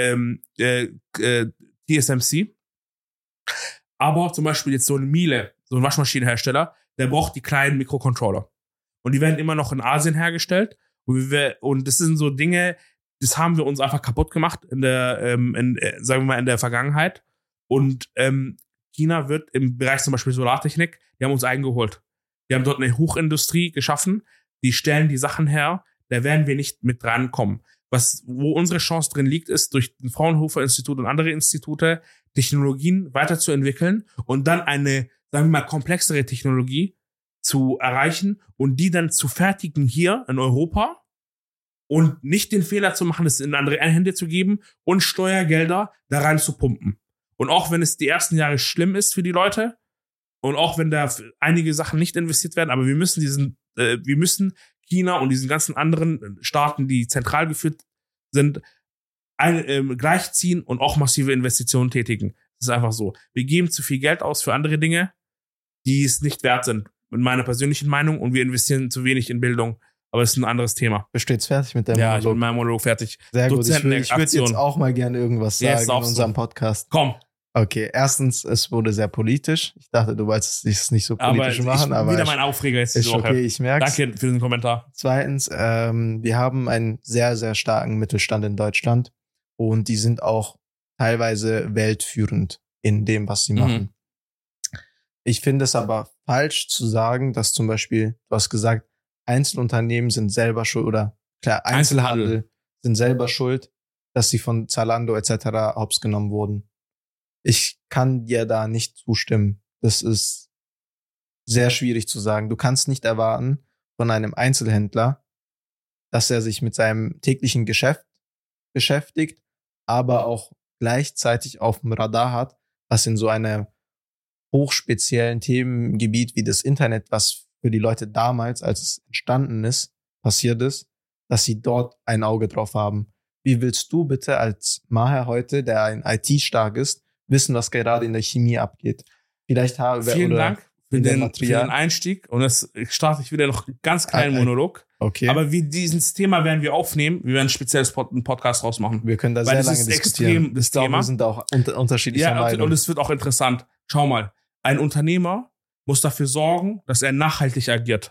TSMC. Aber zum Beispiel jetzt so ein Miele, so ein Waschmaschinenhersteller, der braucht die kleinen Mikrocontroller. Und die werden immer noch in Asien hergestellt. Und das sind so Dinge, das haben wir uns einfach kaputt gemacht sagen wir mal, in der Vergangenheit. Und China wird im Bereich zum Beispiel Solartechnik, die haben uns eingeholt. Die haben dort eine Hochindustrie geschaffen, die stellen die Sachen her, da werden wir nicht mit drankommen. Wo unsere Chance drin liegt, ist, durch den Fraunhofer-Institut und andere Institute Technologien weiterzuentwickeln und dann eine, sagen wir mal, komplexere Technologie zu erreichen und die dann zu fertigen hier in Europa und nicht den Fehler zu machen, das in andere Hände zu geben und Steuergelder da rein zu pumpen. Und auch wenn es die ersten Jahre schlimm ist für die Leute und auch wenn da einige Sachen nicht investiert werden, aber wir müssen China und diesen ganzen anderen Staaten, die zentral geführt sind, gleichziehen und auch massive Investitionen tätigen. Das ist einfach so. Wir geben zu viel Geld aus für andere Dinge, die es nicht wert sind, in meiner persönlichen Meinung, und wir investieren zu wenig in Bildung. Aber das ist ein anderes Thema. Bist du jetzt fertig mit deinem Monolog? Ja, ich bin mit meinem Monolog fertig. Sehr gut. Ich würde jetzt auch mal gerne irgendwas sagen in unserem Podcast. Komm. Okay, erstens, es wurde sehr politisch. Ich dachte, du wolltest es nicht so politisch machen, aber wieder mein Aufreger jetzt diese Woche. Okay, ich merk's. Danke für den Kommentar. Zweitens, wir haben einen sehr, sehr starken Mittelstand in Deutschland und die sind auch teilweise weltführend in dem, was sie machen. Ich finde es aber falsch zu sagen, dass zum Beispiel, du hast gesagt, Einzelunternehmen sind selber schuld, oder klar, Einzelhandel sind selber schuld, dass sie von Zalando etc. hops genommen wurden. Ich kann dir da nicht zustimmen. Das ist sehr schwierig zu sagen. Du kannst nicht erwarten von einem Einzelhändler, dass er sich mit seinem täglichen Geschäft beschäftigt, aber auch gleichzeitig auf dem Radar hat, was in so einem hochspeziellen Themengebiet wie das Internet, was für die Leute damals, als es entstanden ist, passiert ist, dass sie dort ein Auge drauf haben. Wie willst du bitte als Maher heute, der in IT stark ist, wissen, was gerade in der Chemie abgeht? Vielleicht Vielen Dank für den Einstieg. Und das starte ich wieder noch einen ganz kleinen Monolog. Okay. Aber dieses Thema werden wir aufnehmen. Wir werden ein spezielles einen Podcast rausmachen. Wir können da sehr lange diskutieren. Extrem das Thema. Wir sind auch unterschiedlicher Meinung. Und es wird auch interessant. Schau mal, ein Unternehmer muss dafür sorgen, dass er nachhaltig agiert.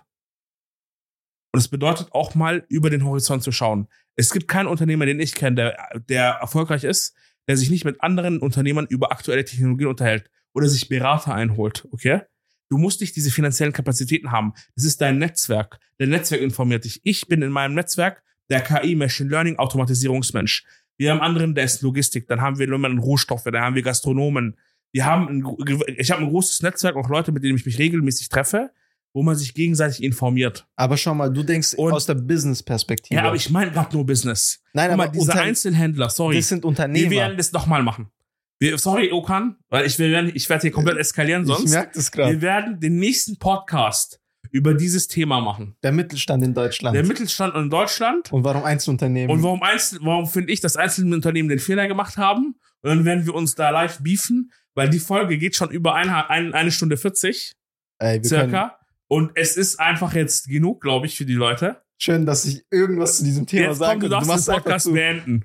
Und es bedeutet auch mal, über den Horizont zu schauen. Es gibt keinen Unternehmer, den ich kenne, der erfolgreich ist, der sich nicht mit anderen Unternehmern über aktuelle Technologien unterhält oder sich Berater einholt, okay? Du musst nicht diese finanziellen Kapazitäten haben. Das ist dein Netzwerk. Dein Netzwerk informiert dich. Ich bin in meinem Netzwerk der KI, Machine Learning, Automatisierungsmensch. Wir haben anderen, der ist Logistik. Dann haben wir Rohstoffe, dann haben wir Gastronomen. Ich habe ein großes Netzwerk, auch Leute, mit denen ich mich regelmäßig treffe, wo man sich gegenseitig informiert. Aber schau mal, du denkst aus der Business-Perspektive. Ja, aber ich meine gerade nur Business. Nein, guck aber mal, diese Einzelhändler, sorry. Das sind Unternehmer. Wir werden das nochmal machen. Sorry, Okan, weil ich werde hier komplett eskalieren sonst. Ich merke das gerade. Wir werden den nächsten Podcast über dieses Thema machen. Der Mittelstand in Deutschland. Und warum Einzelunternehmen. Und warum finde ich, dass Einzelunternehmen den Fehler gemacht haben. Und dann werden wir uns da live beefen, weil die Folge geht schon über eine Stunde 40. Circa. Und es ist einfach jetzt genug, glaube ich, für die Leute. Schön, dass ich irgendwas zu diesem Thema sagen kann. Du darfst den Podcast beenden.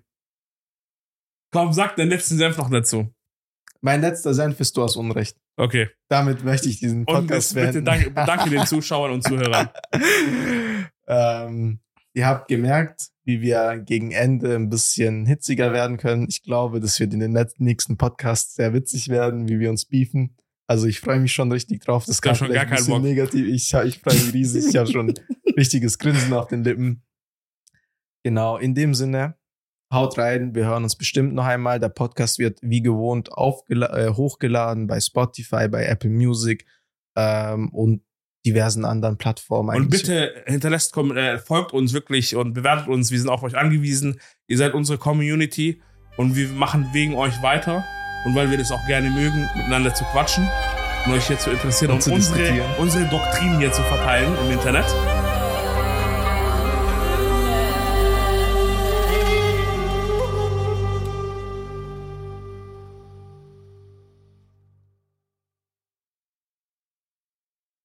Komm, sag deinen letzten Senf noch dazu. Mein letzter Senf ist, du hast Unrecht. Okay. Damit möchte ich diesen Podcast beenden. Bitte danke den Zuschauern und Zuhörern. Ihr habt gemerkt, wie wir gegen Ende ein bisschen hitziger werden können. Ich glaube, das wird in den nächsten Podcasts sehr witzig werden, wie wir uns beefen. Also ich freue mich schon richtig drauf. Das kann schon gar kein bisschen negativ. Ich freue mich riesig. Ich habe schon richtiges Grinsen auf den Lippen. Genau, in dem Sinne, haut rein. Wir hören uns bestimmt noch einmal. Der Podcast wird wie gewohnt hochgeladen bei Spotify, bei Apple Music und diversen anderen Plattformen. Und bitte folgt uns wirklich und bewertet uns. Wir sind auf euch angewiesen. Ihr seid unsere Community und wir machen wegen euch weiter. Und weil wir das auch gerne mögen, miteinander zu quatschen und euch hier zu interessieren und unsere Doktrinen hier zu verteilen im Internet.